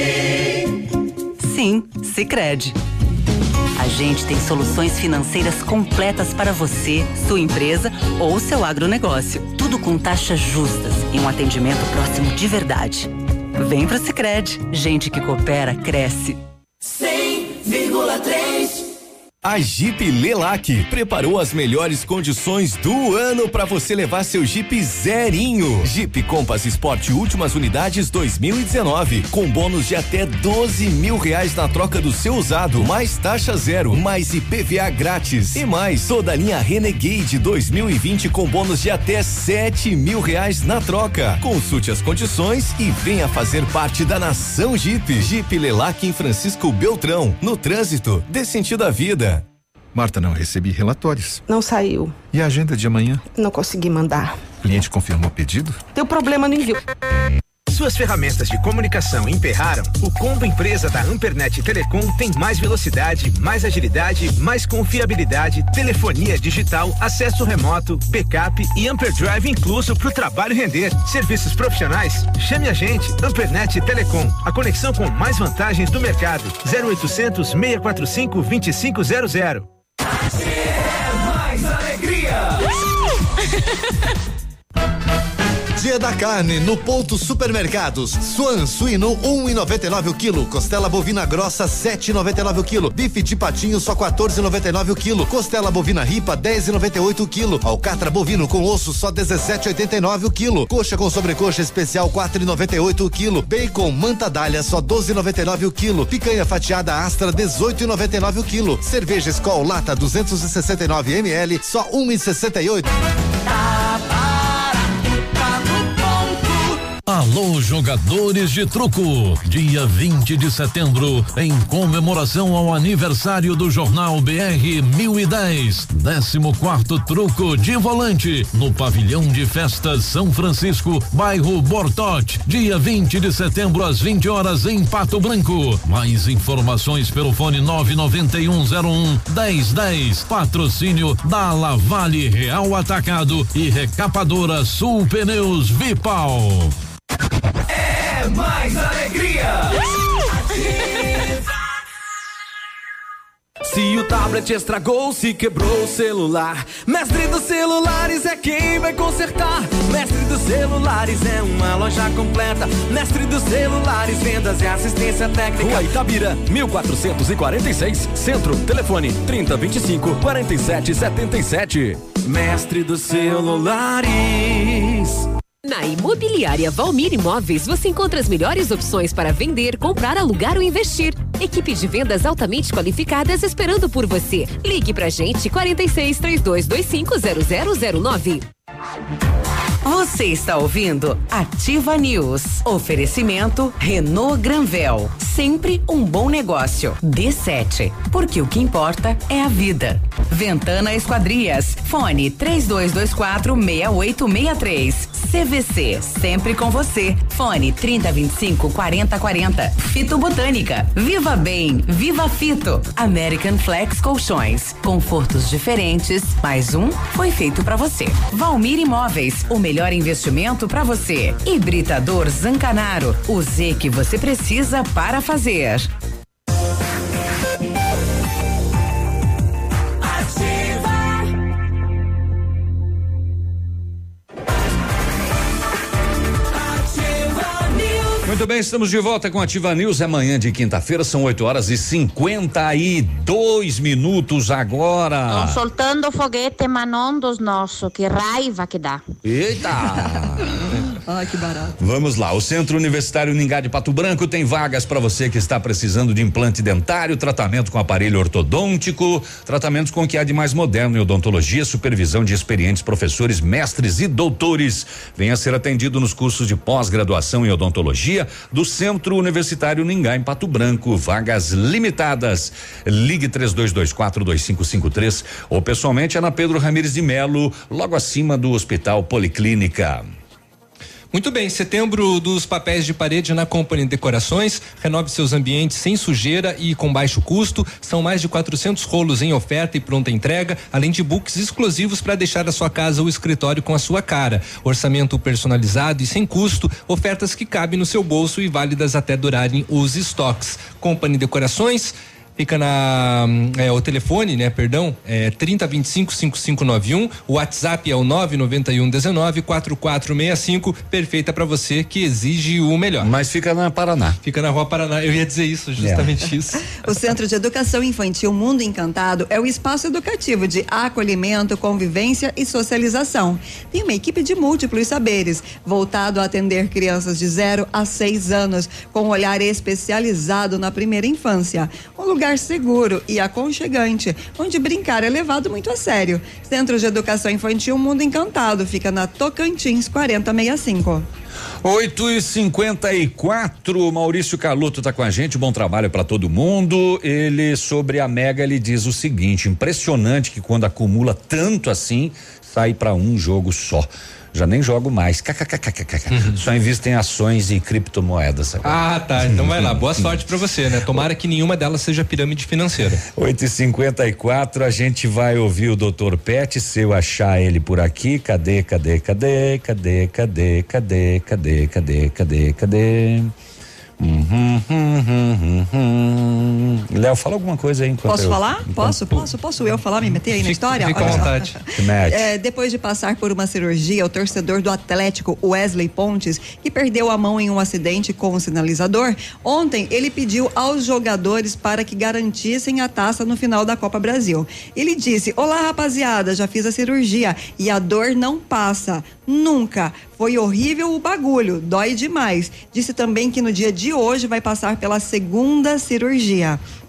Speaker 8: sim.
Speaker 2: Sim, Sicredi. A gente tem soluções financeiras completas para você, sua empresa ou seu agronegócio. Tudo com taxas justas e um atendimento próximo de verdade. Vem pro Sicredi. Gente que coopera, cresce.
Speaker 23: cem vírgula três.
Speaker 19: A Jeep Lelac preparou as melhores condições do ano para você levar seu Jeep zerinho. Jeep Compass Sport últimas unidades dois mil e dezenove, com bônus de até doze mil reais na troca do seu usado, mais taxa zero, mais I P V A grátis e mais toda a linha Renegade dois mil e vinte com bônus de até sete mil reais na troca. Consulte as condições e venha fazer parte da nação Jeep. Jeep Lelac em Francisco Beltrão, no trânsito, dê sentido à vida.
Speaker 13: Marta, não recebi relatórios.
Speaker 14: Não saiu.
Speaker 13: E a agenda de amanhã?
Speaker 14: Não consegui mandar.
Speaker 13: O cliente confirmou o pedido?
Speaker 14: Deu problema no envio.
Speaker 16: Suas ferramentas de comunicação emperraram? O combo empresa da Ampernet Telecom tem mais velocidade, mais agilidade, mais confiabilidade, telefonia digital, acesso remoto, backup e Amperdrive incluso para o trabalho render. Serviços profissionais? Chame a gente, Ampernet Telecom. A conexão com mais vantagens do mercado. zero oitocentos, seis quatro cinco, dois cinco zero zero.
Speaker 23: É mais alegria.
Speaker 18: Dia da carne no Ponto Supermercados. Suan suíno um e noventa e nove o quilo, costela bovina grossa sete e noventa e nove o quilo, bife de patinho só quatorze e noventa e nove o quilo, costela bovina ripa dez e noventa e oito o quilo, alcatra bovino com osso só dezessete e oitenta e nove o quilo, coxa com sobrecoxa especial quatro e noventa e oito o quilo, bacon manta dália só doze e noventa e nove o quilo, picanha fatiada Astra dezoito e noventa e nove o quilo, cerveja Skol lata duzentos e sessenta e nove mililitros só um e sessenta e oito.
Speaker 7: Alô, jogadores de truco. Dia vinte de setembro, em comemoração ao aniversário do Jornal B R mil e dez, décimo quarto truco de volante, no Pavilhão de Festas São Francisco, bairro Bortote, dia vinte de setembro às vinte horas em Pato Branco. Mais informações pelo fone nove nove um zero um dez dez. Patrocínio da Lavale Real Atacado e Recapadora Sul Pneus Vipal.
Speaker 23: É mais alegria!
Speaker 19: Se o tablet estragou, se quebrou o celular, Mestre dos Celulares é quem vai consertar. Mestre dos Celulares é uma loja completa. Mestre dos Celulares, vendas e assistência técnica.
Speaker 28: Rua Itabira, mil quatrocentos e quarenta e seis, Centro. Telefone trinta, vinte e cinco, quarenta e sete, setenta e sete.
Speaker 19: Mestre dos Celulares.
Speaker 10: Na Imobiliária Valmir Imóveis você encontra as melhores opções para vender, comprar, alugar ou investir. Equipe de vendas altamente qualificadas esperando por você. Ligue pra gente quarenta e seis, trinta e dois, vinte e cinco, zero zero zero nove.
Speaker 2: Você está ouvindo Ativa News. Oferecimento Renault Granvel. Sempre um bom negócio. D sete. Porque o que importa é a vida. Ventana Esquadrias. Fone três dois dois quatro, seis oito seis três. C V C. Sempre com você. Fone trinta, vinte e cinco, quarenta, quarenta. Fito Botânica. Viva Bem. Viva Fito. American Flex Colchões. Confortos diferentes. Mais um foi feito pra você. Valmir Imóveis. O melhor investimento pra você. Hibridador Zancanaro. O Z que você precisa para fazer.
Speaker 4: Muito bem, estamos de volta com Ativa News. É manhã de quinta-feira, são oito horas e cinquenta e dois minutos agora.
Speaker 12: Estão soltando foguete Manon dos nossos, que raiva que dá.
Speaker 4: Eita!
Speaker 6: Ai, que barato.
Speaker 4: Vamos lá, o Centro Universitário Ningá de Pato Branco tem vagas para você que está precisando de implante dentário, tratamento com aparelho ortodôntico, tratamentos com o que há de mais moderno em odontologia, supervisão de experientes professores, mestres e doutores. Venha ser atendido nos cursos de pós-graduação em odontologia do Centro Universitário Ningá em Pato Branco. Vagas limitadas. Ligue três dois dois quatro, dois cinco cinco três ou pessoalmente é na Pedro Ramires de Melo, logo acima do Hospital Policlínica.
Speaker 5: Muito bem, setembro dos papéis de parede na Company Decorações. Renove seus ambientes sem sujeira e com baixo custo. São mais de quatrocentos rolos em oferta e pronta entrega, além de books exclusivos para deixar a sua casa ou escritório com a sua cara. Orçamento personalizado e sem custo, ofertas que cabem no seu bolso e válidas até durarem os estoques. Company Decorações fica na é, o telefone, né? Perdão, é trinta, vinte e cinco, cinquenta e cinco noventa e um. O WhatsApp é o nove nove um, dezenove, quarenta e quatro sessenta e cinco. Perfeita para você que exige o melhor.
Speaker 4: Mas fica na Paraná.
Speaker 5: Fica na Rua Paraná. Eu ia dizer isso, justamente é. isso.
Speaker 6: O Centro de Educação Infantil Mundo Encantado é o espaço educativo de acolhimento, convivência e socialização. Tem uma equipe de múltiplos saberes, voltado a atender crianças de zero a seis anos, com um olhar especializado na primeira infância. Um lugar seguro e aconchegante, onde brincar é levado muito a sério. Centro de Educação Infantil Mundo Encantado, fica na Tocantins quarenta sessenta e cinco.
Speaker 4: oito e cinquenta e quatro, Maurício Carlotto tá com a gente, bom trabalho para todo mundo. Ele, sobre a Mega, ele diz o seguinte: impressionante que quando acumula tanto assim, sai para um jogo só. Já nem jogo mais. Uhum. Só invisto em ações e criptomoedas agora.
Speaker 5: Ah, tá. Então vai lá. Boa sorte pra você, né? Tomara que nenhuma delas seja pirâmide financeira.
Speaker 4: oito e cinquenta e quatro, a gente vai ouvir o doutor Pet, se eu achar ele por aqui. Cadê, cadê, cadê, cadê, cadê, cadê, cadê, cadê, cadê, cadê? Uhum, uhum, uhum, uhum. Léo, fala alguma coisa aí enquanto
Speaker 6: Posso
Speaker 4: eu,
Speaker 6: falar?
Speaker 4: enquanto...
Speaker 6: Posso, posso, posso eu falar, me meter aí na história?
Speaker 5: Fica à vontade.
Speaker 6: É, depois de passar por uma cirurgia, o torcedor do Atlético, Wesley Pontes, que perdeu a mão em um acidente com o sinalizador, ontem ele pediu aos jogadores para que garantissem a taça no final da Copa Brasil. Ele disse: olá, rapaziada, já fiz a cirurgia e a dor não passa, nunca. Foi horrível o bagulho, dói demais. Disse também que no dia de hoje vai passar pela segunda cirurgia.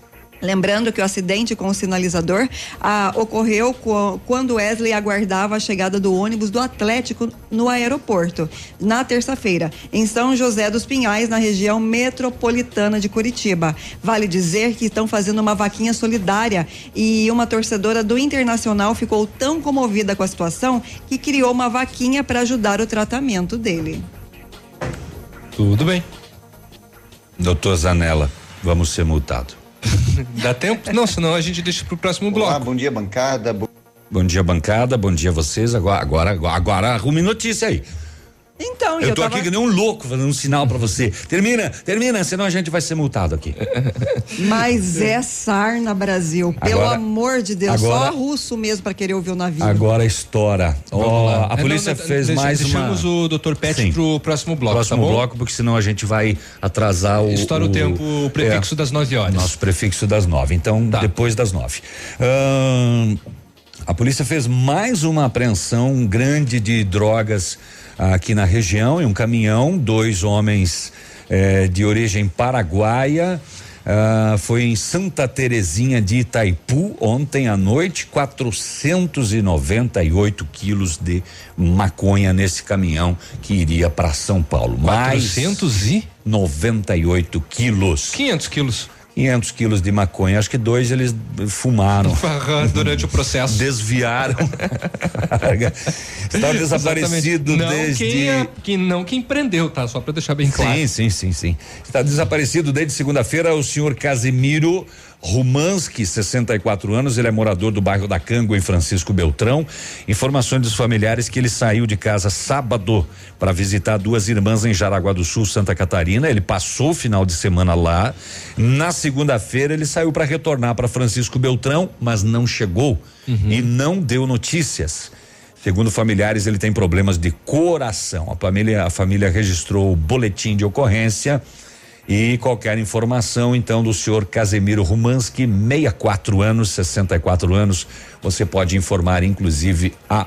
Speaker 6: Lembrando que o acidente com o sinalizador ah, ocorreu co- quando Wesley aguardava a chegada do ônibus do Atlético no aeroporto, na terça-feira, em São José dos Pinhais, na região metropolitana de Curitiba. Vale dizer que estão fazendo uma vaquinha solidária e uma torcedora do Internacional ficou tão comovida com a situação que criou uma vaquinha para ajudar o tratamento dele.
Speaker 5: Tudo bem.
Speaker 4: Doutor Zanella, vamos ser multados.
Speaker 5: Dá tempo? Não, senão a gente deixa pro próximo bloco.
Speaker 15: Olá, bom dia, bancada. Bo...
Speaker 4: Bom dia, bancada. Bom dia a vocês. Agora, agora, agora, agora arrume notícia aí.
Speaker 6: Então,
Speaker 4: eu,
Speaker 6: eu
Speaker 4: tô
Speaker 6: tava...
Speaker 4: aqui que nem um louco fazendo um sinal pra você. Termina, termina, senão a gente vai ser multado aqui.
Speaker 6: Mas é sarna, Brasil. Pelo
Speaker 4: Agora-
Speaker 6: amor de Deus.
Speaker 4: agora-
Speaker 6: Só russo mesmo pra querer ouvir o navio.
Speaker 4: Agora estoura. Ó,
Speaker 5: lá.
Speaker 4: a
Speaker 5: É,
Speaker 4: polícia
Speaker 5: não, não,
Speaker 4: fez
Speaker 5: deixa-
Speaker 4: mais
Speaker 5: deixamos
Speaker 4: uma.
Speaker 5: o doutor Pet
Speaker 4: Sim.
Speaker 5: pro próximo bloco,
Speaker 4: Próximo
Speaker 5: tá bom?
Speaker 4: bloco, porque senão a gente vai atrasar o.
Speaker 5: Estoura o tempo, o prefixo das nove horas.
Speaker 4: Nosso prefixo das nove. Então, depois das nove. Ahn, a polícia fez mais uma apreensão grande de drogas aqui na região, em um caminhão, dois homens eh, de origem paraguaia. Ah, foi em Santa Terezinha de Itaipu ontem à noite, quatrocentos e noventa e oito quilos de maconha nesse caminhão que iria para São Paulo.
Speaker 5: quatrocentos e
Speaker 4: noventa e oito quilos.
Speaker 5: quinhentos quilos.
Speaker 4: quinhentos quilos de maconha. Acho que dois eles fumaram.
Speaker 5: Durante o processo.
Speaker 4: Desviaram. Está desaparecido
Speaker 5: não
Speaker 4: desde.
Speaker 5: Quem, é- quem não quem prendeu, tá? Só para deixar bem claro.
Speaker 4: Sim, sim, sim, sim. Está desaparecido desde segunda-feira o senhor Casimiro Rumanski, sessenta e quatro anos, ele é morador do bairro da Cango, em Francisco Beltrão. Informações dos familiares que ele saiu de casa sábado para visitar duas irmãs em Jaraguá do Sul, Santa Catarina. Ele passou o final de semana lá. Na segunda-feira ele saiu para retornar para Francisco Beltrão, mas não chegou e não deu notícias. Segundo familiares, ele tem problemas de coração. A família, a família registrou o boletim de ocorrência. E qualquer informação, então, do senhor Casemiro Rumanski, sessenta e quatro anos, sessenta e quatro anos, você pode informar, inclusive, a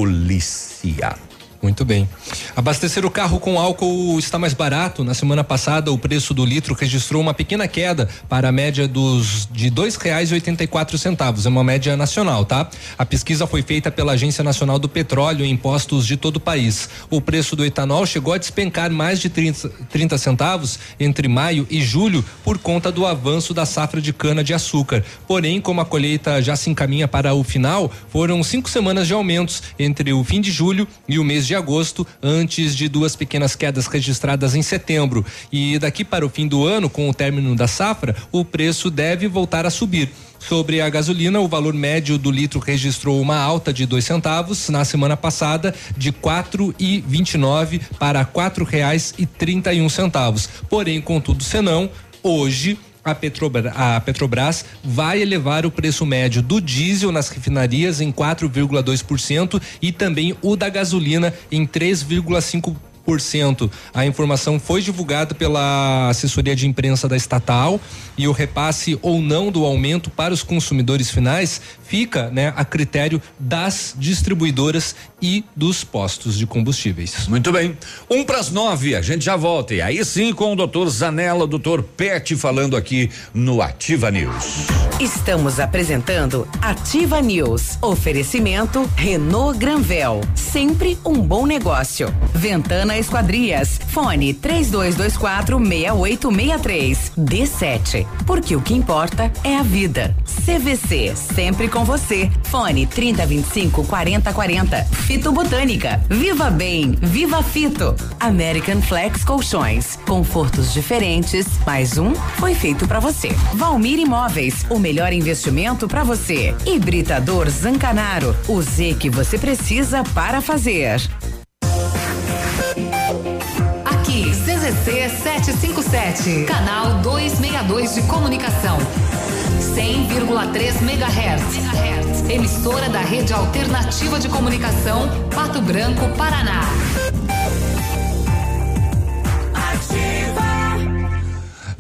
Speaker 4: polícia.
Speaker 5: Muito bem. Abastecer o carro com álcool está mais barato. Na semana passada, o preço do litro registrou uma pequena queda para a média dos de dois reais e oitenta e quatro centavos. É uma média nacional, tá? A pesquisa foi feita pela Agência Nacional do Petróleo em postos de todo o país. O preço do etanol chegou a despencar mais de trinta centavos entre maio e julho por conta do avanço da safra de cana de açúcar. Porém, como a colheita já se encaminha para o final, foram cinco semanas de aumentos entre o fim de julho e o mês de de agosto, antes de duas pequenas quedas registradas em setembro. E daqui para o fim do ano, com o término da safra, o preço deve voltar a subir. Sobre a gasolina, o valor médio do litro registrou uma alta de dois centavos na semana passada, de quatro e vinte e nove para quatro reais e trinta e um centavos. Porém, contudo, senão, hoje A Petrobras, a Petrobras vai elevar o preço médio do diesel nas refinarias em quatro vírgula dois por cento e também o da gasolina em três vírgula cinco por cento. Por cento. A informação foi divulgada pela assessoria de imprensa da estatal e o repasse ou não do aumento para os consumidores finais fica, né, a critério das distribuidoras e dos postos de combustíveis.
Speaker 4: Muito bem. Um para as nove, a gente já volta. E aí sim com o doutor Zanella, doutor Pet falando aqui no Ativa News.
Speaker 2: Estamos apresentando Ativa News. Oferecimento Renault Granvel. Sempre um bom negócio. Ventana Esquadrias. Fone três dois dois quatro seis oito seis três. D sete. Porque o que importa é a vida. C V C. Sempre com você. Fone trinta, vinte e cinco, quarenta, quarenta. Fito Botânica. Viva Bem. Viva Fito. American Flex Colchões. Confortos diferentes. Mais um foi feito pra você. Valmir Imóveis. O melhor investimento pra você. Hibridador Zancanaro. O Z que você precisa para fazer.
Speaker 11: Aqui, C Z C setecentos e cinquenta e sete, canal duzentos e sessenta e dois de comunicação. cem vírgula três megahertz. Emissora da Rede Alternativa de Comunicação, Pato Branco, Paraná.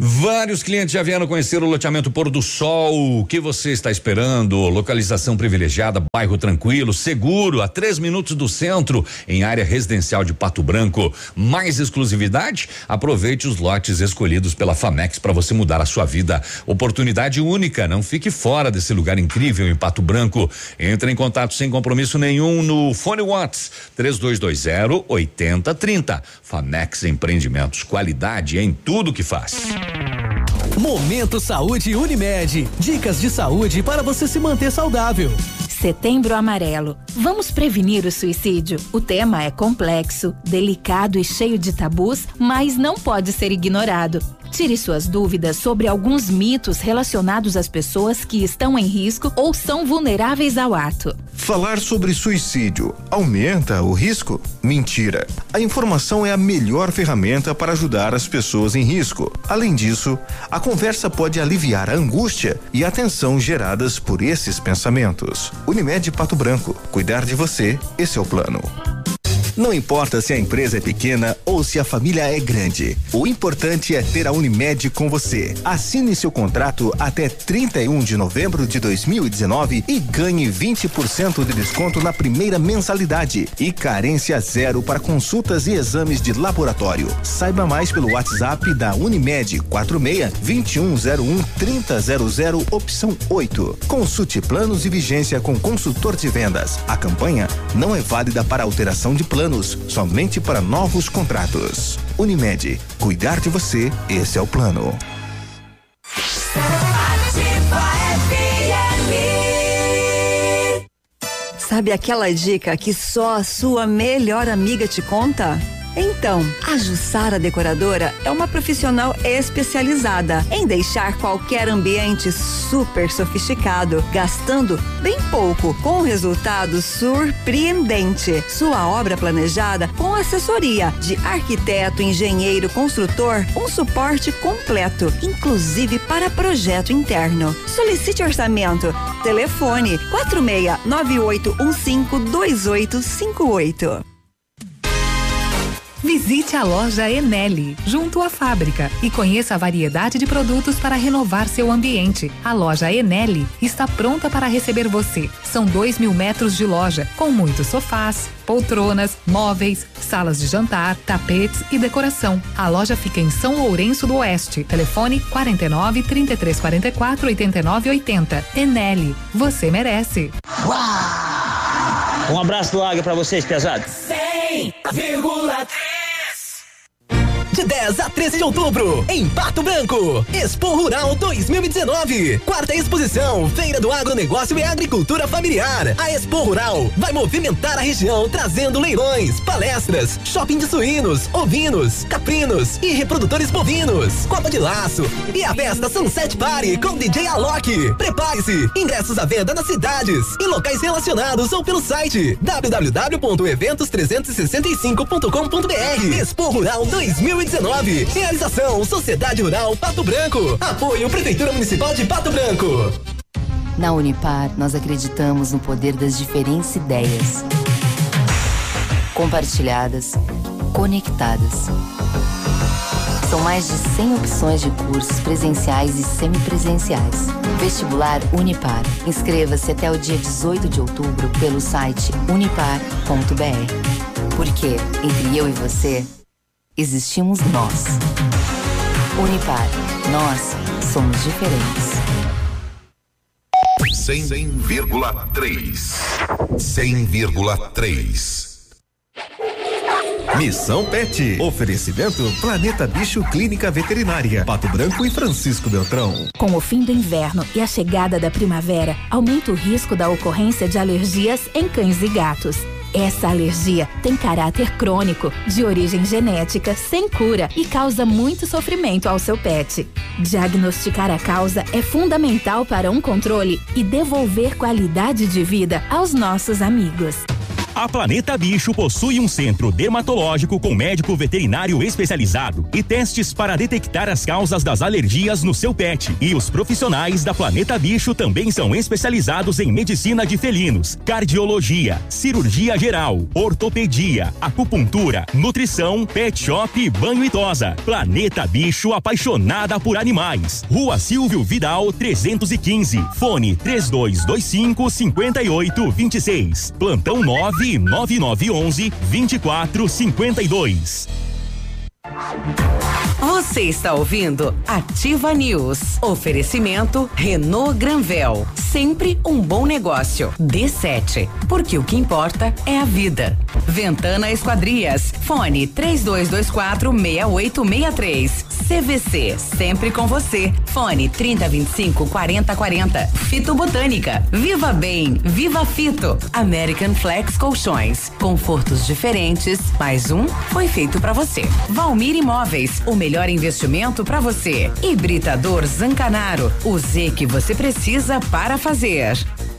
Speaker 4: Vários clientes já vieram conhecer o loteamento Pôr do Sol. O que você está esperando? Localização privilegiada, bairro tranquilo, seguro, a três minutos do centro, em área residencial de Pato Branco. Mais exclusividade? Aproveite os lotes escolhidos pela Famex para você mudar a sua vida. Oportunidade única, não fique fora desse lugar incrível em Pato Branco. Entre em contato sem compromisso nenhum no Fone Whats três dois dois zero, oito zero três zero. Famex Empreendimentos, qualidade em tudo que faz.
Speaker 15: Momento Saúde Unimed. Dicas de saúde para você se manter saudável.
Speaker 1: Setembro Amarelo. Vamos prevenir o suicídio. O tema é complexo, delicado e cheio de tabus, mas não pode ser ignorado. Tire suas dúvidas sobre alguns mitos relacionados às pessoas que estão em risco ou são vulneráveis ao ato.
Speaker 17: Falar sobre suicídio aumenta o risco? Mentira. A informação é a melhor ferramenta para ajudar as pessoas em risco. Além disso, a conversa pode aliviar a angústia e a tensão geradas por esses pensamentos. Unimed Pato Branco. Cuidar de você, esse é o plano. Não importa se a empresa é pequena ou se a família é grande. O importante é ter a Unimed com você. Assine seu contrato até trinta e um de novembro de dois mil e dezenove e ganhe vinte por cento de desconto na primeira mensalidade e carência zero para consultas e exames de laboratório. Saiba mais pelo WhatsApp da Unimed quatro seis, dois um zero um, três zero zero zero, opção oito. Consulte planos e vigência com consultor de vendas. A campanha não é válida para alteração de plano. Planos, somente para novos contratos. Unimed, cuidar de você, esse é o plano.
Speaker 6: Sabe aquela dica que só a sua melhor amiga te conta? Então, a Jussara Decoradora é uma profissional especializada em deixar qualquer ambiente super sofisticado, gastando bem pouco, com um resultado surpreendente. Sua obra planejada com assessoria de arquiteto, engenheiro, construtor, um suporte completo, inclusive para projeto interno. Solicite orçamento. Telefone quatro seis nove oito um cinco dois oito cinco oito.
Speaker 11: Visite a loja Enel, junto à fábrica, e conheça a variedade de produtos para renovar seu ambiente. A loja Enel está pronta para receber você. São dois mil metros de loja, com muitos sofás, poltronas, móveis, salas de jantar, tapetes e decoração. A loja fica em São Lourenço do Oeste. Telefone quarenta e nove, trinta e três quarenta e quatro, oitenta e nove oitenta. Enel, você merece.
Speaker 20: Um abraço do Águia pra vocês, pesados.
Speaker 23: cem vírgula três.
Speaker 15: De dez a treze de outubro, em Pato Branco, Expo Rural dois mil e dezenove. Quarta exposição, Feira do Agronegócio e Agricultura Familiar. A Expo Rural vai movimentar a região, trazendo leilões, palestras, shopping de suínos, ovinos, caprinos e reprodutores bovinos, Copa de Laço e a festa Sunset Party com D J Alok. Prepare-se, ingressos à venda nas cidades e locais relacionados ou pelo site w w w ponto eventos trezentos e sessenta e cinco ponto com ponto b r. Expo Rural dois mil e dezenove. Realização Sociedade Rural Pato Branco. Apoio Prefeitura Municipal de Pato Branco.
Speaker 21: Na Unipar, nós acreditamos no poder das diferentes ideias. Compartilhadas, conectadas. São mais de cem opções de cursos presenciais e semipresenciais. Vestibular Unipar. Inscreva-se até o dia dezoito de outubro pelo site unipar ponto b r. Porque, entre eu e você, existimos nós. Unipar. Nós somos diferentes.
Speaker 24: cem vírgula três. cem vírgula três.
Speaker 18: Missão Pet. Oferecimento Planeta Bicho Clínica Veterinária, Pato Branco e Francisco Beltrão.
Speaker 1: Com o fim do inverno e a chegada da primavera, aumenta o risco da ocorrência de alergias em cães e gatos. Essa alergia tem caráter crônico, de origem genética, sem cura e causa muito sofrimento ao seu pet. Diagnosticar a causa é fundamental para um controle e devolver qualidade de vida aos nossos amigos.
Speaker 3: A Planeta Bicho possui um centro dermatológico com médico veterinário especializado e testes para detectar as causas das alergias no seu pet. E os profissionais da Planeta Bicho também são especializados em medicina de felinos, cardiologia, cirurgia geral, ortopedia, acupuntura, nutrição, pet shop e banho e tosa. Planeta Bicho, apaixonada por animais. Rua Silvio Vidal trezentos e quinze. Fone três dois dois cinco, cinco oito dois seis. Plantão nove nove nove onze, vinte e quatro cinquenta e dois.
Speaker 2: Você está ouvindo Ativa News. Oferecimento Renault Granvel. Sempre um bom negócio. D sete. Porque o que importa é a vida. Ventana Esquadrias. Fone três dois dois quatro, seis oito seis três. C V C. Sempre com você. Fone trinta, vinte e cinco, quarenta, quarenta. Fito Botânica. Viva Bem. Viva Fito. American Flex Colchões. Confortos diferentes. Mais um foi feito pra você. Valmir Imóveis. O melhor investimento pra você. Hibridador Zancanaro. O Z que você precisa para fazer.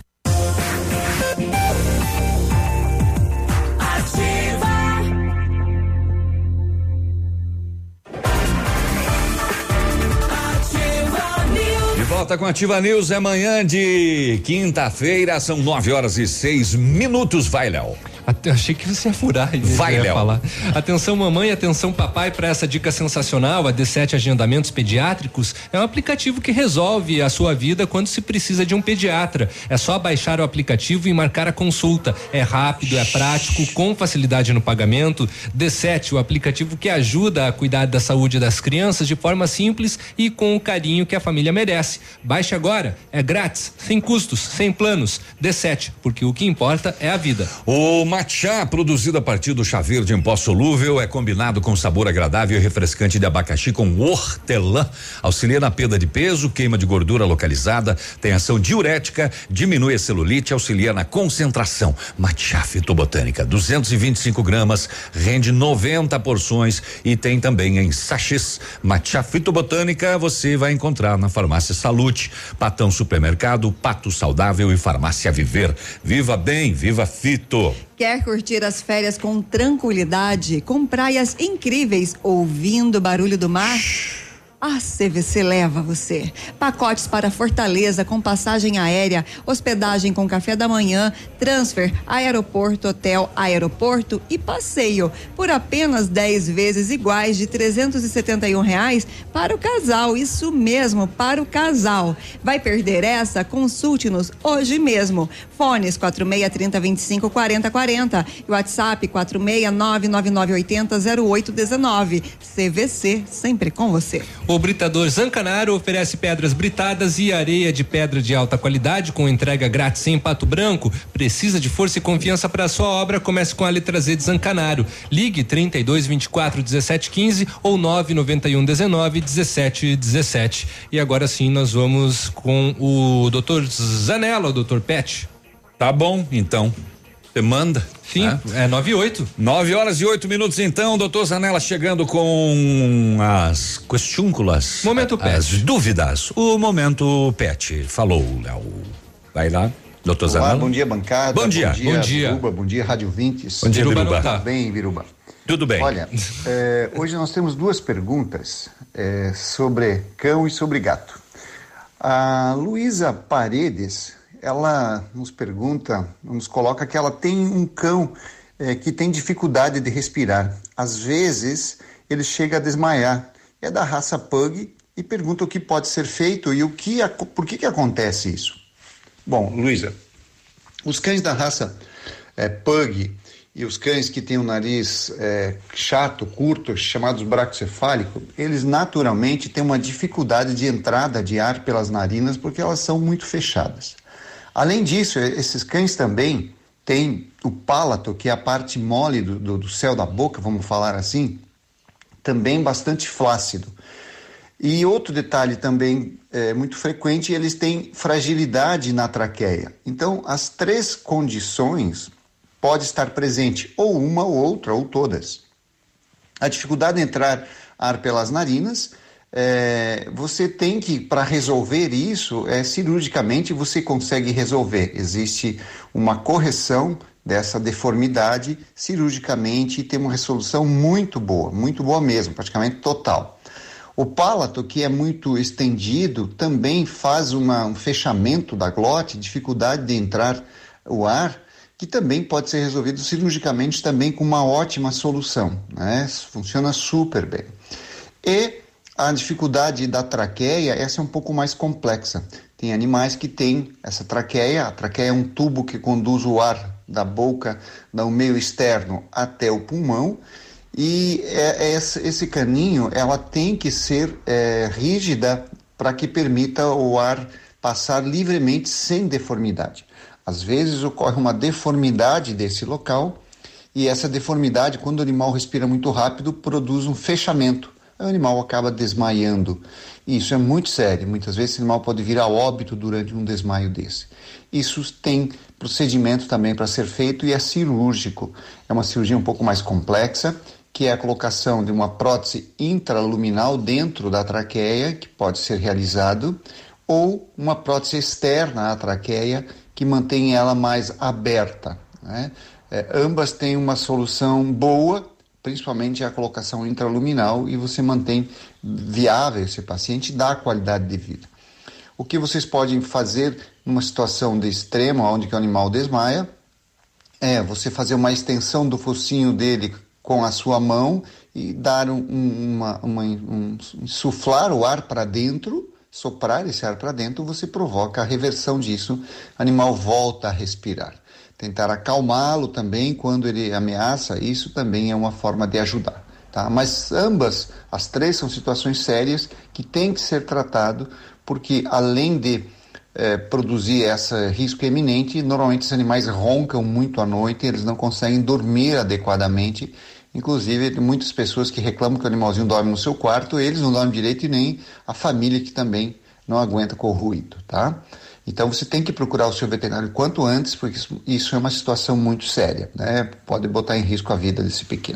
Speaker 4: Volta com Ativa News, é manhã de quinta-feira, são nove horas e seis minutos. Vai, Léo.
Speaker 5: Até achei que você ia furar.
Speaker 4: Vai, Léo.
Speaker 5: Falar. Atenção mamãe, atenção papai para essa dica sensacional. A D sete Agendamentos Pediátricos é um aplicativo que resolve a sua vida quando se precisa de um pediatra. É só baixar o aplicativo e marcar a consulta. É rápido, é prático, com facilidade no pagamento. D sete, o aplicativo que ajuda a cuidar da saúde das crianças de forma simples e com o carinho que a família merece. Baixe agora, é grátis, sem custos, sem planos. D sete, porque o que importa é a vida.
Speaker 4: O matcha, produzido a partir do chá verde em pó solúvel, é combinado com sabor agradável e refrescante de abacaxi com hortelã. Auxilia na perda de peso, queima de gordura localizada, tem ação diurética, diminui a celulite, auxilia na concentração. Matcha Fitobotânica, duzentos e vinte e cinco gramas, rende noventa porções e tem também em sachês. Matcha Fitobotânica você vai encontrar na Farmácia Salute, Patão Supermercado, Pato Saudável e Farmácia Viver. Viva Bem, viva Fito.
Speaker 6: Quer curtir as férias com tranquilidade, com praias incríveis, ouvindo o barulho do mar? A C V C leva você. Pacotes para Fortaleza com passagem aérea, hospedagem com café da manhã, transfer, aeroporto, hotel, aeroporto e passeio por apenas dez vezes iguais de trezentos e setenta e um reais para o casal. Isso mesmo, para o casal. Vai perder essa? Consulte-nos hoje mesmo. Fones quatro seis, trinta, vinte e cinco, quarenta, quarenta e WhatsApp quatro seis nove nove nove oito zero zero oito um nove. C V C, sempre com você.
Speaker 5: O Britador Zancanaro oferece pedras britadas e areia de pedra de alta qualidade com entrega grátis em Pato Branco. Precisa de força e confiança para a sua obra? Comece com a letra Z de Zancanaro. Ligue trinta e dois, vinte e quatro, dezessete, quinze ou nove noventa e um, dezenove, dezessete, dezessete. E agora sim nós vamos com o doutor Zanella, o doutor Pet.
Speaker 4: Tá bom, então. Você manda?
Speaker 5: Sim, né? É nove e oito.
Speaker 4: Nove horas e oito minutos então, doutor Zanella chegando com as questiúnculas.
Speaker 5: Momento Pet.
Speaker 4: As dúvidas. O momento Pet. Falou, Léo. Vai lá, doutor Zanella.
Speaker 8: Olá, bom dia, bancada.
Speaker 4: Bom dia.
Speaker 8: Bom dia,
Speaker 5: bom dia.
Speaker 8: Biruba, bom dia, Rádio Vintes.
Speaker 4: Bom dia, Biruba.
Speaker 8: Tudo bem, Biruba?
Speaker 4: Tudo bem.
Speaker 8: Olha, é, hoje nós temos duas perguntas é, sobre cão e sobre gato. A Luísa Paredes, ela nos pergunta, nos coloca que ela tem um cão eh, que tem dificuldade de respirar. Às vezes, ele chega a desmaiar. É da raça Pug e pergunta o que pode ser feito e o que, por que que acontece isso. Bom, Luísa, os cães da raça eh, Pug e os cães que têm o nariz eh, chato, curto, chamados bracocefálico, eles naturalmente têm uma dificuldade de entrada de ar pelas narinas porque elas são muito fechadas. Além disso, esses cães também têm o pálato, que é a parte mole do, do, do céu da boca, vamos falar assim, também bastante flácido. E outro detalhe também é, muito frequente, eles têm fragilidade na traqueia. Então, as três condições pode estar presente, ou uma ou outra, ou todas. A dificuldade de entrar ar pelas narinas, É, você tem que, para resolver isso, é, cirurgicamente você consegue resolver. Existe uma correção dessa deformidade cirurgicamente e ter uma resolução muito boa, muito boa mesmo, praticamente total. O pálato, que é muito estendido, também faz uma, um fechamento da glote, dificuldade de entrar o ar, que também pode ser resolvido cirurgicamente também com uma ótima solução, né? Funciona super bem. E a dificuldade da traqueia, essa é um pouco mais complexa. Tem animais que têm essa traqueia, a traqueia é um tubo que conduz o ar da boca, do meio externo até o pulmão, e é, é esse, esse caninho, ela tem que ser é, rígida para que permita o ar passar livremente sem deformidade. Às vezes ocorre uma deformidade desse local e essa deformidade, quando o animal respira muito rápido, produz um fechamento. O animal acaba desmaiando. E isso é muito sério. Muitas vezes o animal pode vir a óbito durante um desmaio desse. Isso tem procedimento também para ser feito e é cirúrgico. É uma cirurgia um pouco mais complexa, que é a colocação de uma prótese intraluminal dentro da traqueia, que pode ser realizado, ou uma prótese externa à traqueia, que mantém ela mais aberta, né? É, ambas têm uma solução boa, principalmente a colocação intraluminal, e você mantém viável esse paciente e dá qualidade de vida. O que vocês podem fazer numa situação de extremo, onde que o animal desmaia, é você fazer uma extensão do focinho dele com a sua mão e dar um, uma, uma, um, insuflar o ar para dentro, soprar esse ar para dentro, você provoca a reversão disso, o animal volta a respirar. Tentar acalmá-lo também quando ele ameaça, isso também é uma forma de ajudar, tá? Mas ambas, as três são situações sérias que têm que ser tratado, porque além de eh, produzir esse risco eminente, normalmente os animais roncam muito à noite, eles não conseguem dormir adequadamente. Inclusive, muitas pessoas que reclamam que o animalzinho dorme no seu quarto, eles não dormem direito e nem a família que também não aguenta com o ruído, tá? Então você tem que procurar o seu veterinário quanto antes, porque isso, isso é uma situação muito séria, né? Pode botar em risco a vida desse pequeno.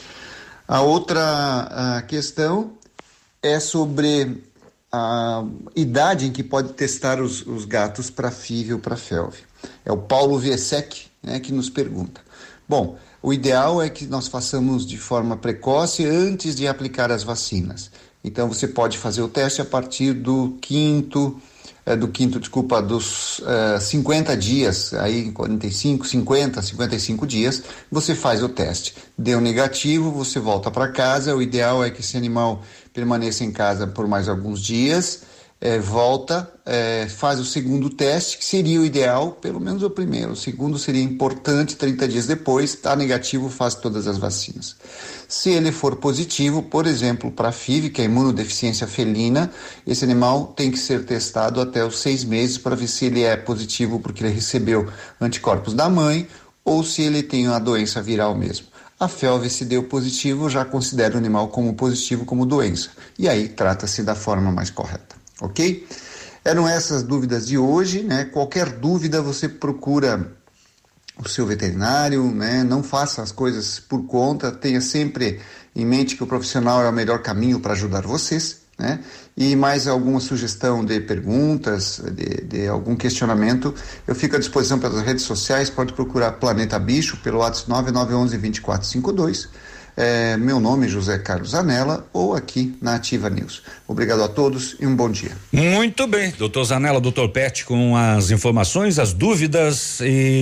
Speaker 8: A outra a questão é sobre a idade em que pode testar os, os gatos para F I V ou para F E L V. É o Paulo Viesec, né, que nos pergunta. Bom, o ideal é que nós façamos de forma precoce antes de aplicar as vacinas. Então você pode fazer o teste a partir do quinto, é, do quinto, desculpa, dos é, cinquenta dias, aí quarenta e cinco, cinquenta, cinquenta e cinco dias, você faz o teste. Deu negativo, você volta para casa. O ideal é que esse animal permaneça em casa por mais alguns dias. É, volta, é, faz o segundo teste, que seria o ideal, pelo menos o primeiro. O segundo seria importante, trinta dias depois, está negativo, faz todas as vacinas. Se ele for positivo, por exemplo, para F I V, que é a imunodeficiência felina, esse animal tem que ser testado até os seis meses para ver se ele é positivo porque ele recebeu anticorpos da mãe ou se ele tem a doença viral mesmo. A F E L V, se deu positivo, já considera o animal como positivo, como doença. E aí trata-se da forma mais correta. Ok? Eram essas dúvidas de hoje, né? Qualquer dúvida você procura o seu veterinário, né? Não faça as coisas por conta, tenha sempre em mente que o profissional é o melhor caminho para ajudar vocês, né? E mais alguma sugestão de perguntas, de, de algum questionamento, eu fico à disposição pelas redes sociais, pode procurar Planeta Bicho pelo WhatsApp nove nove um um, dois quatro cinco dois. É, meu nome é José Carlos Zanella, ou aqui na Ativa News. Obrigado a todos e um bom dia.
Speaker 4: Muito bem, doutor Zanella, doutor Pet, com as informações, as dúvidas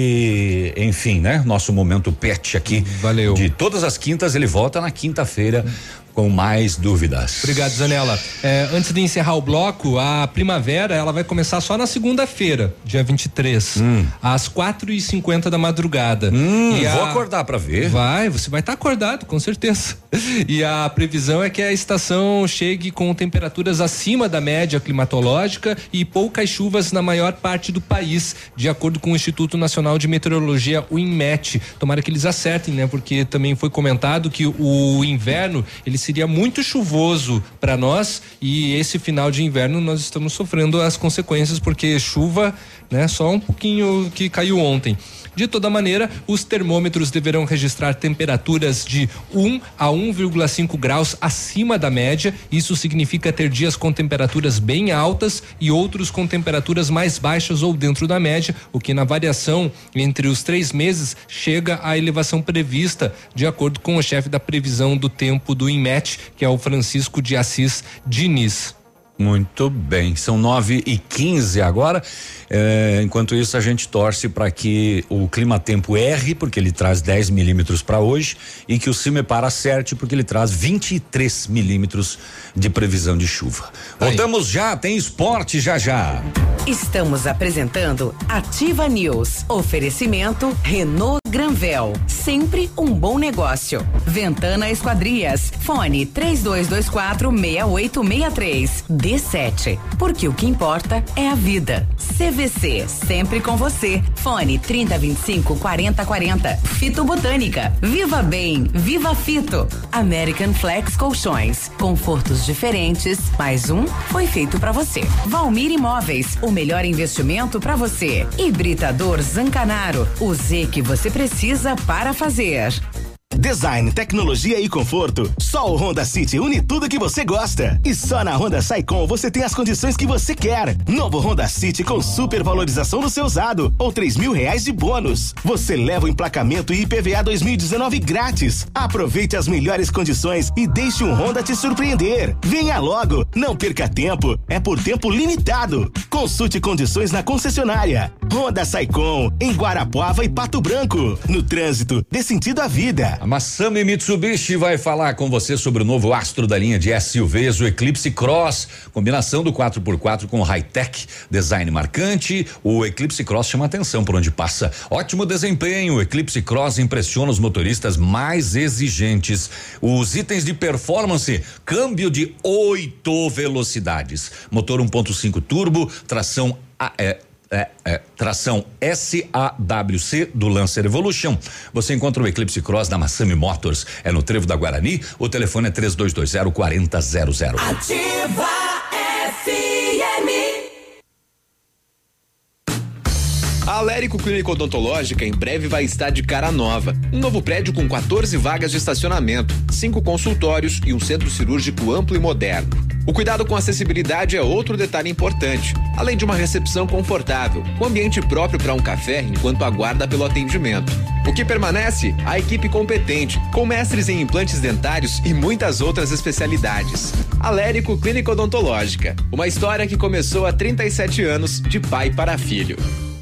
Speaker 4: e, enfim, né? Nosso momento Pet aqui.
Speaker 5: Valeu.
Speaker 4: De todas as quintas, ele volta na quinta-feira com mais dúvidas.
Speaker 5: Obrigado, Zanella. É, antes de encerrar o bloco, a primavera ela vai começar só na segunda-feira, dia vinte e três, hum. às quatro e cinquenta da madrugada.
Speaker 4: Hum,
Speaker 5: e
Speaker 4: vou
Speaker 5: a...
Speaker 4: acordar para ver.
Speaker 5: Vai, você vai estar tá acordado, com certeza. E a previsão é que a estação chegue com temperaturas acima da média climatológica e poucas chuvas na maior parte do país, de acordo com o Instituto Nacional de Meteorologia, o INMET. Tomara que eles acertem, né? Porque também foi comentado que o inverno, ele seria muito chuvoso para nós e esse final de inverno nós estamos sofrendo as consequências porque chuva, né? Só um pouquinho que caiu ontem. De toda maneira, os termômetros deverão registrar temperaturas de um a um vírgula cinco graus acima da média. Isso significa ter dias com temperaturas bem altas e outros com temperaturas mais baixas ou dentro da média, o que na variação entre os três meses chega à elevação prevista, de acordo com o chefe da previsão do tempo do INMET, que é o Francisco de Assis Diniz.
Speaker 4: Muito bem, são nove e quinze agora. É, enquanto isso, a gente torce para que o clima-tempo erre, porque ele traz dez milímetros para hoje, e que o CIMEPAR acerte, porque ele traz vinte e três milímetros de previsão de chuva. Aí. Voltamos já, tem esporte já já.
Speaker 2: Estamos apresentando Ativa News. Oferecimento Renault Granvel, sempre um bom negócio. Ventana Esquadrias, fone três dois dois quatro seis oito seis três. D sete, porque o que importa é a vida. C V C, sempre com você. Fone trinta, vinte e cinco, quarenta, quarenta. Fito Botânica, Viva Bem, Viva Fito. American Flex Colchões, confortos diferentes, mais um foi feito pra você. Valmir Imóveis, o melhor investimento pra você. Hibridador Zancanaro, o Z que você precisa para fazer.
Speaker 9: Design, tecnologia e conforto. Só o Honda City une tudo que você gosta. E só na Honda Saicom você tem as condições que você quer. Novo Honda City com super valorização do seu usado ou três mil reais de bônus. Você leva o emplacamento e I P V A dois mil e dezenove grátis. Aproveite as melhores condições e deixe um Honda te surpreender. Venha logo, não perca tempo. É por tempo limitado. Consulte condições na concessionária. Honda Saicom, em Guarapuava e Pato Branco. No trânsito, dê sentido à vida.
Speaker 4: A Massami Mitsubishi vai falar com você sobre o novo astro da linha de S U Vs, o Eclipse Cross, combinação do quatro por quatro com high-tech, design marcante. O Eclipse Cross chama atenção por onde passa. Ótimo desempenho, o Eclipse Cross impressiona os motoristas mais exigentes. Os itens de performance, câmbio de oito velocidades, motor um ponto cinco turbo, tração A, é, É, é, tração S A W C do Lancer Evolution. Você encontra o Eclipse Cross na Massami Motors, é no Trevo da Guarani. O telefone é três dois dois zero, quatro zero zero zero.
Speaker 23: Ativa F M.
Speaker 13: A Alérico Clínica Odontológica em breve vai estar de cara nova. Um novo prédio com quatorze vagas de estacionamento, cinco consultórios e um centro cirúrgico amplo e moderno. O cuidado com acessibilidade é outro detalhe importante, além de uma recepção confortável, com ambiente próprio para um café enquanto aguarda pelo atendimento. O que permanece? A equipe competente, com mestres em implantes dentários e muitas outras especialidades. Alérico Clínica Odontológica, uma história que começou há trinta e sete anos, de pai para filho.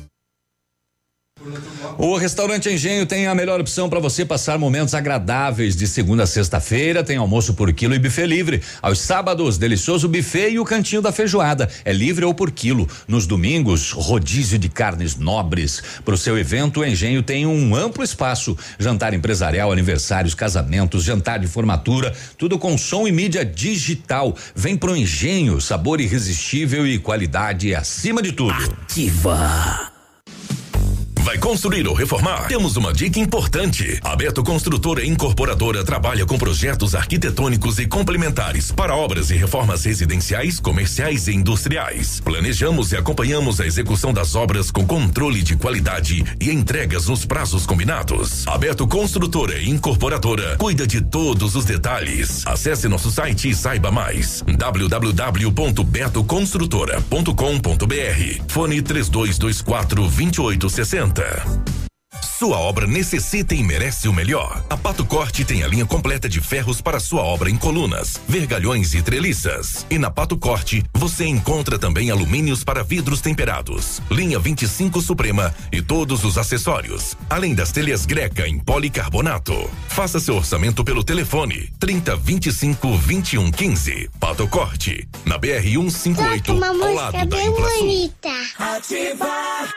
Speaker 4: O Restaurante Engenho tem a melhor opção para você passar momentos agradáveis de segunda a sexta-feira. Tem almoço por quilo e buffet livre. Aos sábados, delicioso buffet e o cantinho da feijoada. É livre ou por quilo. Nos domingos, rodízio de carnes nobres. Para o seu evento, o Engenho tem um amplo espaço. Jantar empresarial, aniversários, casamentos, jantar de formatura, tudo com som e mídia digital. Vem pro Engenho, sabor irresistível e qualidade acima de tudo.
Speaker 7: Ativa. Vai construir ou reformar? Temos uma dica importante. A Beto Construtora e Incorporadora trabalha com projetos arquitetônicos e complementares para obras e reformas residenciais, comerciais e industriais. Planejamos e acompanhamos a execução das obras com controle de qualidade e entregas nos prazos combinados. A Beto Construtora e Incorporadora cuida de todos os detalhes. Acesse nosso site e saiba mais. w w w ponto beto construtora ponto com ponto b r. Fone três dois dois quatro, dois oito seis zero. Sua obra necessita e merece o melhor. A Pato Corte tem a linha completa de ferros para sua obra em colunas, vergalhões e treliças. E na Pato Corte você encontra também alumínios para vidros temperados, linha vinte e cinco Suprema e todos os acessórios, além das telhas Greca em policarbonato. Faça seu orçamento pelo telefone trinta, vinte e cinco, vinte e um, quinze. Pato Corte, na B R cento e cinquenta e oito, ao lado da Inflação.
Speaker 23: Ativa.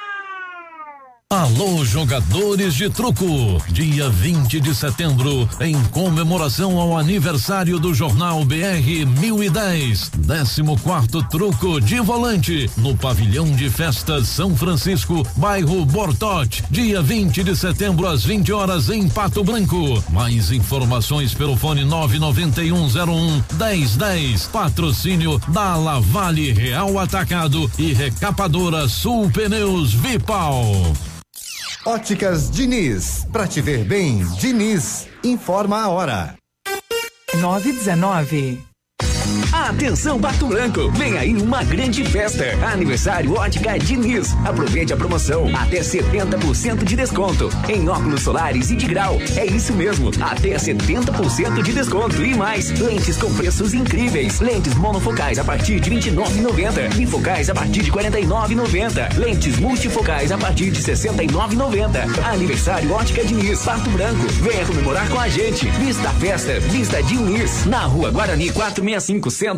Speaker 7: Alô, jogadores de truco! Dia vinte de setembro, em comemoração ao aniversário do Jornal B R mil e dez, décimo quarto truco de volante, no Pavilhão de Festas São Francisco, bairro Bortote, dia vinte de setembro às vinte horas em Pato Branco. Mais informações pelo fone nove nove um zero um, dez dez. Patrocínio da Lavale Real Atacado e Recapadora Sul Pneus Vipal.
Speaker 18: Óticas Diniz, pra te ver bem, Diniz, informa a hora.
Speaker 14: nove e dezenove.
Speaker 15: Atenção, Pato Branco, vem aí uma grande festa. Aniversário Ótica Diniz. Aproveite a promoção, até setenta por cento de desconto em óculos solares e de grau. É isso mesmo, até setenta por cento de desconto e mais. Lentes com preços incríveis. Lentes monofocais a partir de vinte e nove reais e noventa centavos. Bifocais a partir de quarenta e nove reais e noventa centavos. Lentes multifocais a partir de sessenta e nove reais e noventa centavos. Aniversário Ótica Diniz, Pato Branco. Venha comemorar com a gente. Vista a festa, Vista Diniz. Na Rua Guarani quatrocentos e sessenta e cinco, Centro.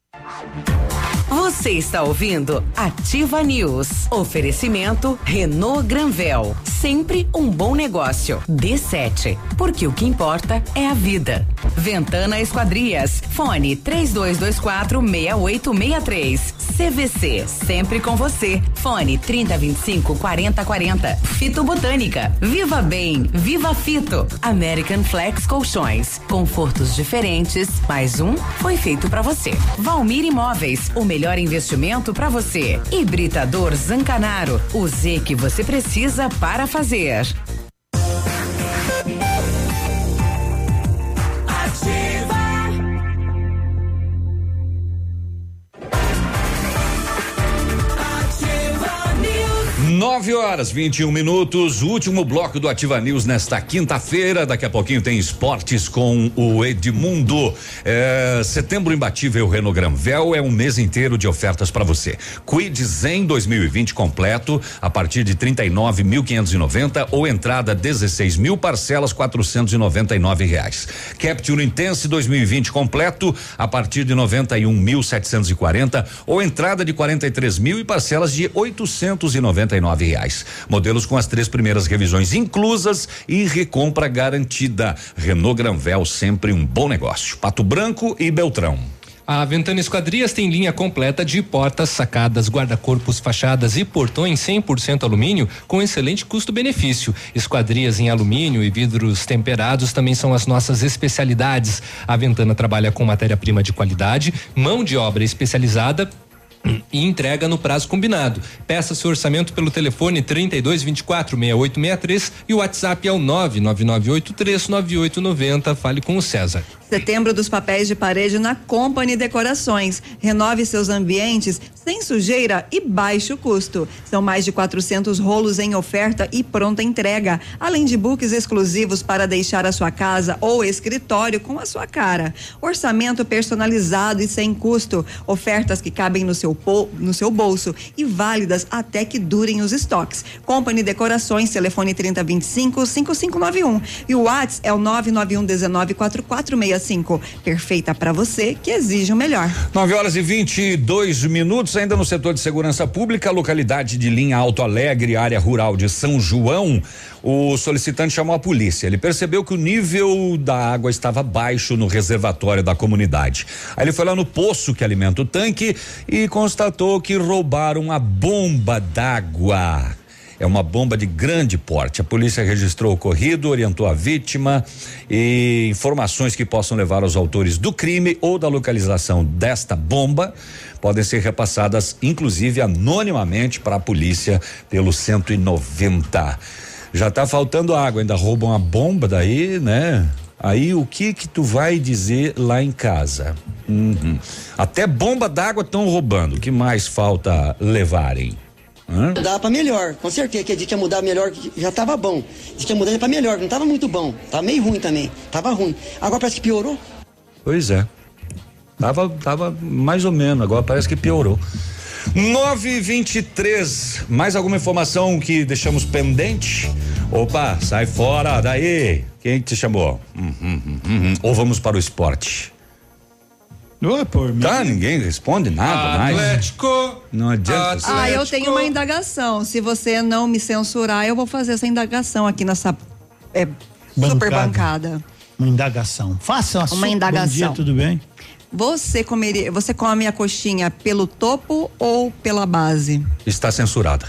Speaker 2: Você está ouvindo Ativa News. Oferecimento Renault Granvel. Sempre um bom negócio. D sete. Porque o que importa é a vida. Ventana Esquadrias. Fone três dois dois quatro seis oito seis três. C V C. Sempre com você. Fone trinta, vinte e cinco, quarenta, quarenta. Fito Botânica. Viva Bem. Viva Fito. American Flex Colchões. Confortos diferentes. Mais um foi feito pra você. Valmir Imóveis. O melhor investimento para você. Hibridador Zancanaro. O Z que você precisa para fazer.
Speaker 4: nove horas, vinte e um minutos, último bloco do Ativa News nesta quinta-feira. Daqui a pouquinho tem esportes com o Edmundo. É, setembro imbatível Renault Granvel é um mês inteiro de ofertas para você. Kwid Zen dois mil e vinte completo a partir de trinta e nove mil quinhentos e noventa ou entrada dezesseis mil, parcelas quatrocentos e noventa e nove reais. Capture Intense dois mil e vinte completo a partir de noventa e um mil setecentos e quarenta ou entrada de quarenta e três mil e parcelas de oitocentos e noventa e nove reais. Modelos com as três primeiras revisões inclusas e recompra garantida. Renault Granvel, sempre um bom negócio. Pato Branco e Beltrão.
Speaker 5: A Ventana Esquadrias tem linha completa de portas, sacadas, guarda-corpos, fachadas e portões cem por cento alumínio com excelente custo-benefício. Esquadrias em alumínio e vidros temperados também são as nossas especialidades. A Ventana trabalha com matéria-prima de qualidade, mão de obra especializada e entrega no prazo combinado. Peça seu orçamento pelo telefone trinta e dois, vinte e quatro, sessenta e oito sessenta e três e o WhatsApp é o nove nove nove oito três nove oito nove zero. Fale com o César.
Speaker 6: Setembro dos papéis de parede na Company Decorações. Renove seus ambientes sem sujeira e baixo custo. São mais de quatrocentos rolos em oferta e pronta entrega, além de books exclusivos para deixar a sua casa ou escritório com a sua cara. Orçamento personalizado e sem custo. Ofertas que cabem no seu, no seu bolso e válidas até que durem os estoques. Company Decorações, telefone trinta, vinte e cinco, cinquenta e cinco noventa e um e o WhatsApp é o nove nove um um nove quatro quatro seis cinco. Perfeita para você que exige o melhor.
Speaker 4: nove horas e vinte e dois minutos, ainda no setor de segurança pública, localidade de Linha Alto Alegre, área rural de São João. O solicitante chamou a polícia. Ele percebeu que o nível da água estava baixo no reservatório da comunidade. Aí ele foi lá no poço que alimenta o tanque e constatou que roubaram a bomba d'água. É uma bomba de grande porte. A polícia registrou o ocorrido, orientou a vítima e informações que possam levar aos autores do crime ou da localização desta bomba podem ser repassadas, inclusive anonimamente, para a polícia pelo cento e noventa. Já tá faltando água, ainda roubam a bomba daí, né? Aí o que que tu vai dizer lá em casa? Uhum. Até bomba d'água estão roubando. O que mais falta levarem? Hã?
Speaker 16: Mudar pra melhor, com certeza que a gente ia mudar melhor, já tava bom. A gente ia mudar pra melhor, não tava muito bom, tava meio ruim também, tava ruim. Agora parece que piorou.
Speaker 4: Pois é. Tava, tava mais ou menos, agora parece que piorou. nove e vinte e três, mais alguma informação que deixamos pendente? Opa, sai fora daí. Quem te chamou? Hum, hum, hum, hum. Ou vamos para o esporte?
Speaker 19: Não é por mim.
Speaker 4: Tá, ninguém responde nada mais.
Speaker 5: Atlético.
Speaker 4: Não adianta.
Speaker 6: Atlético. Ah, eu tenho uma indagação. Se você não me censurar, eu vou fazer essa indagação aqui nessa é, super bancada.
Speaker 19: Uma indagação. Faça uma,
Speaker 6: uma indagação.
Speaker 19: Bom dia, tudo bem?
Speaker 6: Você comeria, você come a coxinha pelo topo ou pela base?
Speaker 4: Está censurada.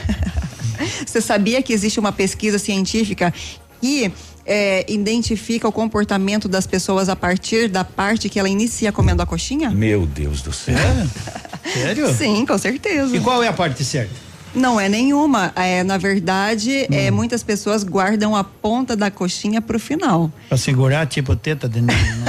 Speaker 6: Você sabia que existe uma pesquisa científica que É, identifica o comportamento das pessoas a partir da parte que ela inicia comendo a coxinha?
Speaker 4: Meu Deus do céu.
Speaker 19: É? Sério?
Speaker 6: Sim, com certeza.
Speaker 19: E qual é a parte certa?
Speaker 6: Não é nenhuma. É, na verdade, hum. é, muitas pessoas guardam a ponta da coxinha pro final.
Speaker 19: Pra segurar, tipo, teta de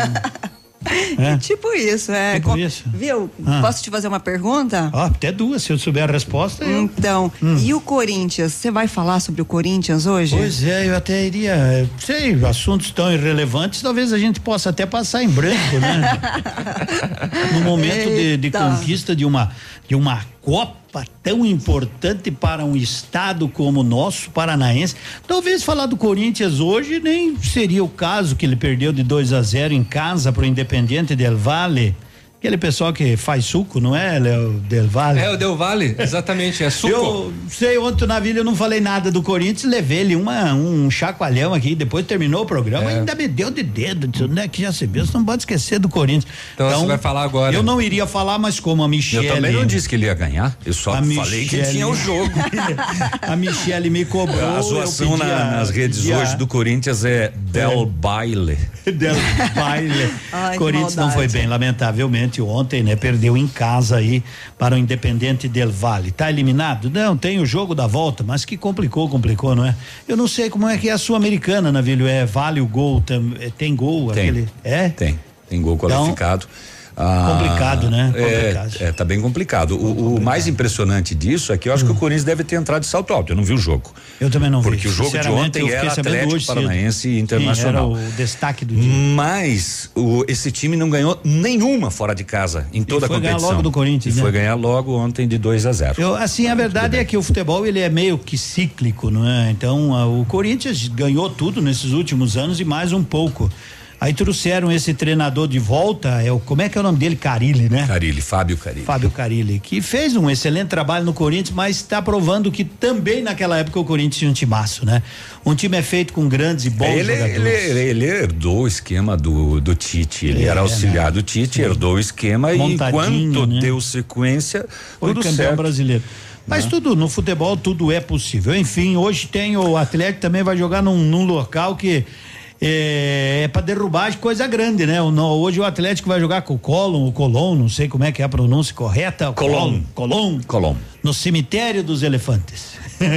Speaker 6: É. Tipo isso, é.
Speaker 19: Tipo isso.
Speaker 6: Viu?
Speaker 19: Ah.
Speaker 6: Posso te fazer uma pergunta?
Speaker 19: Ó, até duas, se eu souber a resposta. Eu...
Speaker 6: Então, hum. e o Corinthians? Você vai falar sobre o Corinthians hoje?
Speaker 19: Pois é, eu até iria, sei, assuntos tão irrelevantes, talvez a gente possa até passar em branco, né? No momento de, de conquista de uma, de uma Copa tão importante para um estado como o nosso, paranaense. Talvez falar do Corinthians hoje nem seria o caso, que ele perdeu de dois a zero em casa para o Independiente del Valle. Aquele pessoal que faz suco, não é, Léo Del Valle?
Speaker 5: É, o Del Valle, exatamente, é suco.
Speaker 19: Eu sei, ontem na Vila eu não falei nada do Corinthians, levei ele uma, um chacoalhão aqui, depois terminou o programa, é. ainda me deu de dedo, disse, né, que já se viu, você não pode esquecer do Corinthians.
Speaker 5: Então, então você vai falar agora.
Speaker 19: Eu não iria falar, mas como a Michele...
Speaker 4: Eu também não disse que ele ia ganhar, eu só falei Michele, que tinha o jogo.
Speaker 19: A Michele me cobrou.
Speaker 4: A zoação na, nas redes pedia... hoje do Corinthians é Del Baile.
Speaker 19: Del Baile. Ai, Corinthians não foi bem, lamentavelmente, ontem, né? Perdeu em casa aí para o Independente del Valle. Tá eliminado? Não, tem o jogo da volta, mas que complicou, complicou, não é? Eu não sei como é que é a Sul-Americana, Navilho, é vale o gol, tem, tem gol
Speaker 4: tem,
Speaker 19: aquele, é?
Speaker 4: Tem, tem gol qualificado. Então,
Speaker 19: Ah, complicado, né?
Speaker 4: Complicado. É, é, tá bem complicado. O, complicado. o mais impressionante disso é que eu acho hum. que o Corinthians deve ter entrado de salto alto. Eu não vi o jogo.
Speaker 19: Eu também não vi.
Speaker 4: Porque o jogo de ontem era Atlético Paranaense e Internacional.
Speaker 19: Sim, era o destaque do dia.
Speaker 4: Mas o, esse time não ganhou nenhuma fora de casa em toda a competição.
Speaker 19: Foi ganhar logo do Corinthians,
Speaker 4: e
Speaker 19: né?
Speaker 4: foi ganhar logo ontem de dois a zero.
Speaker 19: Eu, assim, a verdade é que o futebol ele é meio que cíclico, não é? Então, a, o Corinthians ganhou tudo nesses últimos anos e mais um pouco. Aí trouxeram esse treinador de volta, é o, como é que é o nome dele? Carilli, né?
Speaker 4: Carilli, Fábio Carilli.
Speaker 19: Fábio Carilli, que fez um excelente trabalho no Corinthians, mas está provando que também naquela época o Corinthians tinha um timaço, né? Um time é feito com grandes e bons
Speaker 4: ele,
Speaker 19: jogadores.
Speaker 4: Ele, ele herdou o esquema do, do Tite, ele é, era auxiliar né? do Tite, Sim. herdou o esquema e enquanto né? deu sequência,
Speaker 19: foi
Speaker 4: tudo
Speaker 19: campeão
Speaker 4: certo.
Speaker 19: brasileiro. Mas né? tudo, no futebol tudo é possível. Enfim, hoje tem o Atlético também vai jogar num, num local que É, é para derrubar de coisa grande, né? O, no, hoje o Atlético vai jogar com o Colom, o Colom, não sei como é que é a pronúncia correta.
Speaker 4: Colom.
Speaker 19: Colom.
Speaker 4: Colom.
Speaker 19: No cemitério dos elefantes.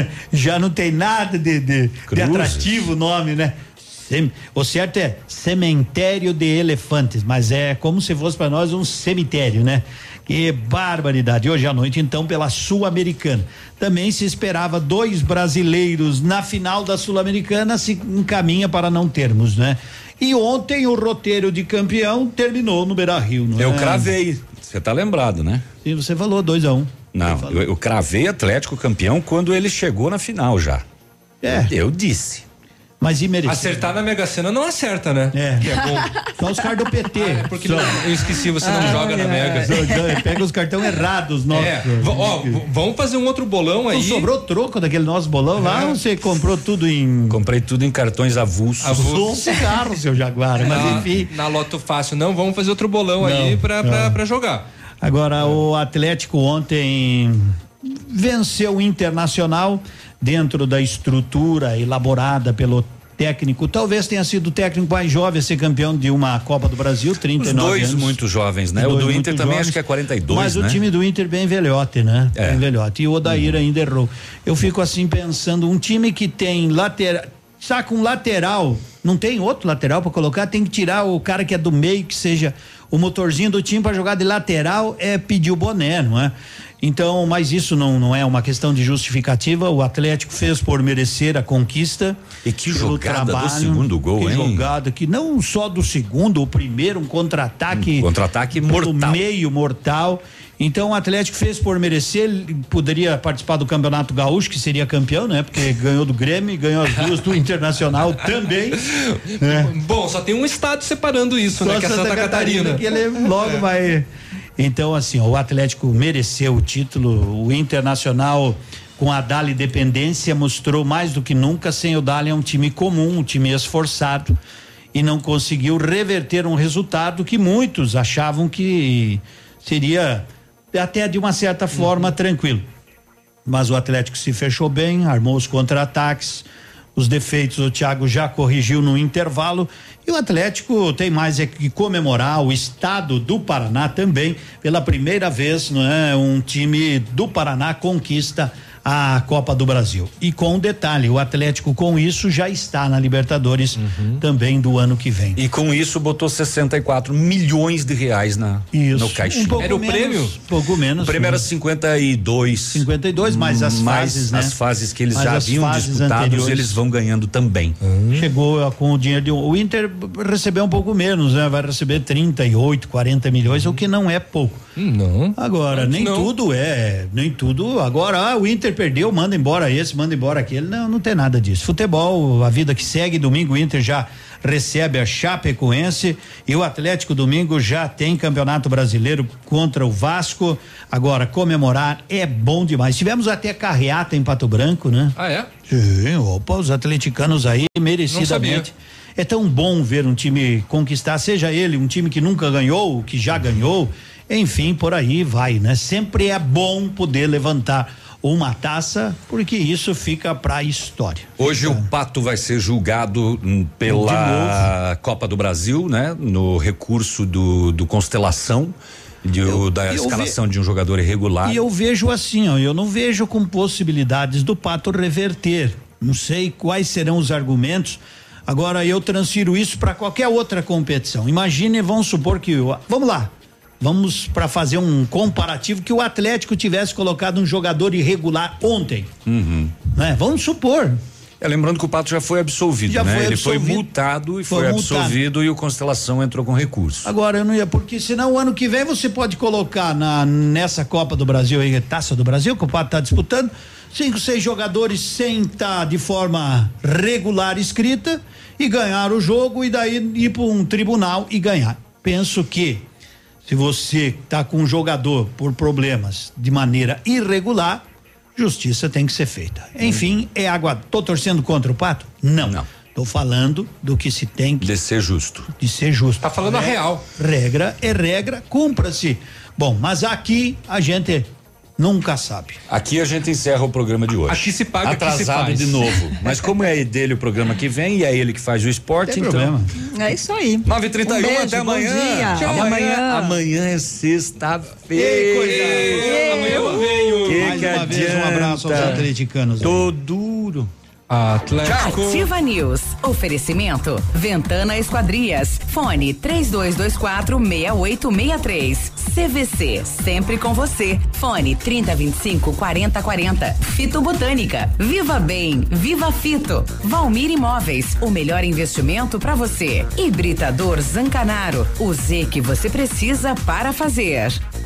Speaker 19: Já não tem nada de, de, de atrativo o nome, né? Sem, o certo é cemitério de elefantes, mas é como se fosse para nós um cemitério, né? Que barbaridade. Hoje à noite, então, pela Sul-Americana. Também se esperava dois brasileiros na final da Sul-Americana, se encaminha para não termos, né? E ontem o roteiro de campeão terminou no Beira-Rio, não é?
Speaker 4: Eu cravei, você tá lembrado, né?
Speaker 19: Sim, você falou dois a um.
Speaker 4: Não, eu, eu cravei Atlético campeão quando ele chegou na final já.
Speaker 19: É.
Speaker 4: Eu, eu disse.
Speaker 19: Mas imerecido.
Speaker 5: Acertar na Mega Sena não acerta, né?
Speaker 19: É.
Speaker 5: Que é bom.
Speaker 19: Só os caras do P T. Ah,
Speaker 5: é porque não, eu esqueci, você não ah, joga é, na Mega.
Speaker 19: É, pega os cartões errados, nossos.
Speaker 5: É. Ó, vamos fazer um outro bolão aí.
Speaker 19: Não sobrou troco daquele nosso bolão é. lá ou você comprou tudo em.
Speaker 4: Comprei tudo em cartões avulsos.
Speaker 19: Avulsos. Um carro, seu Jaguar. Mas
Speaker 5: na,
Speaker 19: enfim.
Speaker 5: Na Loto Fácil, não, vamos fazer outro bolão não, aí pra, pra, pra jogar.
Speaker 19: Agora, o Atlético ontem venceu o Internacional dentro da estrutura elaborada pelo técnico, talvez tenha sido o técnico mais jovem a ser campeão de uma Copa do Brasil, trinta e nove
Speaker 4: anos. Os dois
Speaker 19: anos.
Speaker 4: muito jovens, né? O do Inter também jovens, acho que é quarenta e dois,
Speaker 19: mas
Speaker 4: né?
Speaker 19: o time do Inter bem velhote, né? É. Bem velhote. E o Odair uhum. ainda errou. Eu fico assim pensando, um time que tem lateral, saca um lateral, não tem outro lateral para colocar, tem que tirar o cara que é do meio, que seja o motorzinho do time para jogar de lateral, é pedir o boné, não é? Então, mas isso não, não é uma questão de justificativa. O Atlético fez por merecer a conquista.
Speaker 4: E que jogada trabalho, do segundo gol,
Speaker 19: que
Speaker 4: hein?
Speaker 19: Que jogada, que não só do segundo, o primeiro, um contra-ataque.
Speaker 4: Um contra-ataque mortal.
Speaker 19: No meio mortal. Então o Atlético fez por merecer, poderia participar do Campeonato Gaúcho, que seria campeão, né? Porque ganhou do Grêmio e ganhou as duas do Internacional também. Né?
Speaker 5: Bom, só tem um estado separando isso, só né? Que é Santa, Santa Catarina.
Speaker 19: Catarina. Que ele logo é. vai. Então, assim, o Atlético mereceu o título, o Internacional com a Dali dependência mostrou mais do que nunca, sem o Dali é um time comum, um time esforçado e não conseguiu reverter um resultado que muitos achavam que seria até de uma certa forma uhum. tranquilo. Mas o Atlético se fechou bem, armou os contra-ataques, os defeitos o Thiago já corrigiu no intervalo e o Atlético tem mais é que comemorar. O estado do Paraná também, pela primeira vez, não é, um time do Paraná conquista a Copa do Brasil. E com um detalhe, o Atlético com isso já está na Libertadores uhum. também do ano que vem.
Speaker 4: E com isso botou sessenta e quatro milhões de reais na,
Speaker 19: isso.
Speaker 4: no caixinho.
Speaker 19: Um pouco
Speaker 5: era o
Speaker 19: menos,
Speaker 5: prêmio?
Speaker 19: Pouco menos.
Speaker 4: O prêmio
Speaker 19: né?
Speaker 4: era cinquenta e dois.
Speaker 19: cinquenta e dois, mas as
Speaker 4: mais
Speaker 19: fases, né?
Speaker 4: as fases que eles
Speaker 19: mas
Speaker 4: já haviam disputados, anteriores. Eles vão ganhando também.
Speaker 19: Hum. Chegou com o dinheiro de o Inter recebeu um pouco menos, né? Vai receber trinta e oito, quarenta milhões, hum. o que não é pouco.
Speaker 5: Não.
Speaker 19: Agora, não, nem não. tudo é, nem tudo. Agora, ah, o Inter perdeu, manda embora esse, manda embora aquele. Não, não tem nada disso. Futebol, a vida que segue, domingo o Inter já recebe a Chapecoense e o Atlético domingo já tem Campeonato Brasileiro contra o Vasco. Agora, comemorar é bom demais. Tivemos até carreata em Pato Branco, né?
Speaker 5: Ah, é?
Speaker 19: Sim, opa, os atleticanos aí merecidamente. É tão bom ver um time conquistar, seja ele um time que nunca ganhou, que já ganhou, enfim, por aí vai, né? Sempre é bom poder levantar uma taça, porque isso fica pra história.
Speaker 4: Hoje é. o Pato vai ser julgado pela Copa do Brasil, né? No recurso do, do Constelação. De, eu, da eu escalação ve... de um jogador irregular.
Speaker 19: E eu vejo assim, ó, eu não vejo com possibilidades do Pato reverter. Não sei quais serão os argumentos. Agora eu transfiro isso para qualquer outra competição. Imagine, vamos supor que, vamos lá, vamos para fazer um comparativo que o Atlético tivesse colocado um jogador irregular ontem.
Speaker 4: Uhum.
Speaker 19: Né? Vamos supor.
Speaker 4: É, lembrando que o Pato já foi absolvido,
Speaker 19: já
Speaker 4: né?
Speaker 19: Foi
Speaker 4: Ele
Speaker 19: absolvido.
Speaker 4: foi multado e foi, foi absolvido e o Constelação entrou com recurso.
Speaker 19: Agora eu não ia, porque senão o ano que vem você pode colocar na, nessa Copa do Brasil aí, Taça do Brasil, que o Pato está disputando, cinco, seis jogadores sem estar tá de forma regular escrita e ganhar o jogo e daí ir para um tribunal e ganhar. Penso que se você tá com um jogador por problemas de maneira irregular, justiça tem que ser feita. Enfim, é água. Tô torcendo contra o Pato? Não. Não. Tô falando do que se tem que.
Speaker 4: De ser justo.
Speaker 19: De ser justo.
Speaker 5: Tá falando
Speaker 19: regra,
Speaker 5: a real.
Speaker 19: Regra é regra, cumpra-se. Bom, mas aqui a gente nunca sabe.
Speaker 4: Aqui a gente encerra o programa de hoje.
Speaker 5: Aqui se paga,
Speaker 4: atrasado
Speaker 5: aqui se faz.
Speaker 4: de novo. Mas como é dele o programa que vem e é ele que faz o esporte,
Speaker 19: tem
Speaker 4: então.
Speaker 19: Problema.
Speaker 6: É isso aí.
Speaker 4: nove e trinta e um,
Speaker 6: um beijo,
Speaker 4: até amanhã.
Speaker 6: Bom dia.
Speaker 4: Tchau. Amanhã, amanhã. Amanhã é sexta-feira.
Speaker 5: Amanhã eu venho.
Speaker 19: Que Mais que uma vez um abraço aos atleticanos.
Speaker 4: Tô duro.
Speaker 5: Atlético.
Speaker 2: Ativa News. Oferecimento Ventana Esquadrias. Fone três dois dois quatro seis oito seis três. C V C, sempre com você. Fone trinta, vinte e cinco, quarenta, quarenta. Fito Botânica. Viva Bem, Viva Fito. Valmir Imóveis, o melhor investimento para você. Hibridador Zancanaro, o Z que você precisa para fazer.